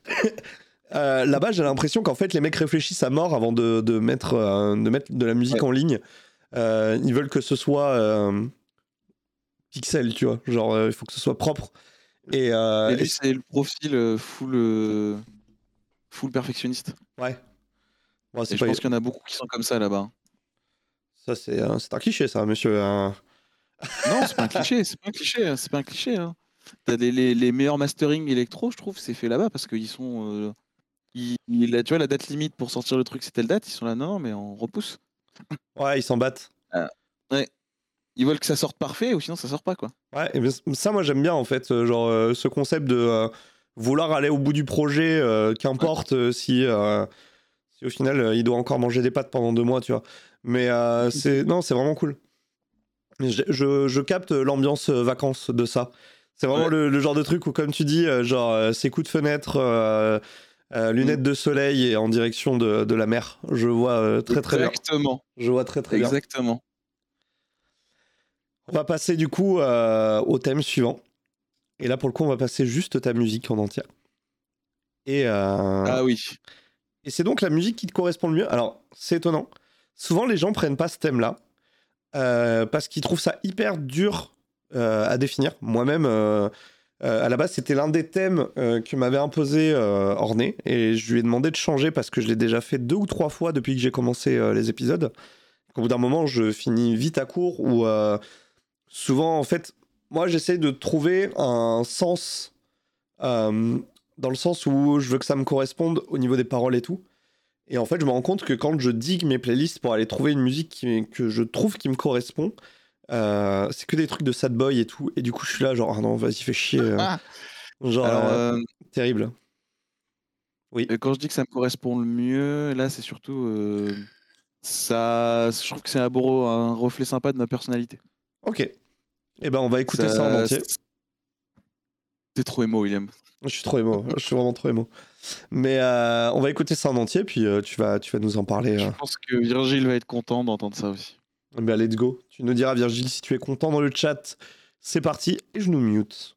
euh, là-bas, j'ai l'impression qu'en fait, les mecs réfléchissent à mort avant de, de, mettre, euh, de mettre de la musique ouais. en ligne. Euh, ils veulent que ce soit euh, pixel, tu vois. Genre, il euh, faut que ce soit propre. Et, euh, et lui, c'est le profil full, euh, full perfectionniste. Ouais. ouais et je pense qu'il y en a beaucoup qui sont comme ça là-bas. Ça, c'est, euh, c'est un cliché, ça, monsieur. Euh... Non, c'est pas un cliché, c'est pas un cliché, c'est pas un cliché. Hein. T'as des, les, les meilleurs mastering électro, je trouve, c'est fait là-bas parce qu'ils sont. Euh, ils, ils, tu vois, la date limite pour sortir le truc, c'est telle date, ils sont là, non, non, mais on repousse. Ouais, ils s'en battent. Euh, ouais. Ils veulent que ça sorte parfait ou sinon ça sort pas quoi. Ouais, et ça moi j'aime bien en fait, genre euh, ce concept de euh, vouloir aller au bout du projet, euh, qu'importe ouais. euh, si, euh, si au final euh, il doit encore manger des pâtes pendant deux mois, tu vois. Mais euh, c'est non, c'est vraiment cool. Je, je, je capte l'ambiance vacances de ça. C'est vraiment Ouais. le, le genre de truc où, comme tu dis, euh, genre, euh, ces coups de fenêtre, euh, euh, lunettes de soleil et en direction de, de la mer. Je vois euh, très très bien. Exactement. Je vois très très bien. Exactement. On va passer du coup euh, au thème suivant. Et là, pour le coup, on va passer juste ta musique en entière. Et, euh, Ah oui. et c'est donc la musique qui te correspond le mieux. Alors, c'est étonnant. Souvent, les gens prennent pas ce thème-là euh, parce qu'ils trouvent ça hyper dur euh, à définir. Moi-même, euh, euh, à la base, c'était l'un des thèmes euh, que m'avait imposé euh, Orné. Et je lui ai demandé de changer parce que je l'ai déjà fait deux ou trois fois depuis que j'ai commencé euh, les épisodes. Au bout d'un moment, je finis vite à court ou euh, souvent, en fait, moi, j'essaie de trouver un sens euh, dans le sens où je veux que ça me corresponde au niveau des paroles et tout. Et en fait, je me rends compte que quand je digue mes playlists pour aller trouver une musique qui, que je trouve qui me correspond, euh, c'est que des trucs de sad boy et tout. Et du coup, je suis là, genre, ah non, vas-y, fais chier. euh. Ah. Genre, Alors, euh, euh, terrible. Oui. Et quand je dis que ça me correspond le mieux, là, c'est surtout. euh, ça, je trouve que c'est un, beau, un reflet sympa de ma personnalité. Ok. Eh ben, on va écouter ça, en entier. T'es trop émo, William. Je suis trop émo. Je suis vraiment trop émo. Mais euh, on va écouter ça en entier, puis euh, tu, vas, tu vas nous en parler. Je euh. pense que Virgile va être content d'entendre ça aussi. Eh ben, let's go. Tu nous diras, Virgile, si tu es content dans le chat. C'est parti, et je nous mute.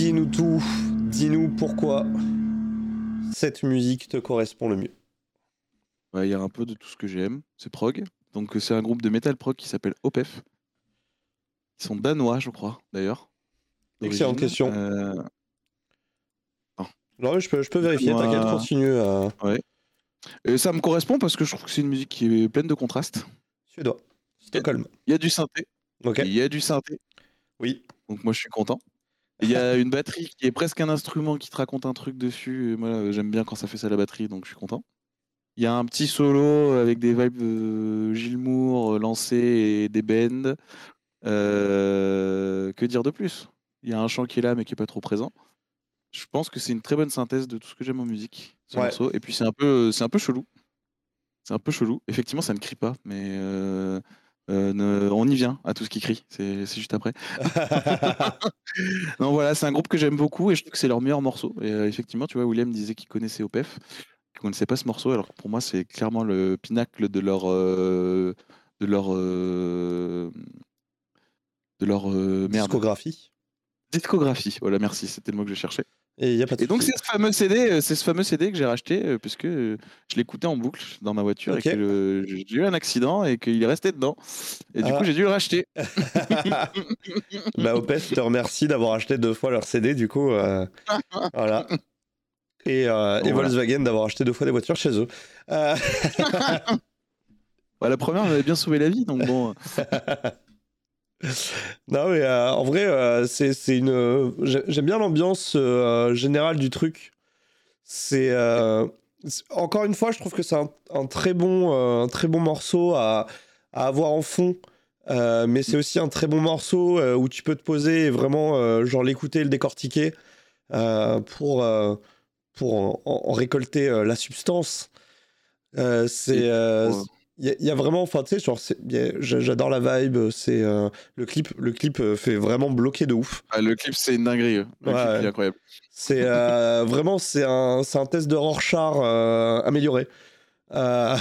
dis-nous tout. Dis-nous pourquoi cette musique te correspond le mieux. Ouais, il y a un peu de tout ce que j'aime. C'est prog. Donc, euh, c'est un groupe de metal prog qui s'appelle Opeth. Ils sont danois, je crois, d'ailleurs. Excellente d'origine. question. Euh, Non, mais je peux, je peux vérifier, Danois- t'inquiète, continue à Ouais. Et ça me correspond parce que je trouve que c'est une musique qui est pleine de contrastes. suédois. Stockholm. Il y a du synthé. Ok. Il y a du synthé. Oui. Donc moi je suis content. Et il y a une batterie qui est presque un instrument qui te raconte un truc dessus. Et moi euh, j'aime bien quand ça fait ça la batterie, donc je suis content. Il y a un petit solo avec des vibes euh, Gilles Moore, euh, lancé et des bends. Euh, que dire de plus? Il y a un chant qui est là mais qui est pas trop présent. Je pense que c'est une très bonne synthèse de tout ce que j'aime en musique, ce Ouais. morceau. Et puis c'est un peu, c'est un peu chelou. C'est un peu chelou. Effectivement, ça ne crie pas, mais euh, euh, ne- on y vient à tout ce qui crie. C'est c'est juste après. Non, voilà, c'est un groupe que j'aime beaucoup et je trouve que c'est leur meilleur morceau. Et euh, effectivement, tu vois, William disait qu'il connaissait Opeth, qu'il connaissait pas ce morceau, alors que pour moi, c'est clairement le pinacle de leur euh, de leur euh, de leur euh, merde. Discographie. Discographie. Voilà, merci, c'était le mot que je cherchais. Et, y a pas de Et donc souci. c'est ce fameux C D, euh, c'est ce fameux C D que j'ai racheté euh, parce que euh, je l'écoutais en boucle dans ma voiture Ok. et que le- j'ai eu un accident et qu'il est resté dedans. Et du Ah. coup, j'ai dû le racheter. Bah, Opeth te remercie d'avoir acheté deux fois leur C D, du coup. euh, Voilà. Et, euh, et Bon, voilà. Volkswagen d'avoir acheté deux fois des voitures chez eux. Euh, Bah, la première m'avait bien sauvé la vie, donc bon. Non, mais euh, en vrai, euh, c'est c'est une. euh, j'ai- J'aime bien l'ambiance euh, générale du truc. C'est. euh, c'est- encore une fois, je trouve que c'est un, un très bon, euh, un très bon morceau à, à avoir en fond. Euh, mais c'est aussi un très bon morceau euh, où tu peux te poser et vraiment euh, genre l'écouter et le décortiquer euh, pour, euh, pour en, en- en récolter euh, la substance. Euh, c'est. euh, pour, euh, Il y, a- il y a vraiment, enfin, tu sais, genre, c'est- il y a- j'a- j'adore la vibe. C'est euh, le clip, le clip euh, fait vraiment bloquer de ouf. Ah, le clip, c'est une dinguerie. euh. Le Ouais, clip, il ouais. est incroyable. C'est euh, vraiment, c'est un, c'est un test de Rorschach euh, amélioré. Euh,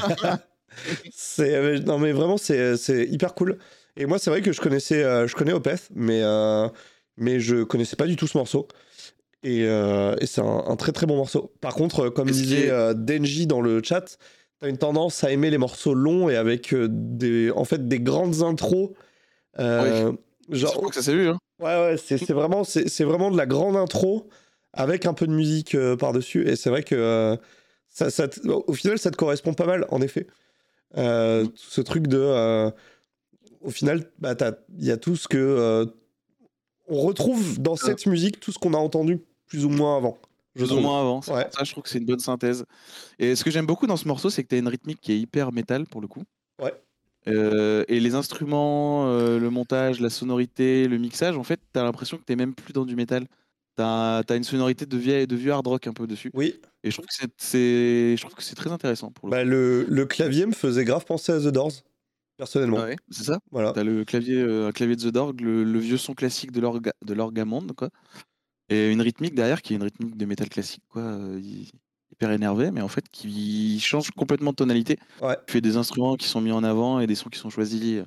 c'est, euh, non mais vraiment, c'est, c'est hyper cool. Et moi, c'est vrai que je connaissais, euh, je connais Opeth, mais euh, mais je connaissais pas du tout ce morceau. Et, euh, et c'est un, un très très bon morceau. Par contre, euh, comme Et ce qui disait est- euh, Denji dans le chat, t'as une tendance à aimer les morceaux longs et avec euh, des, en fait, des grandes intros. Euh, Je trouve que ça s'est vu. Hein. Ouais, ouais, c'est c'est vraiment, c'est c'est vraiment de la grande intro avec un peu de musique euh, par-dessus. Et c'est vrai que euh, ça, ça te- au final, ça te correspond pas mal, en effet. Euh, ce truc de. euh, au final, bah, t'as- il y a tout ce que. euh, on retrouve dans cette musique tout ce qu'on a entendu plus ou moins avant. Je Plus ou trouve. moins avant. C'est Ouais. pour ça, je trouve que c'est une bonne synthèse. Et ce que j'aime beaucoup dans ce morceau, c'est que tu as une rythmique qui est hyper métal pour le coup. Ouais. Euh, et les instruments, euh, le montage, la sonorité, le mixage, en fait, tu as l'impression que tu même plus dans du métal. Tu as une sonorité de, vieille, de vieux hard rock un peu dessus. Oui. Et je trouve que c'est- c'est je trouve que c'est très intéressant pour le Bah, le, le clavier me faisait grave penser à The Doors, personnellement. coup. Ouais, c'est ça. Voilà. Tu as le clavier, euh, un clavier de The Doors, le, le vieux son classique de l'orga- de l'orgamonde, quoi. Et une rythmique derrière qui est une rythmique de métal classique, quoi. euh, hy- hyper énervé, mais en fait qui change complètement de tonalité. Ouais. Tu fais des instruments qui sont mis en avant et des sons qui sont choisis.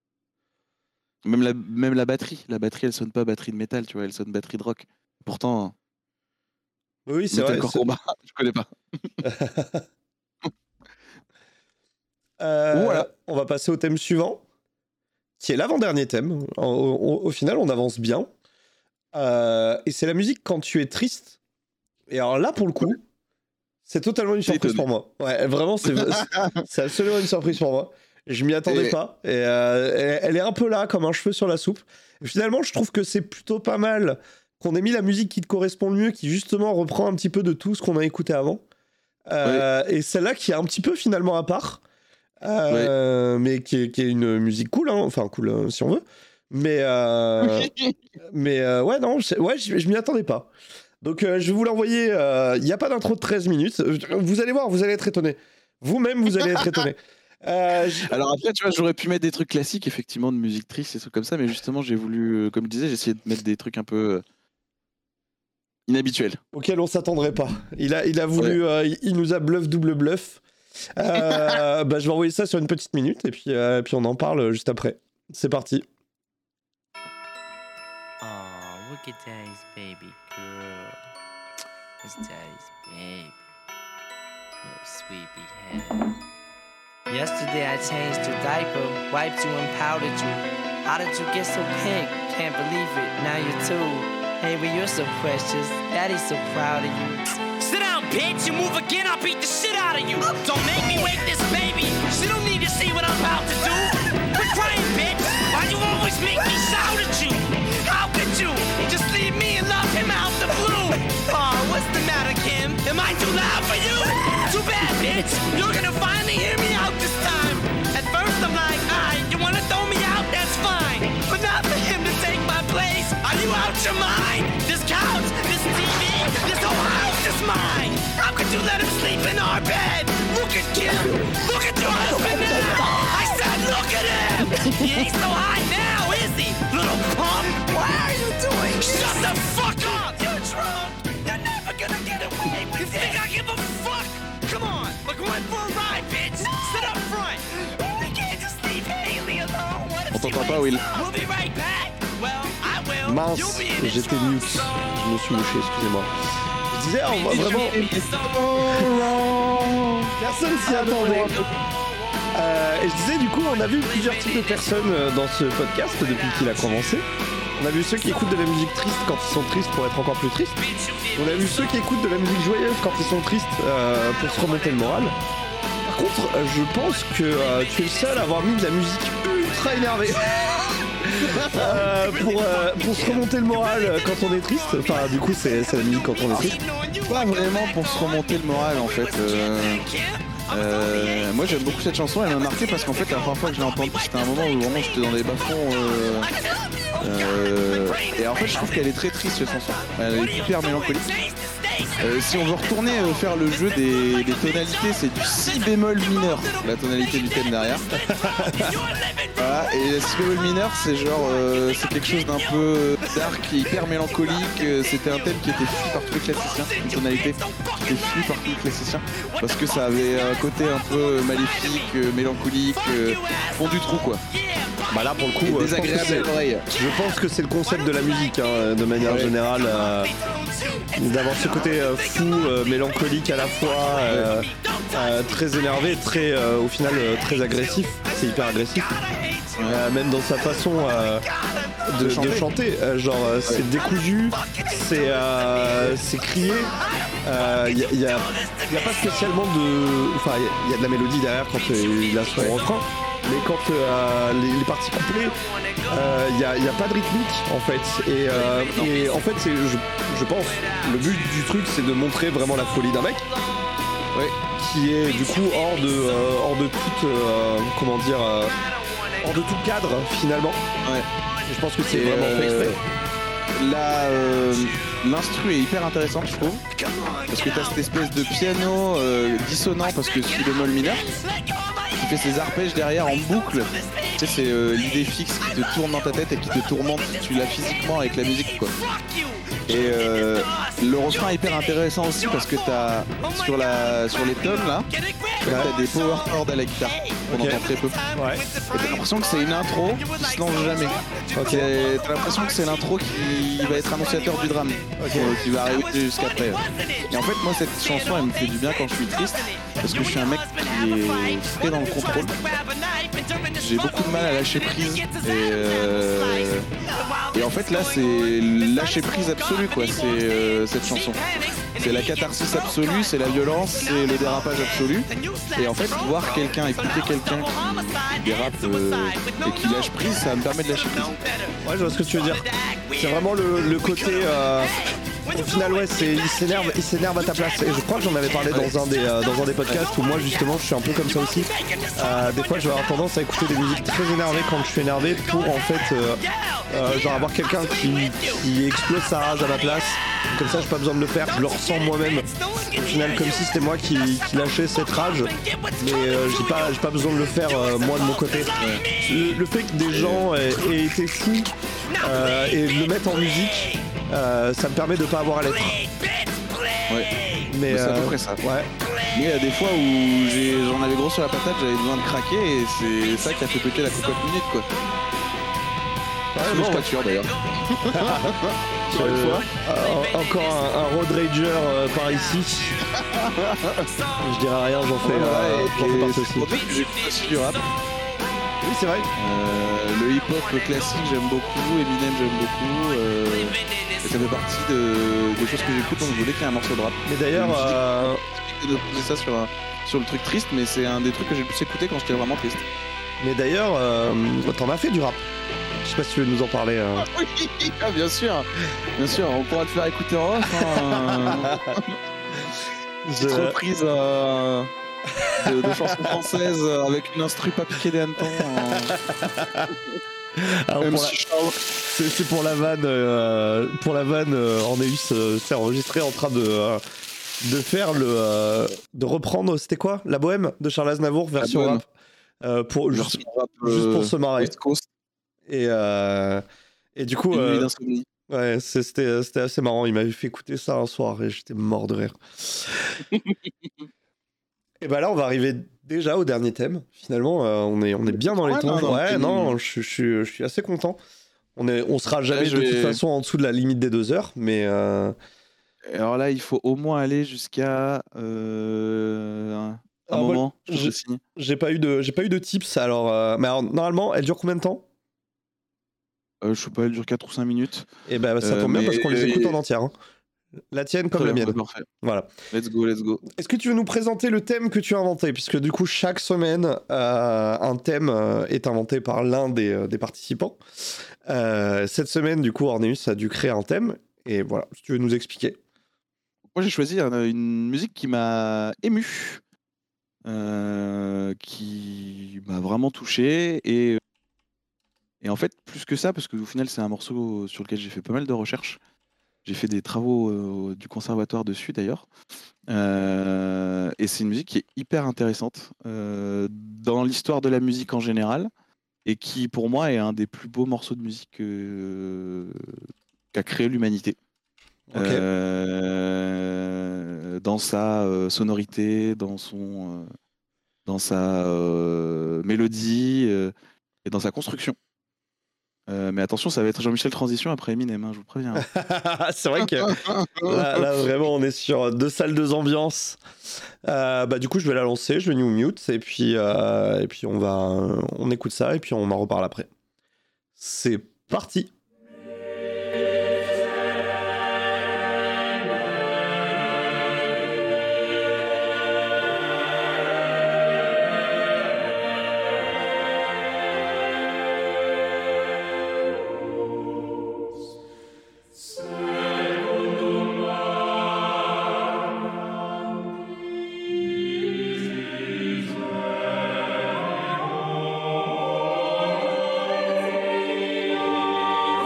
Même la, même la batterie, la batterie elle sonne pas batterie de métal, tu vois, elle sonne batterie de rock. Pourtant, Oui, c'est Metal vrai. Core c'est- Combat, je connais pas. Euh, Voilà. On va passer au thème suivant, qui est l'avant-dernier thème. Au, au- au final, on avance bien. Euh, et c'est la musique quand tu es triste. Et alors là, pour le coup, c'est totalement une T'es surprise étonné. pour moi. Ouais, vraiment, c'est c'est absolument une surprise pour moi. Je m'y attendais Et- pas. Et euh, elle, elle est un peu là, comme un cheveu sur la soupe. Et finalement, je trouve que c'est plutôt pas mal qu'on ait mis la musique qui te correspond le mieux, qui justement reprend un petit peu de tout ce qu'on a écouté avant. Euh, Et celle-là qui est un petit peu finalement à part. Euh, mais qui est, qui est une musique cool, hein. Enfin cool euh, si on veut. Mais, euh, mais euh, ouais, non, je, ouais, je, je m'y attendais pas. Donc euh, je vais vous l'envoyer. Il n'y a pas d'intro de treize minutes. Vous allez voir, vous allez être étonnés. Vous-même, vous allez être étonnés. Euh, j- Alors après, tu vois, j'aurais pu mettre des trucs classiques, effectivement, de musique triste et trucs comme ça, mais justement, j'ai voulu, euh, comme je disais, j'ai essayé de mettre des trucs un peu euh, inhabituels. auquel on s'attendrait pas. Il a, il a voulu, euh, il, il nous a bluff double bluff. Euh, bah, je vais envoyer ça sur une petite minute et puis, euh, puis on en parle juste après. C'est parti. Ah look at Daddy's baby girl. It's Daddy's baby. Little sweet behead. Yesterday I changed your diaper, wiped you and powdered you. How did you get so pink? Can't believe it, now you're two. Hey, but you're so precious, Daddy's so proud of you. Sit down, bitch, you move again, I'll beat the shit out of you. Don't make me wake this baby, she don't need to see what I'm about to do. Quit crying, bitch, why you always make me shout at you? How could you just leave me and love him out the blue? Oh, what's the matter, Kim? Am I too loud for you? Too bad, bitch, you're gonna finally hear me out this time. At first I'm like, alright, you wanna throw me out, that's fine. But not for him to take my place. Are you out your mind? This couch, this T V, this whole house is mine. How could you let him sleep in our bed? Look at Kim, look at your husband now. I said look at him. He ain't so high now, is he? Little punk. What are you doing? Shut the fuck up. You're drunk. You're never gonna get away with it. You think I give a fuck? Come on, we're going for a ride, bitch. Sit up front. We can't just leave Haley alone. What if On t'entend pas, Will. we'll be right back? Well, I will. Mince, j'étais mute. Je me suis mouché, excusez-moi. Je disais, on va vraiment. Personne s'y attendait. Euh, et je disais, du coup, on a vu plusieurs types de personnes dans ce podcast depuis qu'il a commencé. On a vu ceux qui écoutent de la musique triste quand ils sont tristes pour être encore plus tristes. On a vu ceux qui écoutent de la musique joyeuse quand ils sont tristes euh, pour se remonter le moral. Par contre, euh, je pense que euh, tu es le seul à avoir mis de la musique ultra énervée. euh, pour, euh, pour se remonter le moral quand on est triste. Enfin, du coup, c'est, c'est la musique quand on est triste. Pas vraiment pour se remonter le moral en fait. Euh, euh, moi j'aime beaucoup cette chanson, elle m'a marqué parce qu'en fait la première fois que je l'ai entendue c'était un moment où vraiment j'étais dans les bas-fonds. Euh, euh, et en fait je trouve qu'elle est très triste cette chanson. Elle est hyper mélancolique. Euh, si on veut retourner euh, faire le jeu des, des tonalités, c'est du si bémol mineur, la tonalité du thème derrière. Voilà, et si bémol mineur, c'est genre, euh, c'est quelque chose d'un peu dark, hyper mélancolique. Euh, c'était un thème qui était fui par tous les classiciens, une tonalité qui était fui par tous les classiciens, parce que ça avait un côté un peu maléfique, euh, mélancolique, euh, fond du trou quoi. Bah là pour le coup, euh, désagréable à l'oreille. Je pense que c'est le concept de la musique, hein, de manière ouais. générale, euh, d'avoir ce côté euh, fou, euh, mélancolique à la fois, euh, euh, très énervé, très, euh, au final euh, très agressif. C'est hyper agressif. Ouais. Euh, même dans sa façon euh, de, de chanter, de chanter euh, genre euh, ouais. c'est décousu, c'est euh, c'est crié. Il euh, y, y, y a pas spécialement de, enfin il y, y a de la mélodie derrière quand euh, il a son ouais. refrain. Mais quand euh, les, les parties couplées, il euh, n'y a, a pas de rythmique en fait. Et, euh, et en fait, c'est, je, je pense, le but du truc, c'est de montrer vraiment la folie d'un mec, ouais. qui est du coup hors de, euh, hors de toute, euh, comment dire, euh, hors de tout cadre finalement. Ouais. Je pense que c'est et vraiment euh, fait exprès. Là, euh, l'instru est hyper intéressante, je trouve, parce que t'as cette espèce de piano euh, dissonant parce que si bémol mineur. Qui fait ses arpèges derrière en boucle. Tu sais, c'est euh, l'idée fixe qui te tourne dans ta tête et qui te tourmente, tu l'as physiquement avec la musique quoi. Et euh, le refrain est hyper intéressant aussi parce que t'as sur la sur les tomes là, ouais. t'as des power chords à la guitare qu'on okay. entend très peu. Ouais. Et t'as l'impression que c'est une intro qui se lance jamais. Okay. T'as l'impression que c'est l'intro qui va être annonciateur du drame, okay. euh, qui va arriver jusqu'après. Et en fait moi cette chanson elle me fait du bien quand je suis triste parce que je suis un mec qui est très dans le contrôle. J'ai beaucoup de mal à lâcher prise et, euh, et en fait là c'est lâcher prise absolue quoi, c'est euh, cette chanson. C'est la catharsis absolue, c'est la violence, c'est le dérapage absolu. Et en fait voir quelqu'un, écouter quelqu'un qui dérape euh, et qui lâche prise, ça me permet de lâcher prise. Ouais je vois ce que tu veux dire. C'est vraiment le, le côté... Euh... Au final ouais c'est il s'énerve il s'énerve à ta place et je crois que j'en avais parlé dans un des euh, dans un des podcasts où moi justement je suis un peu comme ça aussi. Euh, des fois je vais avoir tendance à écouter des musiques très énervées quand je suis énervé pour en fait euh, euh, genre avoir quelqu'un qui, qui explose sa rage à ma place. Comme ça j'ai pas besoin de le faire, je le ressens moi-même. Au final comme si c'était moi qui, qui lâchais cette rage. Mais euh, j'ai pas j'ai pas besoin de le faire euh, moi de mon côté. Le, le fait que des gens aient, aient été fous euh, et le mettre en musique. Euh, ça me permet de pas avoir à l'être. Ouais. Mais, mais c'est euh, à peu près ça. Ouais. Mais il y a des fois où j'ai, j'en avais gros sur la patate, j'avais besoin de craquer et c'est ça qui a fait péter la cocotte minute quoi. Sous bon, voiture d'ailleurs. Encore une Euh, fois. euh, encore un, un road rager euh, par ici. Je dirais rien, j'en fais, Voilà, euh, et- j'en fais et partie c'est aussi. pour dire que j'écoute aussi du rap. Oui, c'est vrai. Euh, le hip-hop classique, j'aime beaucoup. Eminem, j'aime beaucoup. Euh, et ça fait partie de, des choses que j'écoute, donc je voulais qu'il y ait un morceau de rap. Mais d'ailleurs, Je me suis dit, euh, c'est compliqué de poser ça sur, un- sur le truc triste, mais c'est un des trucs que j'ai le plus écouté quand j'étais vraiment triste. mais d'ailleurs, euh, t'en as fait du rap. Je sais pas si tu veux nous en parler. euh. Oui, ah, bien sûr, bien sûr, on pourra te faire écouter en off. Hein. Petite Je- reprise euh, de, de chansons françaises euh, avec une instru pas piqué des hannetons. euh. Alors, M pour C la- Charles. C'est c'est pour la vanne, euh, pour la vanne, euh, Orneus euh, s'est enregistré en train de euh, de faire le, euh, de reprendre, c'était quoi, La Bohème de Charles Aznavour version Bohème. rap, euh, pour juste, Version rap, juste pour euh, se marrer. West Coast. Et euh, et du coup, Une nuit euh, d'insomnie. ouais, c'est- c'était c'était assez marrant. Il m'avait fait écouter ça un soir et j'étais mort de rire. Et bah là, on va arriver déjà au dernier thème. Finalement, euh, on est on est bien dans les Ouais, temps. non, non, Ouais, c'est- non, je, je suis je suis assez content. On est on sera jamais je de toute vais- façon en dessous de la limite des deux heures, mais euh, Et alors là, il faut au moins aller jusqu'à euh, un, un Ah, moi, moment. Je je- te signe. j'ai pas eu de j'ai pas eu de tips. Alors, euh, mais alors, normalement, elle dure combien de temps? Euh, je sais pas, elle dure quatre ou cinq minutes. Et ben ça Euh, tombe bien mais- parce qu'on les écoute en entière. hein. La tienne comme Très la bien, mienne. bah, parfait. Voilà. Let's go, let's go. Est-ce que tu veux nous présenter le thème que tu as inventé? Puisque du coup, chaque semaine, euh, un thème euh, est inventé par l'un des, euh, des participants. Euh, cette semaine, du coup, Orneus a dû créer un thème. Et voilà, si tu veux nous expliquer. Moi, j'ai choisi un- une musique qui m'a ému, euh, qui m'a vraiment touché. Et, et en fait, plus que ça, parce qu'au final, c'est un morceau sur lequel j'ai fait pas mal de recherches. J'ai fait des travaux euh, du conservatoire dessus, d'ailleurs. Euh, et c'est une musique qui est hyper intéressante euh, dans l'histoire de la musique en général. Et qui, pour moi, est un des plus beaux morceaux de musique euh, qu'a créé l'humanité. Ok. Euh, dans sa euh, sonorité, dans son, euh, dans sa euh, mélodie euh, et dans sa construction. Euh, mais attention, ça va être Jean-Michel Transition après Eminem, hein, je vous préviens. C'est vrai que là, là, vraiment, on est sur deux salles, deux ambiances. Euh, bah, du coup, je vais la lancer, je vais new mute, et puis, euh, et puis on va, on écoute ça, et puis on en reparle après. C'est parti. Thank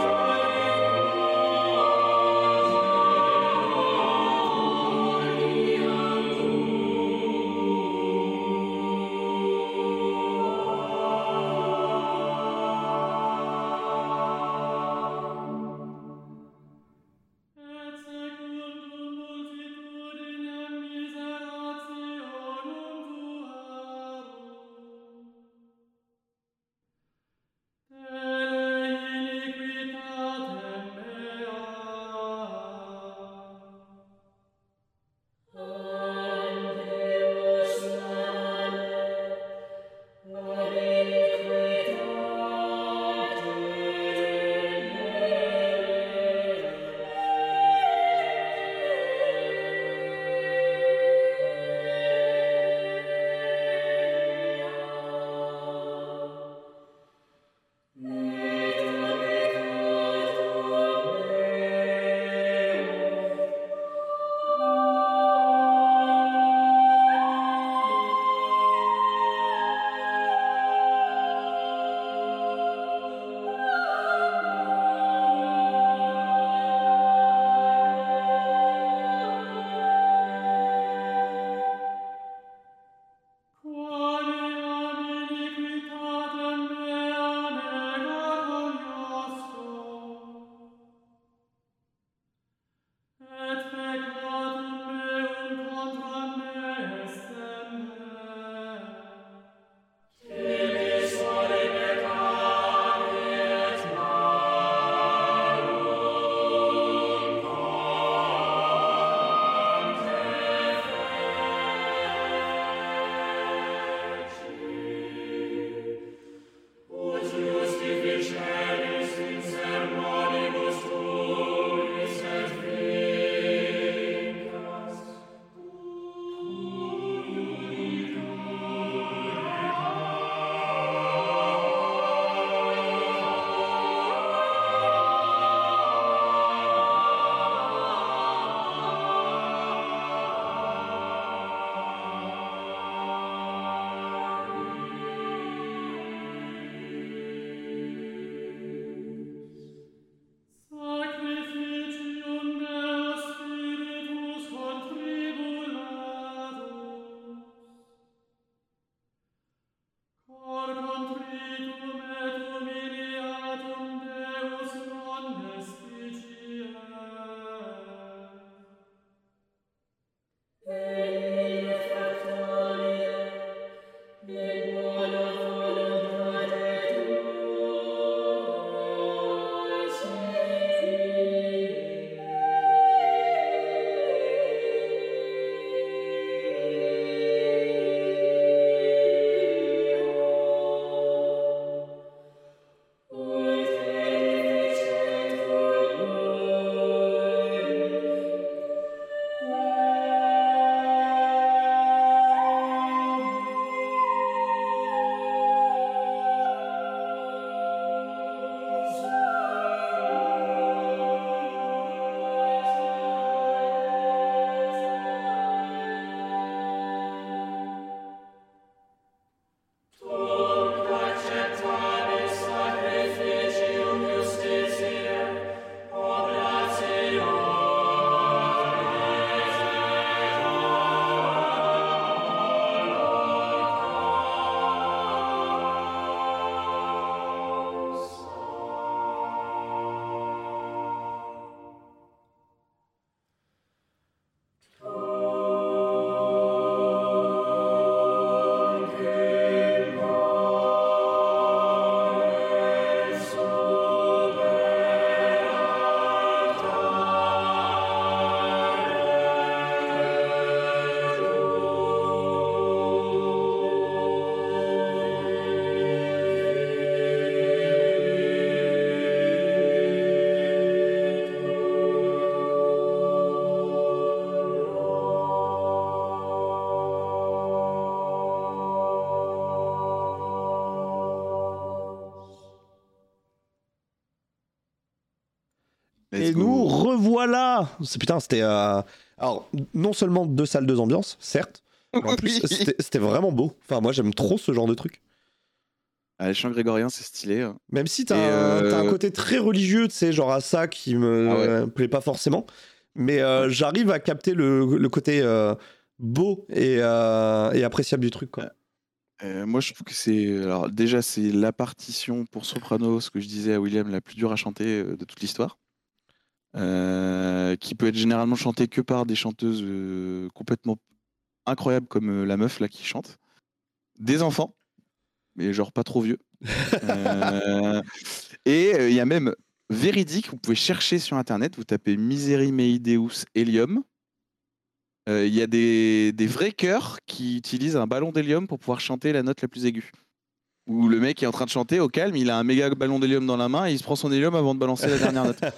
Et go. nous revoilà. C'est putain, c'était euh, alors non seulement deux salles, deux ambiances, certes, mais en plus Oui. c'était c'était vraiment beau. Enfin, moi j'aime trop ce genre de truc. Ah, les chants grégoriens, c'est stylé. hein. Même si t'as Et, un, euh, t'as un côté très religieux, tu sais, genre à ça qui me Ah ouais. euh, plaît pas forcément, mais euh, j'arrive à capter le, le côté euh, beau et, euh, et appréciable du truc, quoi. Euh, moi, je trouve que c'est. Alors, déjà, c'est la partition pour soprano, ce que je disais à William, la plus dure à chanter euh, de toute l'histoire. Euh, qui peut être généralement chantée que par des chanteuses euh, complètement incroyables comme euh, la meuf là qui chante. Des enfants, mais genre pas trop vieux. Euh, et il euh, y a même véridique, vous pouvez chercher sur internet, vous tapez Miseri Mei Deus Helium. Il euh, y a des, des vrais chœurs qui utilisent un ballon d'hélium pour pouvoir chanter la note la plus aiguë. Où le mec est en train de chanter au calme, il a un méga ballon d'hélium dans la main et il se prend son hélium avant de balancer la dernière note.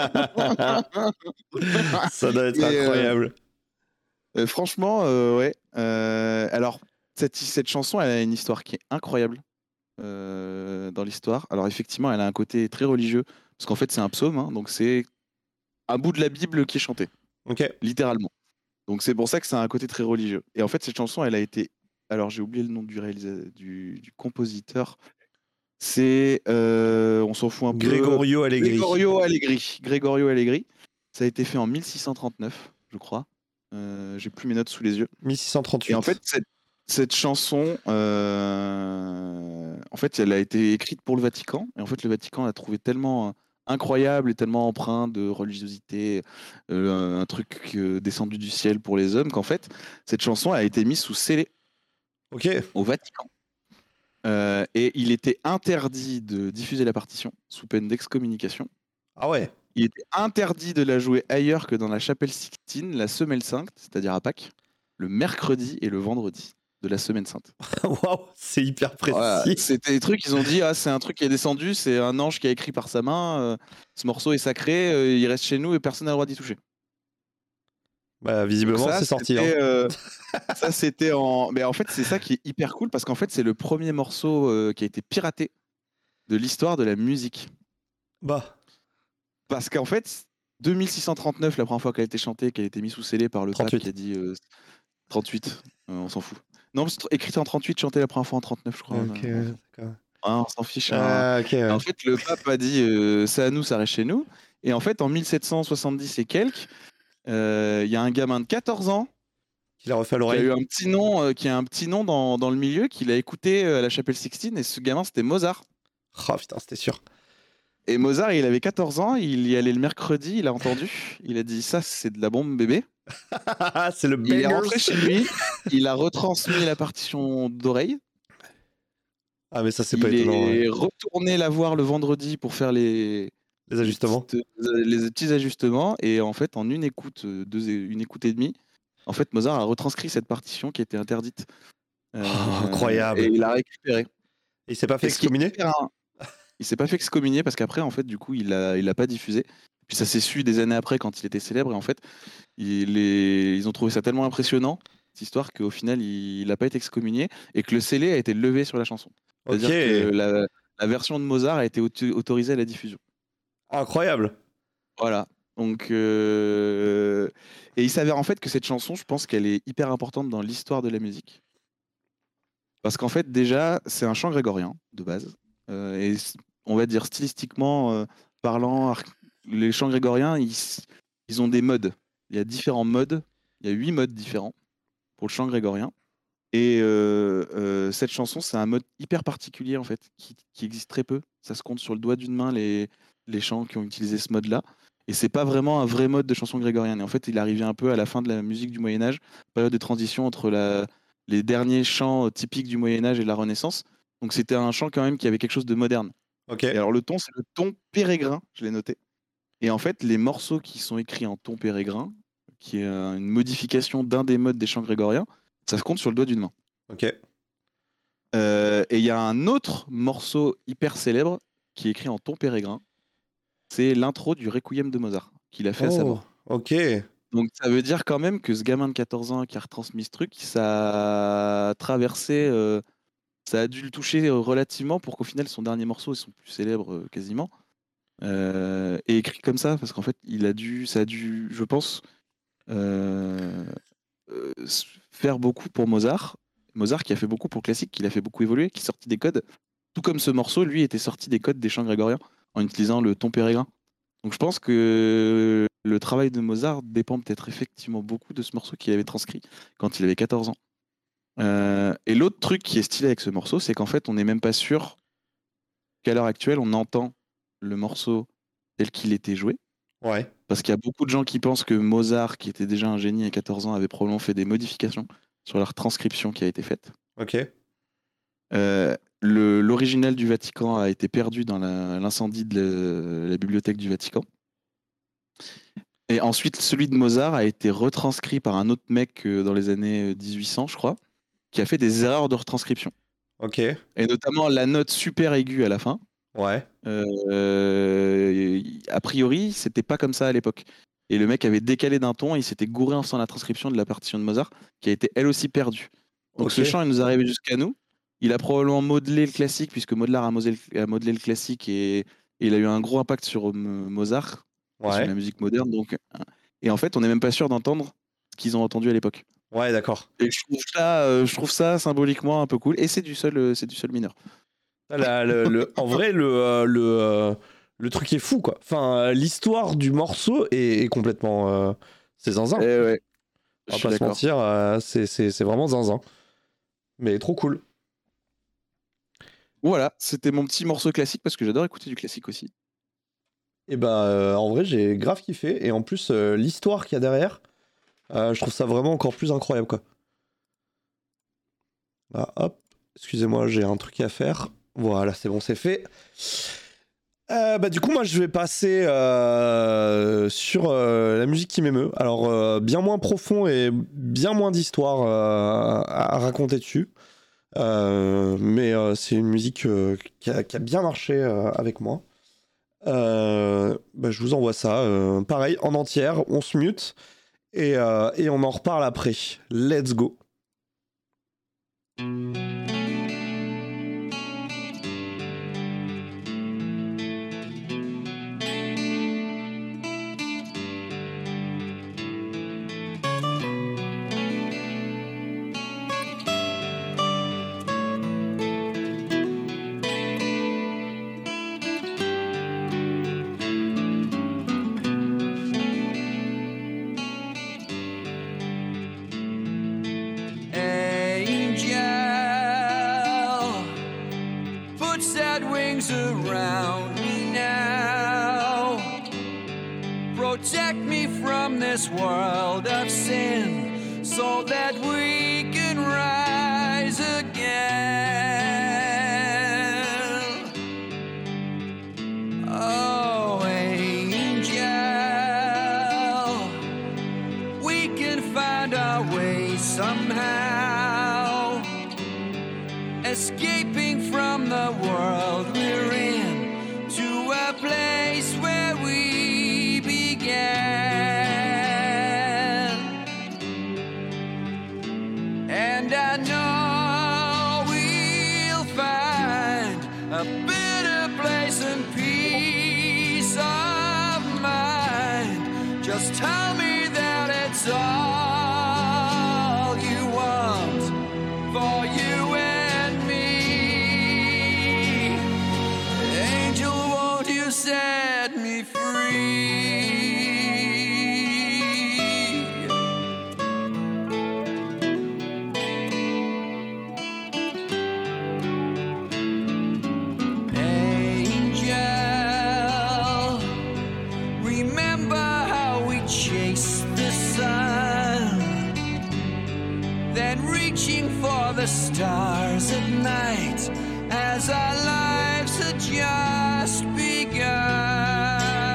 Ça doit être Et, euh, incroyable. Euh, franchement, euh, ouais. Euh, alors, cette, cette chanson, elle a une histoire qui est incroyable euh, dans l'histoire. Alors, effectivement, elle a un côté très religieux, parce qu'en fait, c'est un psaume, hein, donc c'est un bout de la Bible qui est chanté, Ok. littéralement. Donc, c'est pour ça que c'est un côté très religieux. Et en fait, cette chanson, elle a été... Alors, j'ai oublié le nom du, réalisa... du, du compositeur. C'est... euh, on s'en fout un peu... Gregorio Allegri. Gregorio Allegri. Gregorio Allegri. Ça a été fait en mille six cent trente-neuf, je crois. Euh, j'ai plus mes notes sous les yeux. mille six cent trente-huit. Et en fait, cette, cette chanson, euh, en fait, elle a été écrite pour le Vatican. Et en fait, le Vatican l'a trouvée tellement euh, incroyable et tellement empreinte de religiosité, euh, un truc euh, descendu du ciel pour les hommes, qu'en fait, cette chanson a été mise sous scellé Ok. au Vatican. Euh, et il était interdit de diffuser la partition sous peine d'excommunication. Ah ouais. Il était interdit de la jouer ailleurs que dans la chapelle Sixtine la semaine sainte, c'est-à-dire à Pâques, le mercredi et le vendredi de la semaine sainte. Waouh, c'est hyper précis. Voilà, c'était des trucs, ils ont dit, ah, c'est un truc qui est descendu, c'est un ange qui a écrit par sa main, euh, ce morceau est sacré, euh, il reste chez nous et personne n'a le droit d'y toucher. Bah, visiblement, ça, c'est sorti. Hein. euh, ça, c'était en. Mais en fait, c'est ça qui est hyper cool parce qu'en fait, c'est le premier morceau euh, qui a été piraté de l'histoire de la musique. Bah. Parce qu'en fait, deux mille six cent trente-neuf, la première fois qu'elle a été chantée, qu'elle a été mise sous scellé par le trente-huit. pape qui a dit euh, trente-huit, euh, on s'en fout. Non, c'est écrite en trente-huit, chantée la première fois en trente-neuf, je crois. Ok, Euh, d'accord. hein, on s'en fiche. hein. Ah, ok. ouais. En fait, le pape a dit euh, c'est à nous, ça reste chez nous. Et en fait, en mille sept cent soixante-dix et quelques, il euh, y a un gamin de quatorze ans Il a refait à qui a l'oreille. eu un petit nom, euh, qui a un petit nom dans, dans le milieu, qu'il a écouté euh, à la chapelle Sixtine. Et ce gamin, c'était Mozart. Oh putain, c'était sûr. Et Mozart, il avait quatorze ans, il y allait le mercredi, il a entendu, il a dit ça, c'est de la bombe bébé. C'est le Il est bangers. rentré chez lui, il a retransmis la partition d'oreille. Ah, mais ça, c'est Il pas étonnant. est ouais. retourné la voir le vendredi pour faire les, Les ajustements. petites- les petits ajustements. Et en fait, en une écoute, euh, deux, une écoute et demie, en fait, Mozart a retranscrit cette partition qui était interdite. Euh, Oh, incroyable. Et il l'a récupérée. Et il s'est pas fait Et ce qui est excommunier hyper- Il s'est pas fait excommunier parce qu'après, en fait, du coup, il l'a il l'a pas diffusé. Puis ça s'est su des années après quand il était célèbre. Et en fait, il est- ils ont trouvé ça tellement impressionnant, cette histoire, qu'au final, il n'a pas été excommunié et que le scellé a été levé sur la chanson. C'est-à-dire Ok. que la, la version de Mozart a été auto- autorisée à la diffusion. Incroyable. Voilà. Donc, euh, et il s'avère en fait que cette chanson, je pense qu'elle est hyper importante dans l'histoire de la musique. Parce qu'en fait, déjà, c'est un chant grégorien de base. Euh, et s- on va dire stylistiquement euh, parlant, ar- les chants grégoriens, ils, s- ils ont des modes. Il y a différents modes. Il y a huit modes différents pour le chant grégorien. Et euh, euh, cette chanson, c'est un mode hyper particulier en fait, qui, qui existe très peu. Ça se compte sur le doigt d'une main les, les chants qui ont utilisé ce mode-là. Et c'est pas vraiment un vrai mode de chanson grégorienne. Et en fait, il arrivait un peu à la fin de la musique du Moyen Âge, période de transition entre la, les derniers chants typiques du Moyen Âge et de la Renaissance. Donc c'était un chant quand même qui avait quelque chose de moderne. Ok. Et alors le ton, c'est le ton pérégrin, je l'ai noté. Et en fait, les morceaux qui sont écrits en ton pérégrin, qui est euh, une modification d'un des modes des chants grégoriens, ça se compte sur le doigt d'une main. Ok. Euh, et il y a un autre morceau hyper célèbre qui est écrit en ton pérégrin. C'est l'intro du Requiem de Mozart, qu'il a fait à sa Oh, mort. ok. Donc ça veut dire quand même que ce gamin de quatorze ans qui a retransmis ce truc, ça a traversé, euh, ça a dû le toucher euh, relativement pour qu'au final son dernier morceau, ils sont plus célèbres euh, quasiment. Euh, et écrit comme ça parce qu'en fait, il a dû, ça a dû, je pense, euh, euh, faire beaucoup pour Mozart. Mozart qui a fait beaucoup pour classique, qui l'a fait beaucoup évoluer, qui sortit des codes. Tout comme ce morceau, lui, était sorti des codes des chants grégoriens en utilisant le ton pérégrin. Donc je pense que le travail de Mozart dépend peut-être effectivement beaucoup de ce morceau qu'il avait transcrit quand il avait quatorze ans. Euh, et l'autre truc qui est stylé avec ce morceau, c'est qu'en fait, on n'est même pas sûr qu'à l'heure actuelle, on entend le morceau tel qu'il était joué. Ouais. Parce qu'il y a beaucoup de gens qui pensent que Mozart, qui était déjà un génie à quatorze ans, avait probablement fait des modifications sur la transcription qui a été faite. Ok. Euh, le, l'original du Vatican a été perdu dans la, l'incendie de la, la bibliothèque du Vatican. Et ensuite, celui de Mozart a été retranscrit par un autre mec euh, dans les années dix-huit cents, je crois, qui a fait des erreurs de retranscription. Ok. Et notamment la note super aiguë à la fin. Ouais. Euh, a priori, c'était pas comme ça à l'époque. Et le mec avait décalé d'un ton et il s'était gouré en faisant la transcription de la partition de Mozart, qui a été elle aussi perdue. Donc Ok. ce chant, il nous est arrivé jusqu'à nous. Il a probablement modelé le classique, puisque Modelard a modelé, a modelé le classique et, et il a eu un gros impact sur euh, Mozart, Ouais. sur la musique moderne. Donc, euh, et en fait, on n'est même pas sûr d'entendre ce qu'ils ont entendu à l'époque. Ouais, d'accord. Et je trouve ça, euh, je trouve ça symboliquement un peu cool. Et c'est du sol, euh, c'est du sol mineur. Ah, la- le- le- en vrai, le, euh, le, euh, le truc est fou, quoi. Enfin, euh, l'histoire du morceau est, est complètement. Euh, c'est zinzin. Eh ouais, On je va suis pas se d'accord. mentir, euh, c'est, c'est, c'est vraiment zinzin. Mais trop cool. Voilà, c'était mon petit morceau classique parce que j'adore écouter du classique aussi. Et bah, euh, en vrai, j'ai grave kiffé. Et en plus, euh, l'histoire qu'il y a derrière, euh, je trouve ça vraiment encore plus incroyable, quoi. Là, hop. Excusez-moi, j'ai un truc à faire. Voilà, c'est bon, c'est fait. Euh, bah, du coup, moi, je vais passer euh, sur euh, la musique qui m'émeut. Alors, euh, bien moins profond et bien moins d'histoire euh, à raconter dessus. Euh, mais euh, c'est une musique euh, qui, a, qui a bien marché euh, avec moi. Euh, bah, je vous envoie ça. euh, pareil, en entière, on se mute et, euh, et on en reparle après. Let's go. Angel, put sad wings around me now. Protect me from this world of sin so that we can rise again. Oh, angel, we can find our way somehow, escaping from the world we're in to a place where we began. And I know we'll find a better place and peace of mind. Just tell me that it's all you want for you and me. Angel, won't you set me free? Angel, remember how we chased the sun, then reaching for the stars at night as our lives had just begun.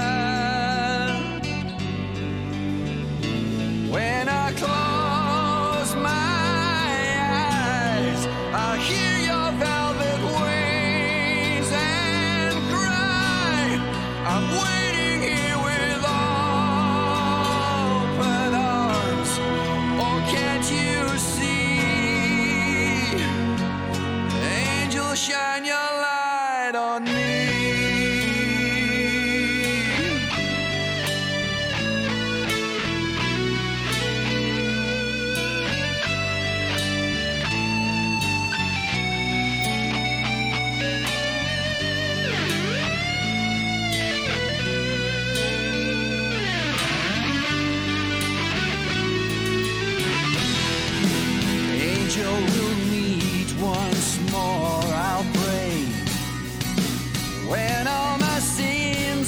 When I close my eyes, I hear your velvet wings and cry. I'm waiting here with open arms. Oh, can't you see? Angel, shine your light on me.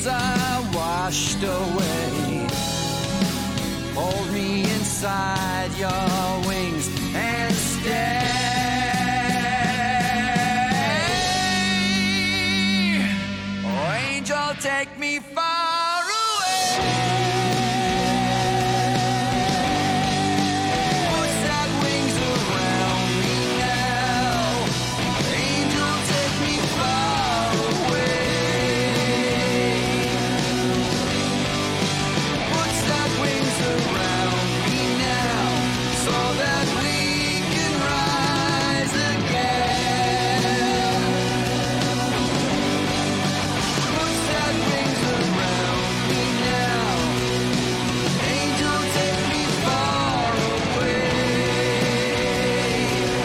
are washed away. Hold me inside your wings and stay. Oh, angel, take me far away. Put that wings around me now. Angel, take me far away. Put that wings around me now, so that we can rise again. Put that wings around me now. Angel, take me far away.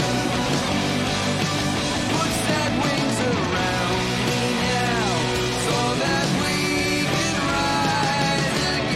Put that wings around me now, so that we can rise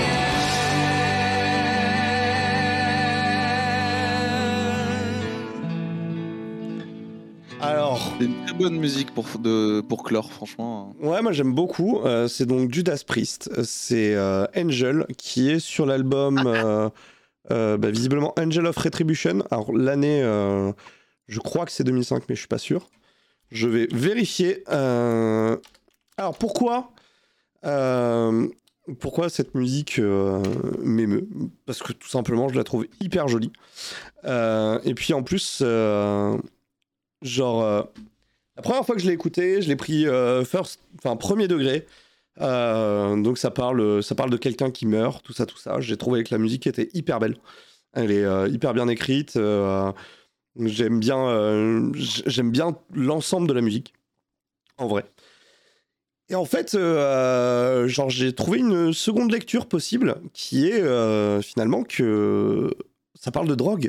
again. Alors, C'est une très bonne musique pour, de, pour clore, franchement. ouais, moi j'aime beaucoup. Euh, c'est donc Judas Priest. C'est euh, Angel qui est sur l'album, euh, euh, bah, visiblement Angel of Retribution. Alors l'année, euh, je crois que c'est deux mille cinq, mais je suis pas sûr. Je vais vérifier. Euh, Alors pourquoi, euh, pourquoi cette musique euh, m'émeut? Parce que tout simplement, je la trouve hyper jolie. Euh, et puis en plus, euh, genre. euh, La première fois que je l'ai écouté, je l'ai pris euh, first, enfin premier degré. Euh, donc ça parle, ça parle de quelqu'un qui meurt, tout ça, tout ça. J'ai trouvé que la musique était hyper belle. Elle est euh, hyper bien écrite. euh, j'aime bien, euh, j'aime bien l'ensemble de la musique, en vrai. Et en fait, euh, genre j'ai trouvé une seconde lecture possible, qui est euh, finalement que ça parle de drogue.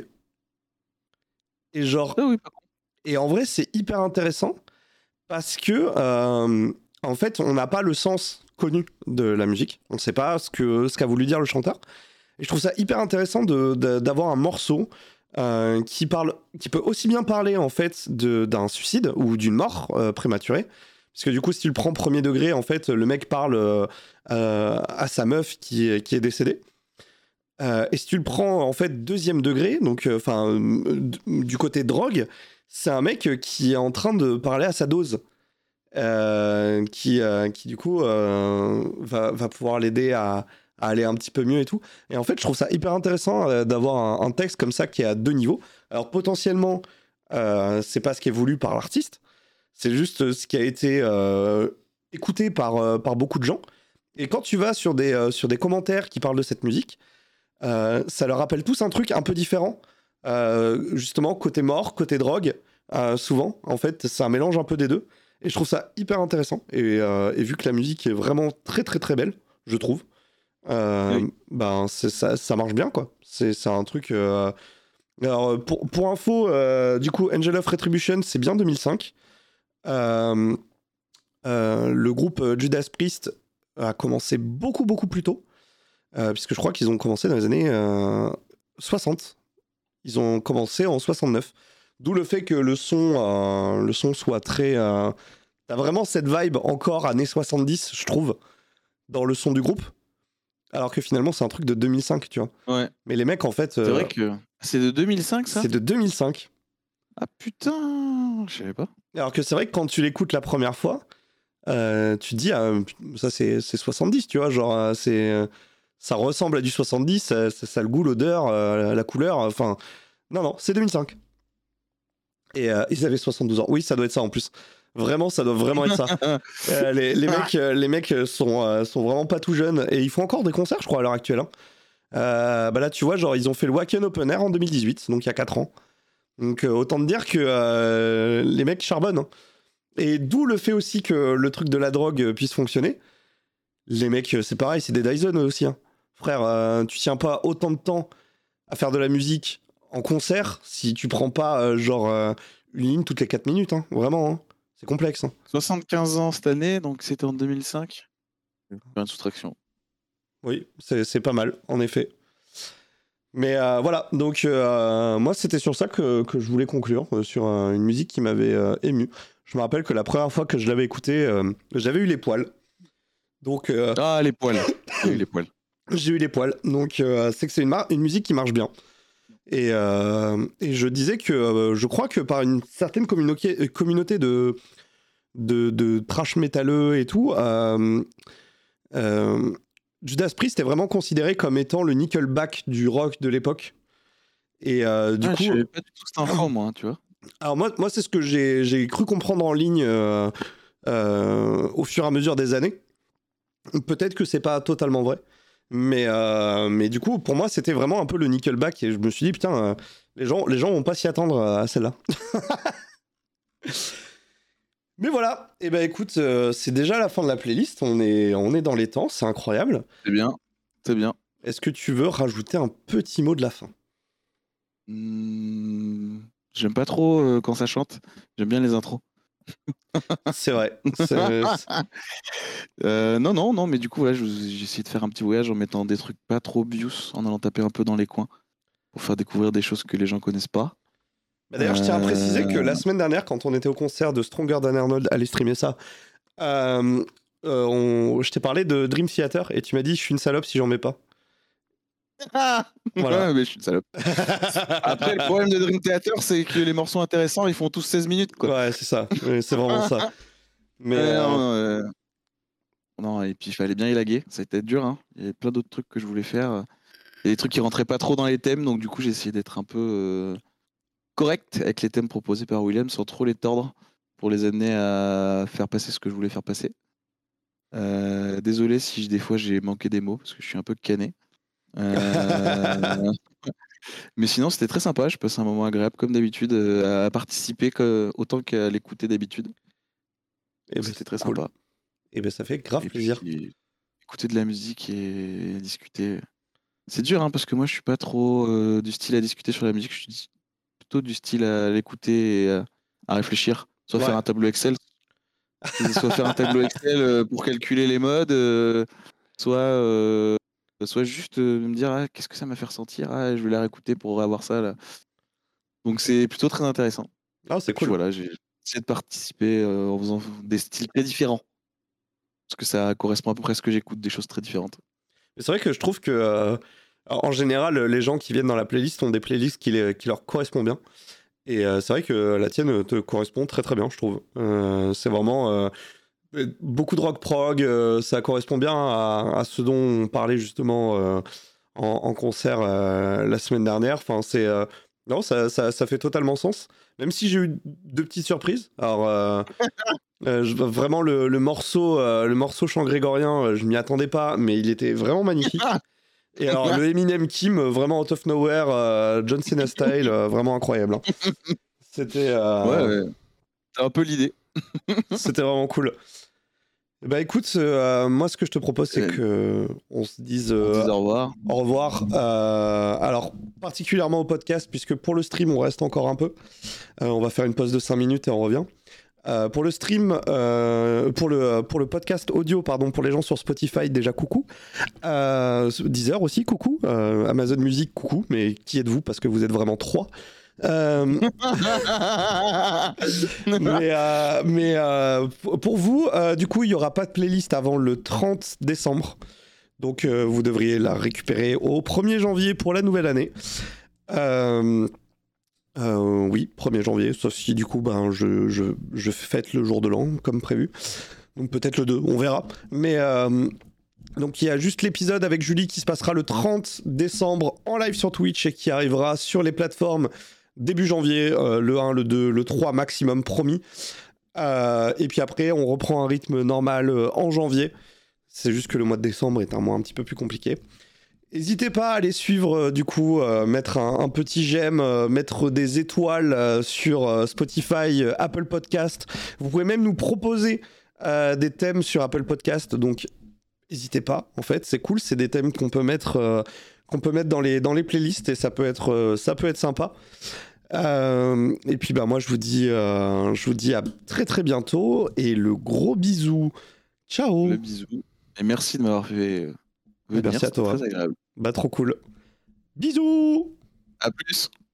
Et genre. Ah oui, Et en vrai, c'est hyper intéressant parce que, euh, en fait, on n'a pas le sens connu de la musique. On ne sait pas ce que ce qu'a voulu dire le chanteur. Et je trouve ça hyper intéressant de, de- d'avoir un morceau euh, qui parle, qui peut aussi bien parler en fait de, d'un suicide ou d'une mort euh, prématurée. Parce que du coup, si tu le prends premier degré, en fait, le mec parle euh, euh, à sa meuf qui est, qui est décédée. Euh, et si tu le prends en fait deuxième degré, donc enfin du côté drogue, c'est un mec qui est en train de parler à sa dose, euh, qui, euh, qui du coup euh, va, va pouvoir l'aider à, à aller un petit peu mieux et tout. Et en fait, je trouve ça hyper intéressant euh, d'avoir un, un texte comme ça qui est à deux niveaux. Alors potentiellement, euh, c'est pas ce qui est voulu par l'artiste, c'est juste ce qui a été euh, écouté par, euh, par beaucoup de gens. Et quand tu vas sur des, euh, sur des commentaires qui parlent de cette musique, euh, ça leur rappelle tous un truc un peu différent. Euh, justement, côté mort, côté drogue, euh, souvent, en fait, c'est un mélange un peu des deux. Et je trouve ça hyper intéressant. Et, euh, et vu que la musique est vraiment très très très belle, je trouve, euh, Oui. ben c'est, ça, ça marche bien, quoi. C'est, c'est un truc. euh, Alors, pour, pour info, euh, du coup, Angel of Retribution, c'est bien deux mille cinq. Euh, euh, le groupe Judas Priest a commencé beaucoup beaucoup plus tôt, euh, puisque je crois qu'ils ont commencé dans les années euh, soixante. Ils ont commencé en soixante-neuf. D'où le fait que le son, euh, le son soit très... Euh, t'as vraiment cette vibe encore années soixante-dix, je trouve, dans le son du groupe. Alors que finalement, c'est un truc de deux mille cinq, tu vois. Ouais. Mais les mecs, en fait... C'est euh, vrai que c'est de deux mille cinq, ça? c'est de deux mille cinq. Ah putain, je savais pas. Alors que c'est vrai que quand tu l'écoutes la première fois, euh, tu te dis, ah, ça c'est, c'est soixante-dix, tu vois, genre, euh, c'est, euh, ça ressemble à du soixante-dix, ça, ça, ça a le goût, l'odeur, euh, la couleur, enfin... Non, non, c'est deux mille cinq. Et euh, ils avaient soixante-douze ans. Oui, ça doit être ça en plus. Vraiment, ça doit vraiment être ça. Euh, les, les mecs, euh, les mecs sont, euh, sont vraiment pas tout jeunes et ils font encore des concerts, je crois, à l'heure actuelle. hein. Euh, bah là, tu vois, genre, ils ont fait le Wacken Open Air en deux mille dix-huit, donc il y a quatre ans. Donc euh, autant te dire que euh, les mecs charbonnent. hein. Et d'où le fait aussi que le truc de la drogue euh, puisse fonctionner. Les mecs, euh, c'est pareil, c'est des Dyson eux aussi. hein. Frère, euh, tu tiens pas autant de temps à faire de la musique en concert si tu prends pas euh, genre euh, une ligne toutes les quatre minutes. hein. Vraiment, hein. C'est complexe. hein. soixante-quinze ans cette année, donc c'était en deux mille cinq. Pas de soustraction. Oui, c'est, c'est pas mal, en effet. Mais euh, voilà, donc euh, moi c'était sur ça que, que je voulais conclure, euh, sur euh, une musique qui m'avait euh, ému. Je me rappelle que la première fois que je l'avais écouté, euh, j'avais eu les poils. Donc, euh, Ah, les poils. J'ai eu les poils. j'ai eu les poils. Donc, euh, c'est que c'est une, mar- une musique qui marche bien. Et, euh, et je disais que euh, je crois que par une certaine communauté, communauté de, de, de trash métalleux et tout, euh, euh, Judas Priest est vraiment considéré comme étant le Nickelback du rock de l'époque. Et euh, du Ah, coup, je savais pas du tout cette info, moi, hein, tu vois. alors moi, moi c'est ce que j'ai j'ai cru comprendre en ligne euh, euh, au fur et à mesure des années. Peut-être que c'est pas totalement vrai. Mais, euh, mais du coup, pour moi, c'était vraiment un peu le Nickelback. Et je me suis dit, putain, euh, les gens, les gens vont pas s'y attendre à celle-là. Mais voilà. Et ben écoute, euh, c'est déjà la fin de la playlist. On est, on est dans les temps. C'est incroyable. C'est bien. C'est bien. Est-ce que tu veux rajouter un petit mot de la fin? Hmm, J'aime pas trop euh, quand ça chante. J'aime bien les intros. C'est vrai. C'est- Euh, non, non, non, mais du coup, voilà, je- j'ai essayé de faire un petit voyage en mettant des trucs pas trop obvious, en allant taper un peu dans les coins pour faire découvrir des choses que les gens connaissent pas. Bah, D'ailleurs, je tiens à préciser que Euh, la semaine dernière, quand on était au concert de Stronger Than Arnold, allez streamer ça, euh, euh, on- je t'ai parlé de Dream Theater et tu m'as dit je suis une salope si j'en mets pas. Voilà. Ouais, mais je suis une salope. Après, le problème de Dream Theater, c'est que les morceaux intéressants, ils font tous seize minutes, quoi. Ouais, c'est ça. Ouais, c'est vraiment ça. Mais Ouais, euh, non, euh, non, et puis il fallait bien élaguer. Ça a été dur, hein. Il y avait plein d'autres trucs que je voulais faire. Il y a des trucs qui rentraient pas trop dans les thèmes, donc du coup, j'ai essayé d'être un peu euh, correct avec les thèmes proposés par William sans trop les tordre pour les amener à faire passer ce que je voulais faire passer. Euh, désolé si je- des fois j'ai manqué des mots parce que je suis un peu cané. Euh, Mais sinon, c'était très sympa. Je passais un moment agréable comme d'habitude euh, à participer que- autant qu'à l'écouter d'habitude. et ben, C'était très cool. sympa. Et ben ça fait grave Et plaisir. puis, écouter de la musique et discuter. C'est dur, hein, parce que moi, je suis pas trop euh, du style à discuter sur la musique. Je suis plutôt du style à l'écouter et à, à réfléchir. Soit Ouais. faire un tableau Excel, soit faire un tableau Excel euh, pour calculer les modes, euh, soit, euh, soit juste euh, me dire ah, qu'est-ce que ça m'a fait ressentir. Ah, je vais la réécouter pour avoir ça là. Donc c'est plutôt très intéressant. Ah, c'est Puis cool. voilà, j'ai essayé de participer euh, en faisant des styles très différents. Parce que ça correspond à peu près à ce que j'écoute, des choses très différentes. Mais c'est vrai que je trouve que euh, en général, les gens qui viennent dans la playlist ont des playlists qui, les- qui leur correspondent bien. Et euh, c'est vrai que la tienne te correspond très très bien, je trouve. Euh, c'est vraiment euh, beaucoup de rock prog. euh, ça correspond bien à, à ce dont on parlait justement euh, en, en concert euh, la semaine dernière. Enfin, c'est euh, non, ça, ça, ça fait totalement sens. Même si j'ai eu deux petites surprises. Alors, euh, euh, je- vraiment le, le morceau, euh, le morceau chant grégorien, euh, je m'y attendais pas, mais il était vraiment magnifique. Et alors le Eminem Kim, euh, vraiment out of nowhere, euh, John Cena style, euh, vraiment incroyable. hein. C'était, euh, Ouais, ouais. C'est un peu l'idée. c'était vraiment cool. Bah écoute, euh, moi ce que je te propose, c'est Ouais. que on se dise, On euh, dit au revoir. au revoir. Euh, alors, particulièrement au podcast, puisque pour le stream, on reste encore un peu. Euh, on va faire une pause de cinq minutes et on revient. Euh, pour le stream, euh, pour, le, pour le podcast audio, pardon, pour les gens sur Spotify, déjà coucou. Euh, Deezer aussi, coucou. Euh, Amazon Music, coucou. Mais qui êtes-vous? Parce que vous êtes vraiment trois. Euh, mais euh, mais euh, pour- pour vous, euh, du coup, il n'y aura pas de playlist avant le trente décembre. Donc, euh, vous devriez la récupérer au premier janvier pour la nouvelle année. Euh, euh, oui, premier janvier, sauf si du coup, ben, je, je, je fête le jour de l'an, comme prévu. Donc, peut-être le deux, on verra. Mais. euh, donc il y a juste l'épisode avec Julie qui se passera le trente décembre en live sur Twitch et qui arrivera sur les plateformes début janvier, euh, le un, le deux, le trois maximum promis. Euh, et puis après on reprend un rythme normal euh, en janvier. C'est juste que le mois de décembre est un mois un petit peu plus compliqué. N'hésitez pas à aller suivre euh, du coup, euh, mettre un, un petit j'aime, euh, mettre des étoiles euh, sur euh, Spotify, euh, Apple Podcast. Vous pouvez même nous proposer euh, des thèmes sur Apple Podcast, donc n'hésitez pas, en fait, c'est cool, c'est des thèmes qu'on peut mettre, euh, qu'on peut mettre dans les, dans les playlists et ça peut être, euh, ça peut être sympa. Euh, et puis bah moi je vous dis, euh, je vous dis à très très bientôt et le gros bisou. Ciao. Le bisou. Et merci de m'avoir fait euh, venir. Merci à c'était toi. Très agréable. Bah trop cool. Bisous. À plus.